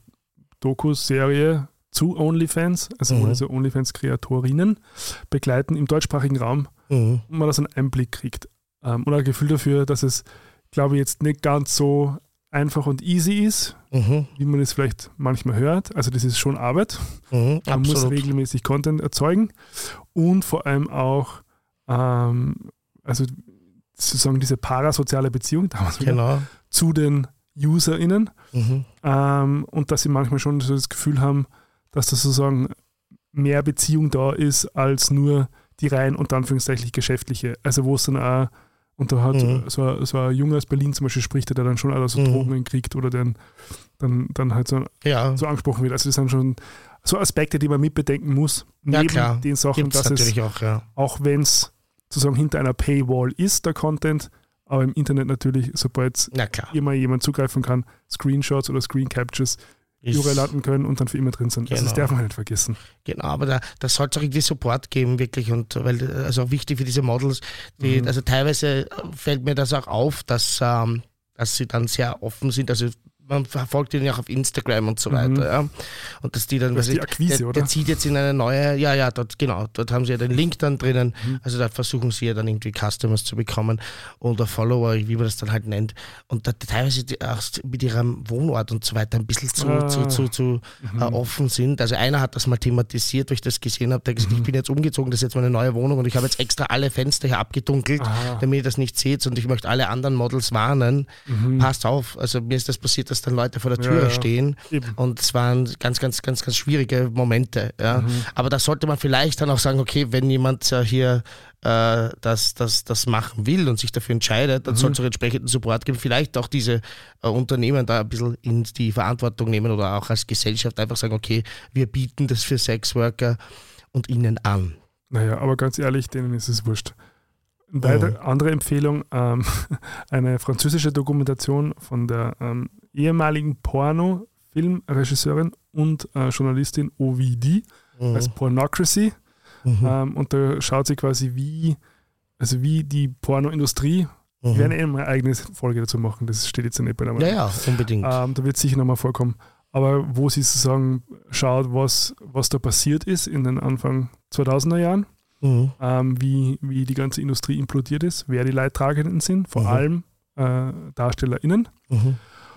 Doku-Serie zu OnlyFans, also mhm. also OnlyFans-Kreatorinnen begleiten im deutschsprachigen Raum, mhm. und man da so einen Einblick kriegt. Ähm, und ein Gefühl dafür, dass es, glaube ich, jetzt nicht ganz so einfach und easy ist, mhm. wie man es vielleicht manchmal hört. Also das ist schon Arbeit. Mhm, man absolut. muss regelmäßig Content erzeugen und vor allem auch ähm, also sozusagen diese parasoziale Beziehung damals genau. wieder, zu den UserInnen mhm. ähm, und dass sie manchmal schon so das Gefühl haben, dass da sozusagen mehr Beziehung da ist als nur die rein unter Anführungszeichen geschäftliche. Also wo es dann auch, und da hat mhm. so, ein, so ein Junge aus Berlin zum Beispiel spricht, der dann schon auch so mhm. Drogen kriegt oder dann, dann, dann halt so, ja. so angesprochen wird. Also das sind schon so Aspekte, die man mitbedenken muss, neben ja, klar. den Sachen, Gibt's dass es, auch, ja. auch wenn es sozusagen hinter einer Paywall ist, der Content, aber im Internet natürlich, sobald immer jemand zugreifen kann, Screenshots oder Screen Captures überall landen können und dann für immer drin sind. Genau. Also das darf man nicht vergessen. Genau, aber da, da soll es auch irgendwie Support geben, wirklich. Und weil also auch wichtig für diese Models, die, mhm. also teilweise fällt mir das auch auf, dass, ähm, dass sie dann sehr offen sind. Also man verfolgt ihn ja auch auf Instagram und so weiter. Mhm. Ja. Und dass die dann, das ist die Akquise, der, oder? der zieht jetzt in eine neue, ja, ja, dort, genau, dort haben sie ja den Link dann drinnen. Mhm. Also da versuchen sie ja dann irgendwie Customers zu bekommen oder Follower, wie man das dann halt nennt. Und da teilweise die auch mit ihrem Wohnort und so weiter ein bisschen zu, ah. zu, zu, zu mhm. äh, offen sind. Also einer hat das mal thematisiert, wo ich das gesehen habe, der hat gesagt, mhm. ich bin jetzt umgezogen, das ist jetzt meine neue Wohnung und ich habe jetzt extra alle Fenster hier abgedunkelt, ah. damit ihr das nicht seht und ich möchte alle anderen Models warnen. Mhm. Passt auf, also mir ist das passiert, dass dann Leute vor der Tür ja, ja. stehen Eben. und es waren ganz, ganz, ganz, ganz schwierige Momente. Ja. Mhm. Aber da sollte man vielleicht dann auch sagen, okay, wenn jemand äh, hier äh, das, das, das machen will und sich dafür entscheidet, dann mhm. soll es auch entsprechenden Support geben. Vielleicht auch diese äh, Unternehmen da ein bisschen in die Verantwortung nehmen oder auch als Gesellschaft einfach sagen, okay, wir bieten das für Sexworker und ihnen an. Naja, aber ganz ehrlich, denen ist es wurscht. Eine andere Empfehlung, ähm, eine französische Dokumentation von der ähm, ehemaligen Porno-Filmregisseurin und äh, Journalistin Ovidie, mhm. als Pornocracy. Mhm. Ähm, und da schaut sie quasi, wie, also wie die Pornoindustrie, mhm. wir werden eben eine eigene Folge dazu machen, das steht jetzt nicht bei der Meinung. Ja, ja, unbedingt. Ähm, da wird es sicher nochmal vorkommen. Aber wo sie sozusagen schaut, was, was da passiert ist in den Anfang zweitausender Jahren. Mhm. Ähm, wie, wie die ganze Industrie implodiert ist, wer die Leidtragenden sind, vor mhm. allem äh, DarstellerInnen mhm.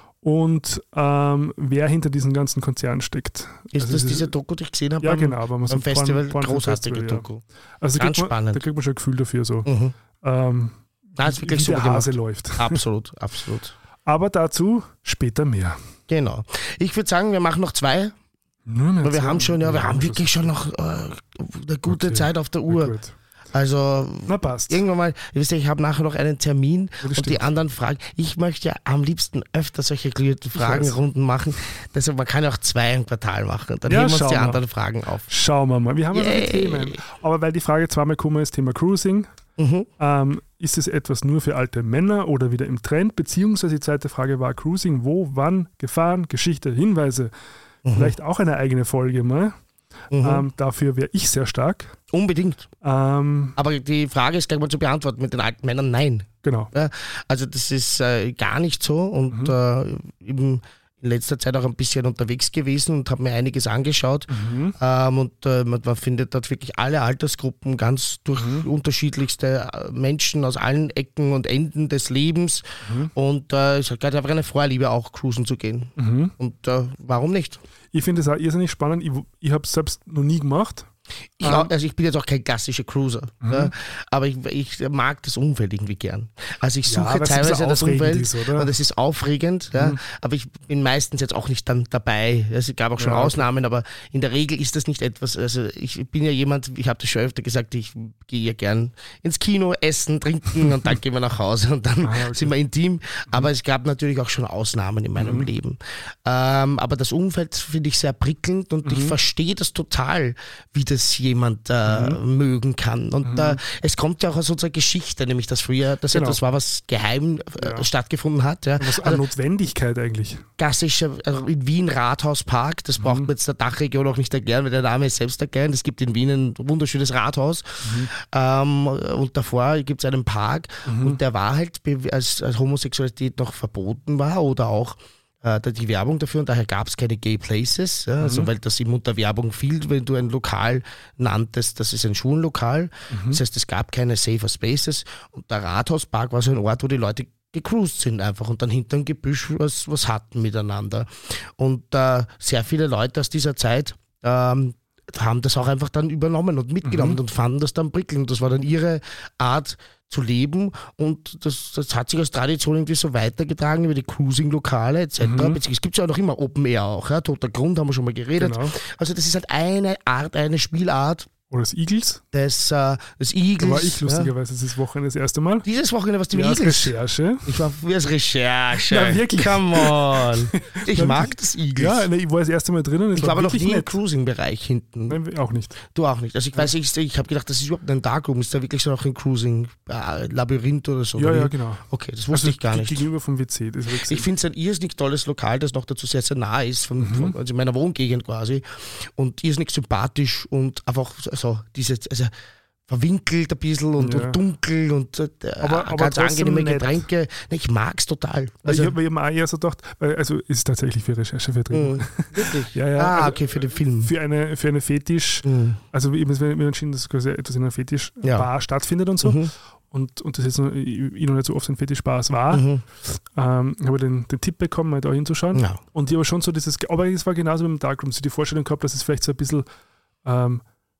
und ähm, wer hinter diesen ganzen Konzernen steckt. Ist also das diese Doku, die ich gesehen habe? Ja, am, genau. Aber man am Festival, Porn, großartige Festival, Doku. Ja. Also ganz man, spannend. Da kriegt man schon ein Gefühl dafür, so, mhm. ähm, Nein, ist wirklich wie super der Hase gemacht. läuft. Absolut, absolut. Aber dazu später mehr. Genau. Ich würde sagen, wir machen noch zwei. Weil wir haben schon, ja, wir haben wirklich schon noch äh, eine gute okay. Zeit auf der Uhr. Also Na, passt. irgendwann mal, ihr wisst ja, ich habe nachher noch einen Termin ja, und stimmt. die anderen Fragen. Ich möchte ja am liebsten öfter solche Fragenrunden machen. Deshalb, man kann ja auch zwei im Quartal machen. Dann ja, heben wir uns die mal. anderen Fragen auf. Schauen wir mal. Wir haben ja noch Themen. Aber weil die Frage zweimal gekommen ist, Thema Cruising, Mhm. Ähm, ist es etwas nur für alte Männer oder wieder im Trend? Beziehungsweise die zweite Frage war Cruising, wo, wann, Gefahren, Geschichte, Hinweise. Mhm. Vielleicht auch eine eigene Folge mal. Mhm. Ähm, dafür wäre ich sehr stark. Unbedingt. Ähm, Aber die Frage ist gleich mal zu beantworten mit den alten Männern, nein. Genau. Ja, also das ist äh, gar nicht so und Mhm. äh, eben in letzter Zeit auch ein bisschen unterwegs gewesen und habe mir einiges angeschaut. Mhm. Ähm, und äh, man findet dort wirklich alle Altersgruppen, ganz durch Mhm. unterschiedlichste Menschen aus allen Ecken und Enden des Lebens. Mhm. Und äh, es hat gerade einfach eine Vorliebe, auch cruisen zu gehen. Mhm. Und äh, warum nicht? Ich finde es auch irrsinnig spannend. Ich, ich habe es selbst noch nie gemacht. Ich, Ähm. auch, also ich bin jetzt auch kein klassischer Cruiser, Mhm. ja, aber ich, ich mag das Umfeld irgendwie gern. Also ich Ja, suche weil es ein bisschen teilweise das aufregend Umfeld ist, oder? und es ist aufregend, ja, Mhm. aber ich bin meistens jetzt auch nicht dann dabei. Also es gab auch schon Ja, okay. Ausnahmen, aber in der Regel ist das nicht etwas, also ich bin ja jemand, ich habe das schon öfter gesagt, ich gehe ja gern ins Kino, essen, trinken und dann gehen wir nach Hause und dann Ah, okay. sind wir intim, aber es gab natürlich auch schon Ausnahmen in meinem Mhm. Leben. Ähm, aber das Umfeld finde ich sehr prickelnd und Mhm. ich verstehe das total, wie das jemand äh, Mhm. mögen kann. Und Mhm. äh, es kommt ja auch aus unserer Geschichte, nämlich dass früher das Genau. etwas war, was geheim äh, Ja. stattgefunden hat. Ja. Was eine Also Notwendigkeit eigentlich. klassischer, also in Wien Rathauspark, das braucht man jetzt der Dachregion auch nicht erklären, weil der Name ist selbst erklärt. Es gibt in Wien ein wunderschönes Rathaus ähm, und davor gibt es einen Park und der war halt, be- als, als Homosexualität noch verboten war oder auch äh, da die Werbung dafür und daher gab es keine Gay Places, ja, also weil das eben unter Werbung fiel, wenn du ein Lokal nanntest, das ist ein Schulenlokal, das heißt es gab keine Safer Spaces und der Rathauspark war so ein Ort, wo die Leute gecruised sind einfach und dann hinterm Gebüsch was, was hatten miteinander. Und äh, sehr viele Leute aus dieser Zeit ähm, haben das auch einfach dann übernommen und mitgenommen Mhm. und fanden das dann prickelnd. Das war dann ihre Art zu leben und das, das hat sich als Tradition irgendwie so weitergetragen über die Cruising-Lokale et cetera. Mhm. Es gibt ja auch noch immer Open Air auch, ja? Toter Grund, haben wir schon mal geredet. Genau. Also das ist halt eine Art, eine Spielart Oder das Eagles. des, äh, des Eagles. Da war ich ja? lustigerweise dieses Wochenende das erste Mal. Dieses Wochenende was die Ja, als Eagles. Recherche. Ich war wie als Recherche. Na, wirklich? Come on. Ich Na, mag das Eagles. Ja, ne, ich war das erste Mal drinnen. Es ich war aber noch wirklich nie im nett. Cruising-Bereich hinten. Nein, auch nicht. Du auch nicht. Also ich weiß, ich, ich habe gedacht, das ist überhaupt ein Darkroom. Ist da wirklich so noch ein Cruising-Labyrinth oder so? Ja, oder ja, wie? genau. Okay, das wusste Also ich gar ge- nicht. Gegenüber vom W C. Das hab ich gesehen. Ich finde es ein irrsinnig tolles Lokal, das noch dazu sehr, sehr nah ist, von, von, also in meiner Wohngegend quasi. Und irrsinnig sympathisch und einfach so diese, also verwinkelt ein bisschen und, Ja. und dunkel und äh, Aber- aber ganz trotzdem angenehme nett. Getränke. Nee, ich mag es total. Also, Also, ich habe mir auch eher so gedacht, weil, also ist tatsächlich für Recherche vertreten. mh, wirklich? Ja, ja, ah, also okay, für den Film. Für eine, für eine Fetisch, Mhm. also wir haben wir entschieden, dass quasi etwas in einer Fetischbar Ja. stattfindet und so. Mhm. Und, und das jetzt noch, ich ich noch nicht so oft ein Fetischbars war. Mhm. Ähm, habe den, den Tipp bekommen, mal da hinzuschauen. Ja. Und ich habe schon so dieses, aber es war genauso wie im Darkroom, so die Vorstellung gehabt, dass es vielleicht so ein bisschen, ähm,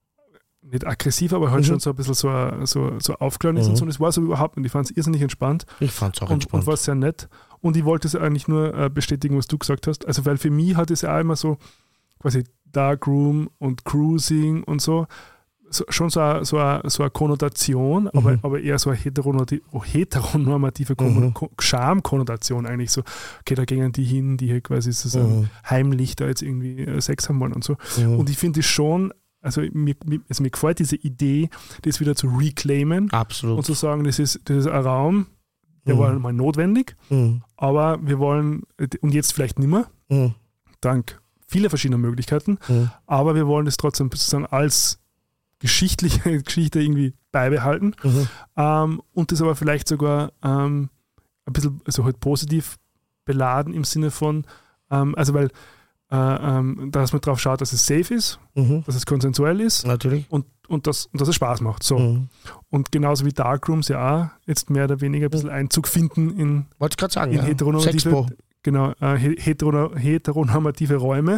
nicht aggressiv, aber halt Mhm. schon so ein bisschen so, so, so aufgeladen ist Mhm. und so. Und es war so überhaupt nicht. Ich fand es irrsinnig entspannt Ich fand es auch und, entspannt. und war sehr nett. Und ich wollte es eigentlich nur äh, bestätigen, was du gesagt hast. Also, weil für mich hat es ja auch immer so quasi Darkroom und Cruising und so, so schon so eine, so eine, so eine Konnotation, aber, Mhm. aber eher so eine heteronormative, heteronormative Kon- Mhm. Ko- Charme-Konnotation eigentlich so. Okay, da gehen die hin, die hier quasi sozusagen Mhm. heimlich da jetzt irgendwie äh, Sex haben wollen und so. Mhm. Und ich finde es schon, also mir, mir, also mir gefällt diese Idee, das wieder zu reclaimen Absolut. und zu sagen, das ist, das ist ein Raum, der Mhm. war mal notwendig, Mhm. aber wir wollen, und jetzt vielleicht nicht mehr, Mhm. dank vieler verschiedener Möglichkeiten, Mhm. aber wir wollen das trotzdem sozusagen als geschichtliche Geschichte irgendwie beibehalten Mhm. ähm, und das aber vielleicht sogar ähm, ein bisschen, also halt positiv beladen im Sinne von, ähm, also weil äh, ähm, dass man drauf schaut, dass es safe ist, Mhm. dass es konsensuell ist Natürlich. und, und, das, und dass es Spaß macht. So. Mhm. Und genauso wie Darkrooms ja auch jetzt mehr oder weniger ein bisschen Einzug finden in, Wollte ich gerade sagen. in ja. heteronormative, Sexpo. genau, äh, he- hetero, heteronormative Räume.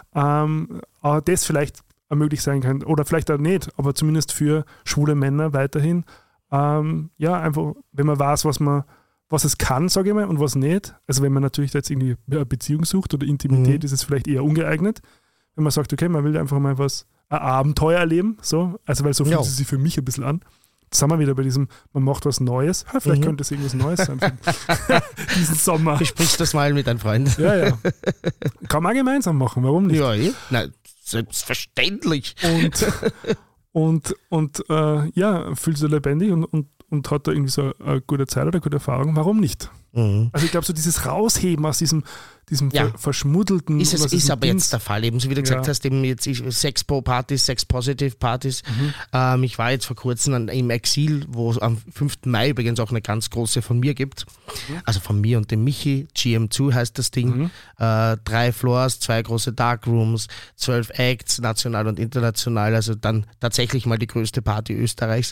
Ähm, aber das vielleicht auch möglich sein kann, oder vielleicht auch nicht, aber zumindest für schwule Männer weiterhin. Ähm, ja, einfach, wenn man weiß, was man was es kann, sage ich mal, und was nicht. Also wenn man natürlich da jetzt irgendwie eine Beziehung sucht oder Intimität, Mhm. ist es vielleicht eher ungeeignet. Wenn man sagt, okay, man will einfach mal was, ein Abenteuer erleben, so, also weil so fühlt Ja. es sich für mich ein bisschen an. Jetzt sind wir wieder bei diesem, man macht was Neues. Ha, vielleicht Mhm. könnte es irgendwas Neues sein für diesen Sommer. Besprich das mal mit deinem Freund. Ja, ja. Kann man gemeinsam machen, warum nicht? Ja, eh? Nein, selbstverständlich. Und, Und, und äh, ja, fühlt sich lebendig und, und, und hat da irgendwie so eine gute Zeit oder eine gute Erfahrung. Warum nicht? Mhm. Also ich glaube, so dieses Rausheben aus diesem, diesem Ja. ver verschmuddelten... Ist es was ist aber Dienst- jetzt der Fall, eben so wie du gesagt Ja. hast, eben jetzt Sex-Pro-Partys, Sex-Positive-Partys. Mhm. Ähm, ich war jetzt vor kurzem an, im Exil, wo es am fünften Mai übrigens auch eine ganz große von mir gibt. Mhm. Also von mir und dem Michi, G M zwei heißt das Ding. Mhm. Äh, drei Floors, zwei große Darkrooms, zwölf Acts, national und international. Also dann tatsächlich mal die größte Party Österreichs,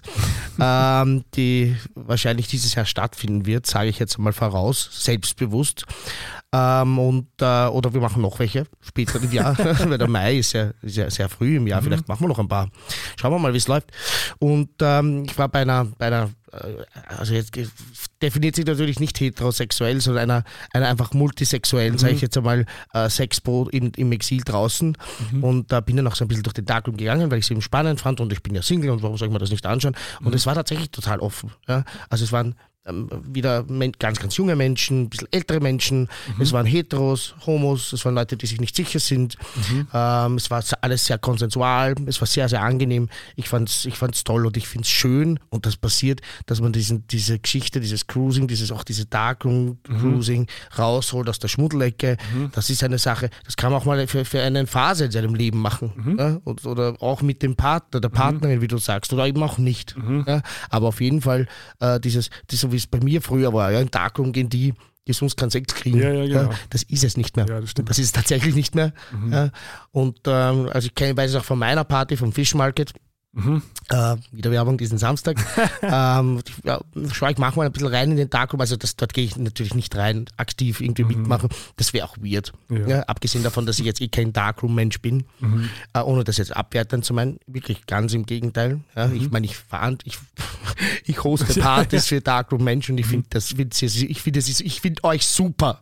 ähm, die wahrscheinlich dieses Jahr stattfinden wird, sage ich jetzt mal voraus, selbstbewusst. Ähm, und, äh, oder wir machen noch welche später im Jahr, weil der Mai ist ja, ist ja sehr früh im Jahr, vielleicht machen wir noch ein paar. Schauen wir mal, wie es läuft. Und ähm, ich war bei einer, bei einer äh, also jetzt ge- definiert sich natürlich nicht heterosexuell, sondern einer, einer einfach multisexuellen, Mhm. sage ich jetzt einmal, äh, Sexpo in, im Exil draußen. Mhm. Und da bin dann auch so ein bisschen durch den Darkroom gegangen, weil ich es eben spannend fand und ich bin ja Single und warum soll ich mir das nicht anschauen? Und es war tatsächlich total offen. Ja? Also es waren ähm, wieder men- ganz, ganz junge Menschen, ein bisschen ältere Menschen, es waren Heteros, Homos, es waren Leute, die sich nicht sicher sind. Ähm, es war alles sehr konsensual, es war sehr, sehr angenehm. Ich fand es ich fand's toll und ich finde es schön und das passiert, dass man diesen, diese Geschichte, dieses Cruising, dieses auch diese Darkroom-Cruising rausholt aus der Schmuddelecke. Das ist eine Sache, das kann man auch mal für, für eine Phase in seinem Leben machen. Ja? Und, oder auch mit dem Partner, der Partnerin, wie du sagst, oder eben auch nicht. Ja? Aber auf jeden Fall äh, dieses, das, so wie es bei mir früher war, ja, in Darkroom gehen die, die sonst keinen Sekt kriegen. Ja, ja, genau. Das ist es nicht mehr. Ja, das stimmt. Das ist es tatsächlich nicht mehr. Ja. Und ähm, also ich kenn, weiß es auch von meiner Party, vom Fish Market. Mhm. Äh, wieder Werbung diesen Samstag. ähm, ich, ja, schau, ich mache mal ein bisschen rein in den Darkroom. Also das, dort gehe ich natürlich nicht rein, aktiv irgendwie mitmachen. Das wäre auch weird. Ja. Ja, abgesehen davon, dass ich jetzt eh kein Darkroom-Mensch bin. Mhm. Äh, ohne das jetzt abwertend zu meinen. Wirklich ganz im Gegenteil. Ja, Ich meine, ich, verant- ich, ich hoste Partys für Darkroom-Menschen und ich finde das, ich finde das ist- ich finde euch super.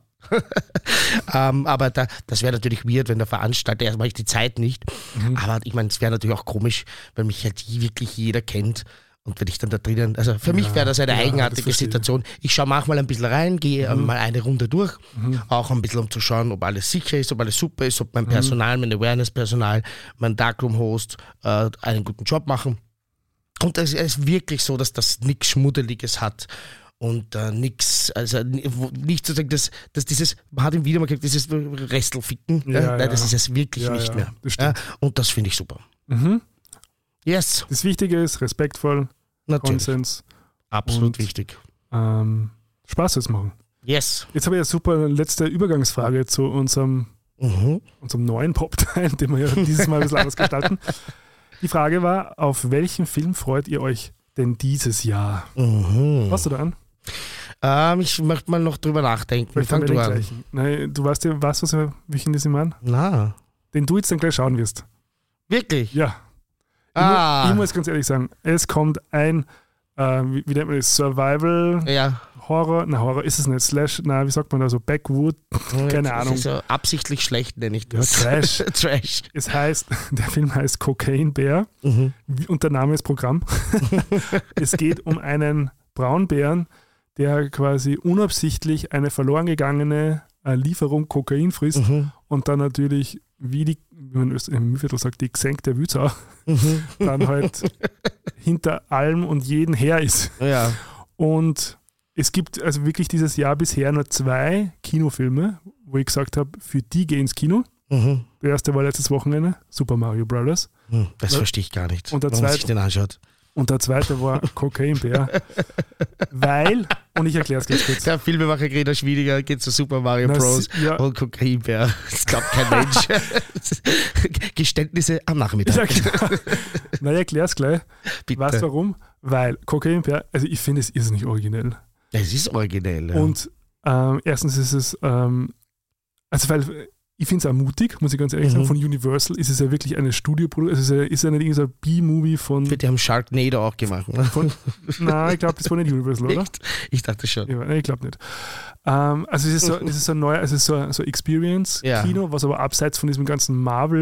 ähm, aber da, das wäre natürlich weird, wenn der Veranstalter, erstmal ich die Zeit nicht, aber ich meine, es wäre natürlich auch komisch, weil mich halt die wirklich jeder kennt und wenn ich dann da drinnen, also für mich wäre das eine ja, das eigenartige verstehe ich. Situation. Ich schaue manchmal ein bisschen rein, gehe ähm, mal eine Runde durch, auch ein bisschen um zu schauen, ob alles sicher ist, ob alles super ist, ob mein Personal, mein Awareness-Personal, mein Darkroom-Host äh, einen guten Job machen. Und es ist wirklich so, dass das nichts Schmuddeliges hat. Und äh, nichts, also n- wo- nicht zu sagen, dass, dass dieses, man hat im Video mal gesagt, dieses Restelficken, Ja, ja, nein, ja. das ist es wirklich Ja, nicht ja, mehr. das Ja, stimmt. und das finde ich super. Mhm. Yes, Das Wichtige ist respektvoll, natürlich. Konsens, Absolut und- wichtig. ähm, Spaß jetzt machen. Yes. Jetzt habe ich eine super letzte Übergangsfrage zu unserem, Mhm. unserem neuen Pop-Teil, den wir ja dieses Mal ein bisschen anders gestalten. Die Frage war, auf welchen Film freut ihr euch denn dieses Jahr? Mhm. Hast du da an? Ähm, ich möchte mal noch drüber nachdenken. Vielleicht Fang haben wir du den an. gleichen. Nein, du weißt ja, was, was wir, welchen das ich meine? Na, Den du jetzt dann gleich schauen wirst. wirklich? Ja. Ich, Ah. mu ich muss ganz ehrlich sagen, es kommt ein, äh, wie, wie nennt man das, Survival, Ja. Horror, na Horror ist es nicht, Slash, na wie sagt man da so, Backwood, keine Das Ahnung. ist so absichtlich schlecht, nenne ich Ja, das. Trash. Trash. Es heißt, der Film heißt Cocaine Bear Mhm. wie- und der Name ist Programm. Es geht um einen Braunbären, der quasi unabsichtlich eine verloren gegangene äh, Lieferung Kokain frisst Mhm. und dann natürlich, wie die, wie man im Mühlviertel sagt, die gesenkte Wützau, Mhm. dann halt hinter allem und jeden her ist. Ja. Und es gibt also wirklich dieses Jahr bisher nur zwei Kinofilme, wo ich gesagt habe, für die gehe ins Kino. Mhm. Der erste war letztes Wochenende, Super Mario Brothers. Hm, Das Ja. verstehe ich gar nicht, Und der wenn man zweite- sich den anschaut. Und der zweite war Cocaine Bear. Weil, und ich erkläre es ganz kurz. Der Filmemacher Greta Schwiediger geht zu Super Mario Na, Bros. sie- ja. und Kokainbär. Das glaubt kein Mensch. Geständnisse am Nachmittag. Ja, genau. Na, ich erkläre es gleich. Bitte. Weißt du warum? Weil Cocaine Bear, also ich finde es irrsinnig originell. Es ist originell. Ja. Und ähm, erstens ist es, ähm, also weil ich finde es auch mutig, muss ich ganz ehrlich Mhm. sagen, von Universal ist es ja wirklich eine Studioproduktion, also es ist ja, ist ja nicht irgendein B-Movie von, Die haben Sharknado auch gemacht. Ne? von nein, ich glaube, das war nicht Universal, oder? Echt? Ich dachte schon. Ja, nein, ich glaube nicht. Ähm, also es ist so, das ist so ein neuer, also es ist so, so Experience-Kino, Ja. was aber abseits von diesem ganzen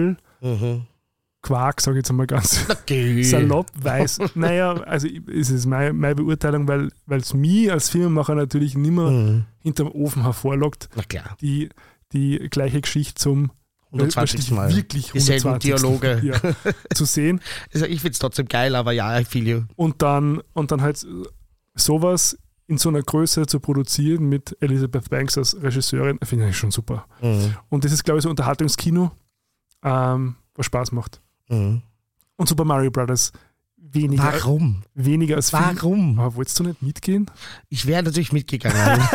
Marvel-Quark, Mhm. sage ich jetzt mal ganz Okay. salopp, weiß. Naja, also es ist meine, meine Beurteilung, weil es mich als Filmemacher natürlich nicht mehr Mhm. hinterm Ofen hervorlockt, Na klar. die, die gleiche Geschichte zum hundertzwanzig Mal. Wirklich dieselben Dialoge. Ja, zu sehen. Also ich finde es trotzdem geil, aber ja, I feel you. Und dann, und dann halt sowas in so einer Größe zu produzieren mit Elizabeth Banks als Regisseurin, finde ich schon super. Mhm. Und das ist, glaube ich, so Unterhaltungskino, ähm, was Spaß macht. Mhm. Und Super Mario Brothers weniger, Warum? weniger als Film. Warum? Aber wolltest du nicht mitgehen? Ich wäre natürlich mitgegangen.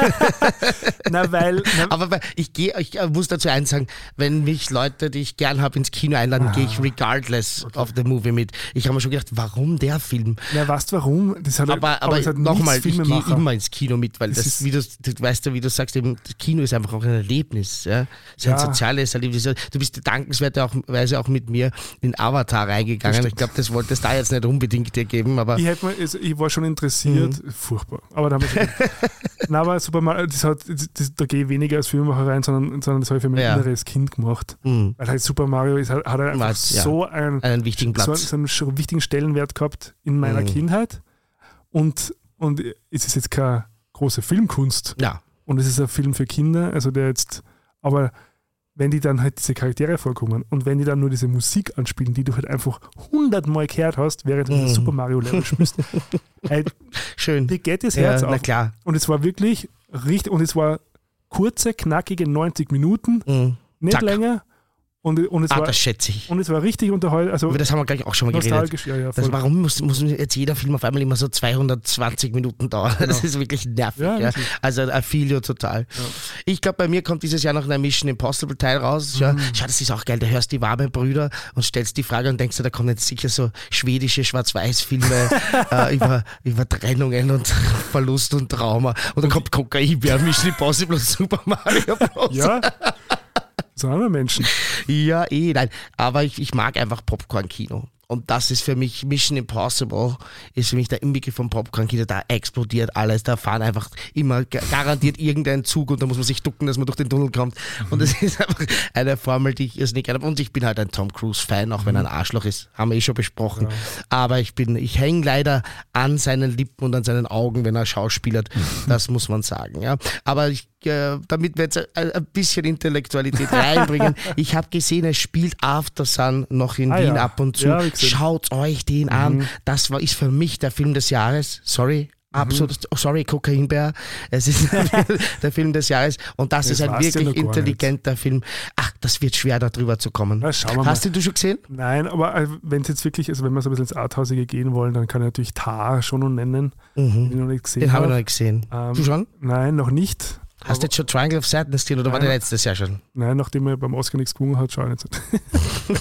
Na, weil... Na, Aber weil ich gehe, ich muss dazu eins sagen, wenn mich Leute, die ich gern habe, ins Kino einladen, Ah. gehe ich regardless Okay. of the movie mit. Ich habe mir schon gedacht, warum der Film? na, weißt du warum? Das hat, Aber, aber, es hat nochmal, nichts ich gehe Filmemacher. immer ins Kino mit, weil Das das, ist- wie du, du weißt ja, wie du sagst, eben, das Kino ist einfach auch ein Erlebnis. Ja? Es ist Ja. ein soziales Erlebnis. Du bist dankenswerterweise auch mit mir in Avatar reingegangen. Ich glaube, das wollte es da jetzt nicht unbedingt dir geben, aber Ich, hätte mal, also ich war schon interessiert, Mhm. furchtbar. Aber da haben wir schon Nein, aber Super Mario, das hat, das, da gehe ich weniger als Filmemacher rein, sondern, sondern das habe ich für mein Ja. inneres Kind gemacht. mh, Weil halt Super Mario ist, hat hat einfach Was, ja. so, einen, einen wichtigen so, Platz. so einen sch- wichtigen Stellenwert gehabt in meiner Mhm. Kindheit. Und, und es ist jetzt keine große Filmkunst. Ja, Und es ist ein Film für Kinder, also der jetzt, aber wenn die dann halt diese Charaktere vorkommen und wenn die dann nur diese Musik anspielen, die du halt einfach hundertmal gehört hast, während du Mhm. das Super Mario Level spielst, halt, schön. dir geht das Ja, Herz na auf. klar. Und es war wirklich richtig, und es war kurze, knackige neunzig Minuten, Mhm. nicht Zack. länger. Und, und, es Ah, war, das schätze ich. und es war richtig unterhaltsend, also Über das haben wir gleich auch schon mal geredet. nostalgisch. Ja, ja, voll. Das, warum muss, muss jetzt jeder Film auf einmal immer so zweihundertzwanzig Minuten dauern? Das ist wirklich nervig. Ja, Ja, wirklich. Also I feel you total. Ich glaube, bei mir kommt dieses Jahr noch ein Mission Impossible Teil raus. Ja. Mhm. Schau, das ist auch geil. Da hörst die warmen Brüder und stellst die Frage und denkst dir, da kommen jetzt sicher so schwedische Schwarz-Weiß-Filme äh, über, über Trennungen und Verlust und Trauma. Und dann kommt Kokainbär, Mission Impossible und Super Mario Bros. Ja, so andere Menschen. Ja, eh, nein. Aber ich, ich mag einfach Popcorn-Kino. Und das ist für mich, Mission Impossible ist für mich der Inbegriff von Popcorn-Kino. Da explodiert alles, da fahren einfach immer ga- garantiert irgendein Zug und da muss man sich ducken, dass man durch den Tunnel kommt. Und das ist einfach eine Formel, die ich erst nicht gerne habe. Und ich bin halt ein Tom Cruise-Fan, auch wenn er ein Arschloch ist. Haben wir eh schon besprochen. Ja. Aber ich bin, ich hänge leider an seinen Lippen und an seinen Augen, wenn er schauspielert. Das muss man sagen, ja. Aber ich, äh, damit wir jetzt ein, ein bisschen Intellektualität reinbringen. Ich habe gesehen, er spielt After Sun noch in Ah, Wien ja. ab und zu. Ja, hab ich gesehen. Schaut euch den an. Das war, ist für mich der Film des Jahres. Sorry. Absolut, oh, sorry, Kokainbär. Es ist der Film des Jahres und das, Das ist ein weißt du ja wirklich noch gar intelligenter Film. Ach, das wird schwer, da drüber zu kommen. Na, schauen wir Hast mal. du den schon gesehen? Nein, aber wenn es jetzt wirklich, also wenn wir so ein bisschen ins Arthausige gehen wollen, dann kann ich natürlich Tar schon noch nennen, den ich noch nicht gesehen Den habe ich noch habe. nicht gesehen. Ähm, du schon? Nein, noch nicht. Hast du jetzt schon Triangle of Sadness gesehen oder war der Nein. letztes Jahr schon? Nein, nachdem er beim Oscar nichts gewonnen hat, schaue ich nicht.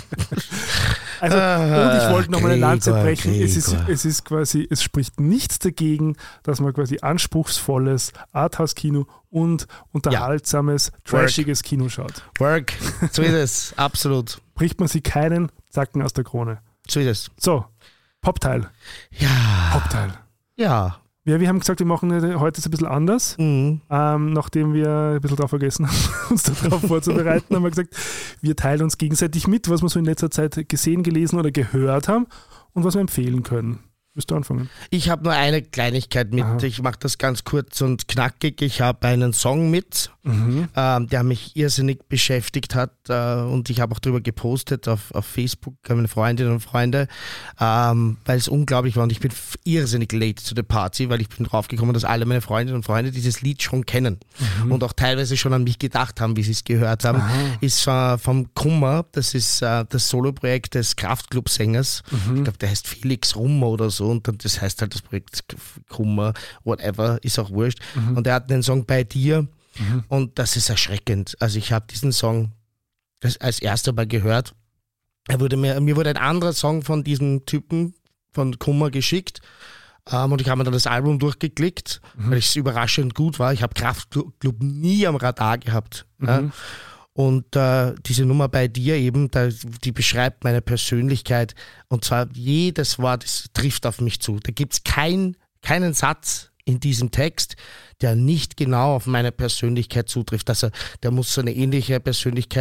Also, Ah, und ich wollte noch mal eine Lanze Gregor, brechen. Es ist, Gregor. es ist quasi, es spricht nichts dagegen, dass man quasi anspruchsvolles Arthouse-Kino und unterhaltsames, trashiges Kino schaut. Work, so ist es, absolut. Bricht man sie keinen Zacken aus der Krone. So ist es. So, Popteil. Ja, Popteil. ja. Ja, wir haben gesagt, wir machen heute jetzt ein bisschen anders. Mhm. Ähm, nachdem wir ein bisschen darauf vergessen haben, uns darauf vorzubereiten, haben wir gesagt, wir teilen uns gegenseitig mit, was wir so in letzter Zeit gesehen, gelesen oder gehört haben und was wir empfehlen können. Willst du anfangen? Ich habe nur eine Kleinigkeit mit. Aha. Ich mache das ganz kurz und knackig. Ich habe einen Song mit, Mhm. ähm, der mich irrsinnig beschäftigt hat äh, und ich habe auch darüber gepostet auf, auf Facebook, äh, meine Freundinnen und Freunde, ähm, weil es unglaublich war und ich bin f- irrsinnig late to the party, weil ich bin draufgekommen, dass alle meine Freundinnen und Freunde dieses Lied schon kennen und auch teilweise schon an mich gedacht haben, wie sie es gehört haben. Aha. Ist äh, vom Kummer, das ist äh, das Soloprojekt des Kraftclub-Sängers. Ich glaube, der heißt Felix Rummer oder so und dann, das heißt halt das Projekt Kummer, whatever, ist auch wurscht. Und er hat den Song Bei dir und das ist erschreckend. Also ich habe diesen Song das als erster Mal gehört. Er wurde mir, mir wurde ein anderer Song von diesem Typen von Kummer geschickt ähm, und ich habe mir dann das Album durchgeklickt, weil es überraschend gut war. Ich habe Kraftclub nie am Radar gehabt. Ja. Und äh, diese Nummer Bei dir eben, da, die beschreibt meine Persönlichkeit und zwar jedes Wort, das trifft auf mich zu. Da gibt es kein, keinen Satz in diesem Text, der nicht genau auf meine Persönlichkeit zutrifft. Also der muss so eine ähnliche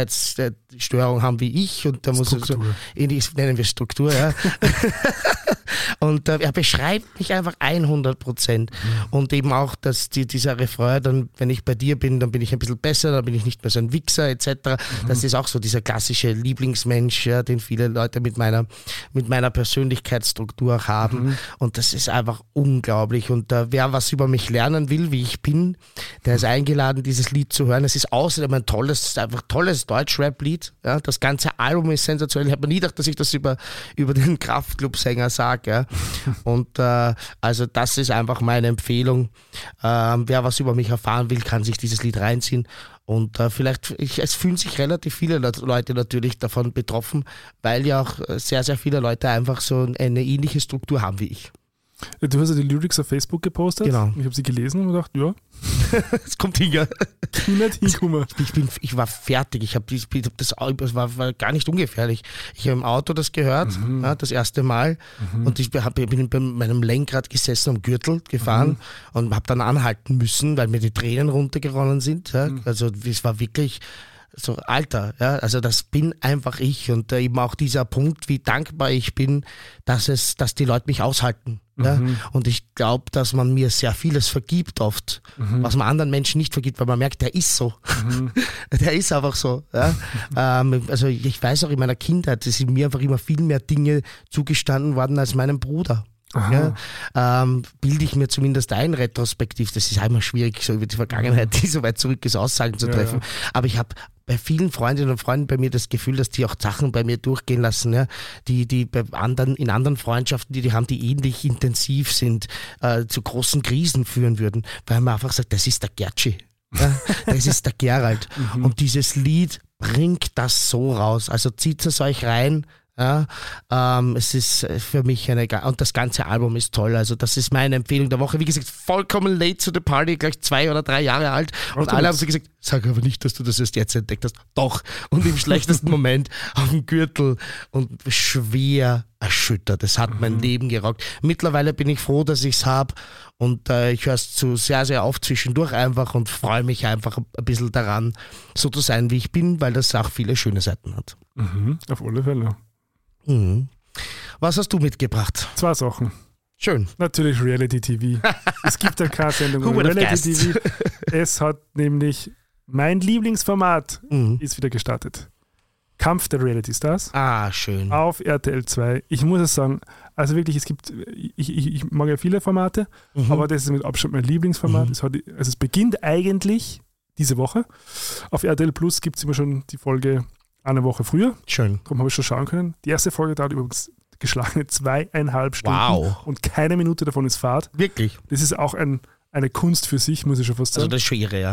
Persönlichkeitsstörung haben wie ich und der muss so Struktur. ähnlich, nennen wir Struktur, ja. Und äh, er beschreibt mich einfach hundert Prozent. Mhm. Und eben auch, dass die, dieser Refrain, dann, wenn ich bei dir bin, dann bin ich ein bisschen besser, dann bin ich nicht mehr so ein Wichser et cetera. Mhm. Das ist auch so dieser klassische Lieblingsmensch, ja, den viele Leute mit meiner, mit meiner Persönlichkeitsstruktur haben. Mhm. Und das ist einfach unglaublich. Und äh, wer was über mich lernen will, wie ich bin, der ist eingeladen, dieses Lied zu hören. Es ist außerdem ein tolles, einfach tolles Deutsch-Rap-Lied. Ja, das ganze Album ist sensationell. Ich habe mir nie gedacht, dass ich das über, über den Kraftclub-Sänger sage. Ja. Und äh, also das ist einfach meine Empfehlung. Ähm, wer was über mich erfahren will, kann sich dieses Lied reinziehen. Und äh, vielleicht, ich, es fühlen sich relativ viele Leute natürlich davon betroffen, weil ja auch sehr, sehr viele Leute einfach so eine ähnliche Struktur haben wie ich. Du hast ja die Lyrics auf Facebook gepostet. Genau. Ich habe sie gelesen und gedacht, ja. Es kommt hin, ja. Ich nicht hinkommen. Ich, bin, ich war fertig. Ich habe ich hab das, das war, war gar nicht ungefährlich. Ich habe im Auto das gehört, mhm. ja, das erste Mal. Mhm. Und ich hab, bin bei meinem Lenkrad gesessen, am Gürtel gefahren mhm. und habe dann anhalten müssen, weil mir die Tränen runtergeronnen sind. Ja. Mhm. Also es war wirklich so, Alter, ja, also das bin einfach ich. Und äh, eben auch dieser Punkt, wie dankbar ich bin, dass es, dass die Leute mich aushalten. Ja? Mhm. Und ich glaube, dass man mir sehr vieles vergibt oft, mhm. was man anderen Menschen nicht vergibt, weil man merkt, der ist so. Mhm. Der ist einfach so. Ja? ähm, also ich weiß auch in meiner Kindheit, es sind mir einfach immer viel mehr Dinge zugestanden worden als meinem Bruder. Ja, ähm, bilde ich mir zumindest ein, retrospektiv. Das ist einmal schwierig, so über die Vergangenheit, die so weit zurück ist, Aussagen zu treffen. Ja, ja. Aber ich habe bei vielen Freundinnen und Freunden bei mir das Gefühl, dass die auch Sachen bei mir durchgehen lassen, ja, die, die bei anderen, in anderen Freundschaften, die die haben, die ähnlich intensiv sind, äh, zu großen Krisen führen würden, weil man einfach sagt, das ist der Gertschi. Ja, das ist der Gerald. Mhm. Und dieses Lied bringt das so raus. Also zieht es euch rein. Ja, ähm, es ist für mich eine, und das ganze Album ist toll, also das ist meine Empfehlung der Woche. Wie gesagt, vollkommen late to the party, gleich zwei oder drei Jahre alt und alle haben so gesagt, sag aber nicht, dass du das erst jetzt entdeckt hast. Doch, und im schlechtesten Moment auf dem Gürtel und schwer erschüttert. Es hat mhm. mein Leben gerockt. Mittlerweile bin ich froh, dass ich es habe und äh, ich höre es zu sehr, sehr oft zwischendurch einfach und freue mich einfach ein bisschen daran, so zu sein, wie ich bin, weil das auch viele schöne Seiten hat. Mhm, auf alle Fälle. Mhm. Was hast du mitgebracht? Zwei Sachen. Schön. Natürlich Reality-T V. Es gibt ja keine Sendung über Reality-T V. Es hat nämlich mein Lieblingsformat mhm. ist wieder gestartet. Kampf der Reality Stars. Ah, schön. Auf R T L zwei. Ich muss es sagen, also wirklich, es gibt, ich, ich, ich mag ja viele Formate, mhm. aber das ist mit Abstand mein Lieblingsformat. Mhm. Es, hat, also es beginnt eigentlich diese Woche. Auf R T L Plus gibt es immer schon die Folge eine Woche früher. Schön. Darum habe ich schon schauen können. Die erste Folge dauert übrigens geschlagene zweieinhalb Stunden. Wow. Und keine Minute davon ist Fahrt. Wirklich? Das ist auch ein, eine Kunst für sich, muss ich schon fast sagen. Also das ist schon irre, ja.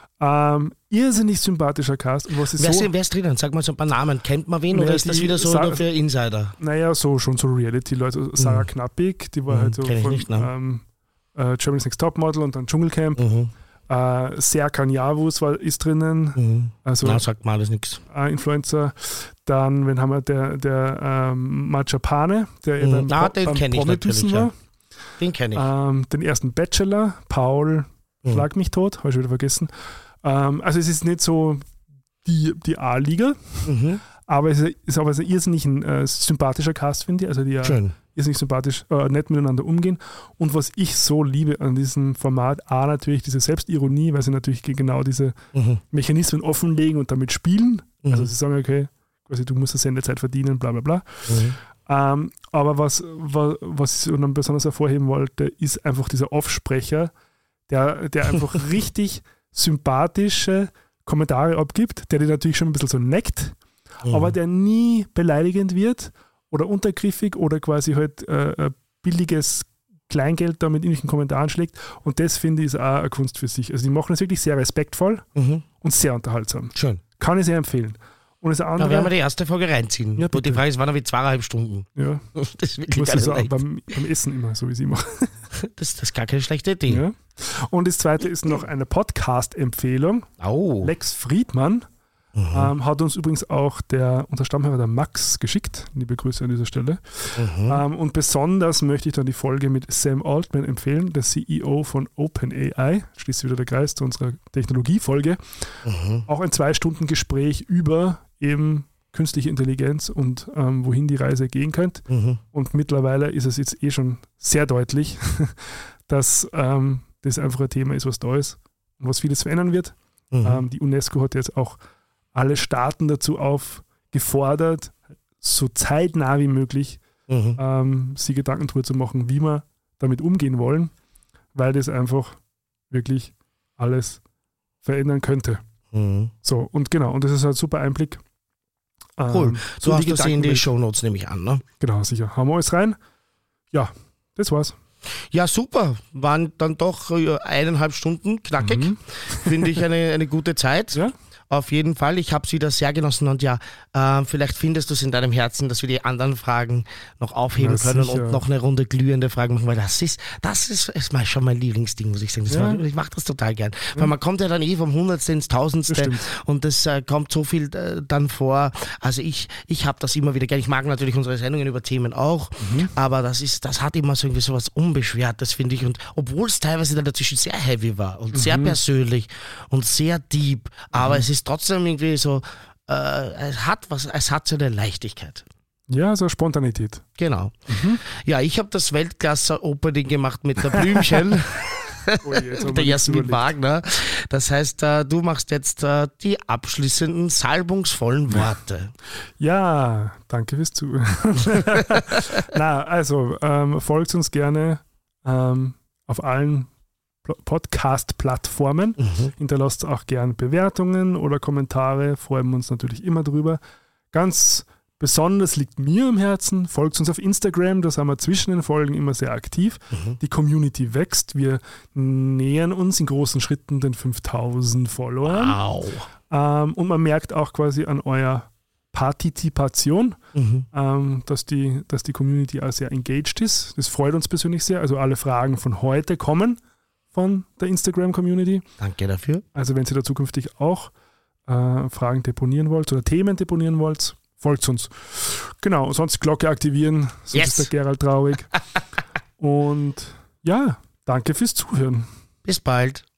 Ähm, irrsinnig sympathischer Cast. Und was ist wer, so, ist, wer ist drinnen? Sag mal so ein paar Namen. Kennt man wen naja, oder ist das wieder so Sa- nur für Insider? Naja, so schon so Reality-Leute. Sarah mhm. Knappig, die war mhm. halt so Kenn ich von nicht, ne? ähm, äh, Germany's Next Topmodel und dann Dschungelcamp. Mhm. Äh, Serkan Yavuz war, ist drinnen. Mhm. Also, Na, sagt mal alles nichts. Äh, Influencer. Dann, wen haben wir? Der, der ähm, Machapane, der mhm. beim, Na, den beim kenn ich Promi-Düssen war. Ja. Den kenne ich. Ähm, den ersten Bachelor, Paul, mhm. schlag mich tot, habe ich wieder vergessen. Ähm, also es ist nicht so die, die A-Liga, mhm. aber es ist aber ein irrsinnig ein, äh, sympathischer Cast, finde ich. Also die Schön. irrsinnig sympathisch, äh, nett miteinander umgehen. Und was ich so liebe an diesem Format, A, natürlich diese Selbstironie, weil sie natürlich genau diese mhm. Mechanismen offenlegen und damit spielen. Mhm. Also sie sagen, okay, quasi du musst eine Sendezeit verdienen, bla bla bla. Mhm. Ähm, aber was, was, was ich dann besonders hervorheben wollte, ist einfach dieser Offsprecher, der, der einfach richtig sympathische Kommentare abgibt, der die natürlich schon ein bisschen so neckt, mhm. aber der nie beleidigend wird oder untergriffig oder quasi halt äh, billiges Kleingeld da mit irgendwelchen Kommentaren schlägt. Und das, finde ich, ist auch eine Kunst für sich. Also die machen das wirklich sehr respektvoll mhm. und sehr unterhaltsam. Schön. Kann ich sehr empfehlen. Und das andere, da werden wir die erste Folge reinziehen. Ja, die Frage ist, wann habe ich zweieinhalb Stunden? Ja. Das ist wirklich das auch beim, beim Essen immer, so wie sie machen. Das, das ist gar keine schlechte Idee. Ja. Und das zweite ist noch eine Podcast-Empfehlung. Oh. Lex Friedmann mhm. ähm, hat uns übrigens auch der, unser Stammhörer, der Max, geschickt. Liebe Grüße an dieser Stelle. Mhm. Ähm, und besonders möchte ich dann die Folge mit Sam Altman empfehlen, der C E O von OpenAI. Schließt wieder der Kreis zu unserer Technologiefolge. Mhm. Auch ein Zwei-Stunden-Gespräch über eben künstliche Intelligenz und ähm, wohin die Reise gehen könnte. Mhm. Und mittlerweile ist es jetzt eh schon sehr deutlich, dass ähm, das einfach ein Thema ist, was da ist und was vieles verändern wird. Mhm. Ähm, die UNESCO hat jetzt auch alle Staaten dazu aufgefordert, so zeitnah wie möglich Mhm. ähm, sich Gedanken darüber zu machen, wie wir damit umgehen wollen, weil das einfach wirklich alles verändern könnte. Mhm. So, und genau, und das ist halt ein super Einblick. Ähm, Cool. so Du hast das in die Gedankenwelt. Shownotes, nehme ich an, ne? Genau, sicher. Haben wir alles rein? Ja, das war's. Ja, super. Waren dann doch äh, eineinhalb Stunden knackig. Mhm. Finde ich eine, eine gute Zeit. Ja. Auf jeden Fall. Ich habe es wieder sehr genossen und ja, äh, vielleicht findest du es in deinem Herzen, dass wir die anderen Fragen noch aufheben Na, können sicher. und noch eine Runde glühende Fragen machen, weil das ist, das ist, ist mal schon mein Lieblingsding, muss ich sagen. Das Ja. war, ich mache das total gern. Weil man kommt ja dann eh vom Hundertste ins Tausendste Das stimmt. und das äh, kommt so viel äh, dann vor. Also ich, ich habe das immer wieder gern. Ich mag natürlich unsere Sendungen über Themen auch, Mhm. aber das ist, das hat immer so irgendwie so was Unbeschwertes, finde ich. Und obwohl es teilweise dann dazwischen sehr heavy war und sehr Mhm. persönlich und sehr deep, aber es ist trotzdem irgendwie so, äh, es hat was, es hat so eine Leichtigkeit. Ja, so Spontanität. Genau. Mhm. Ja, ich habe das Weltklasse-Opening gemacht mit der Blümchen, Oh, jetzt haben mit wir der nichts Jasmin überlegt. Wagner. Das heißt, äh, du machst jetzt äh, die abschließenden, salbungsvollen Worte. Ja, danke fürs Zuhören. Na, also ähm, folgt uns gerne ähm, auf allen Pl- Podcast-Plattformen. Mhm. Hinterlasst auch gern Bewertungen oder Kommentare, freuen wir uns natürlich immer drüber. Ganz besonders liegt mir am Herzen, folgt uns auf Instagram, da sind wir zwischen den Folgen immer sehr aktiv. Mhm. Die Community wächst, wir nähern uns in großen Schritten den fünftausend Followern. Au. Ähm, und man merkt auch quasi an eurer Partizipation, Mhm. ähm, dass, die, dass die Community auch sehr engaged ist. Das freut uns persönlich sehr. Also alle Fragen von heute kommen von der Instagram-Community. Danke dafür. Also wenn ihr da zukünftig auch äh, Fragen deponieren wollt oder Themen deponieren wollt, folgt uns. Genau, sonst Glocke aktivieren, sonst Yes. ist der Gerald traurig. Und ja, danke fürs Zuhören. Bis bald.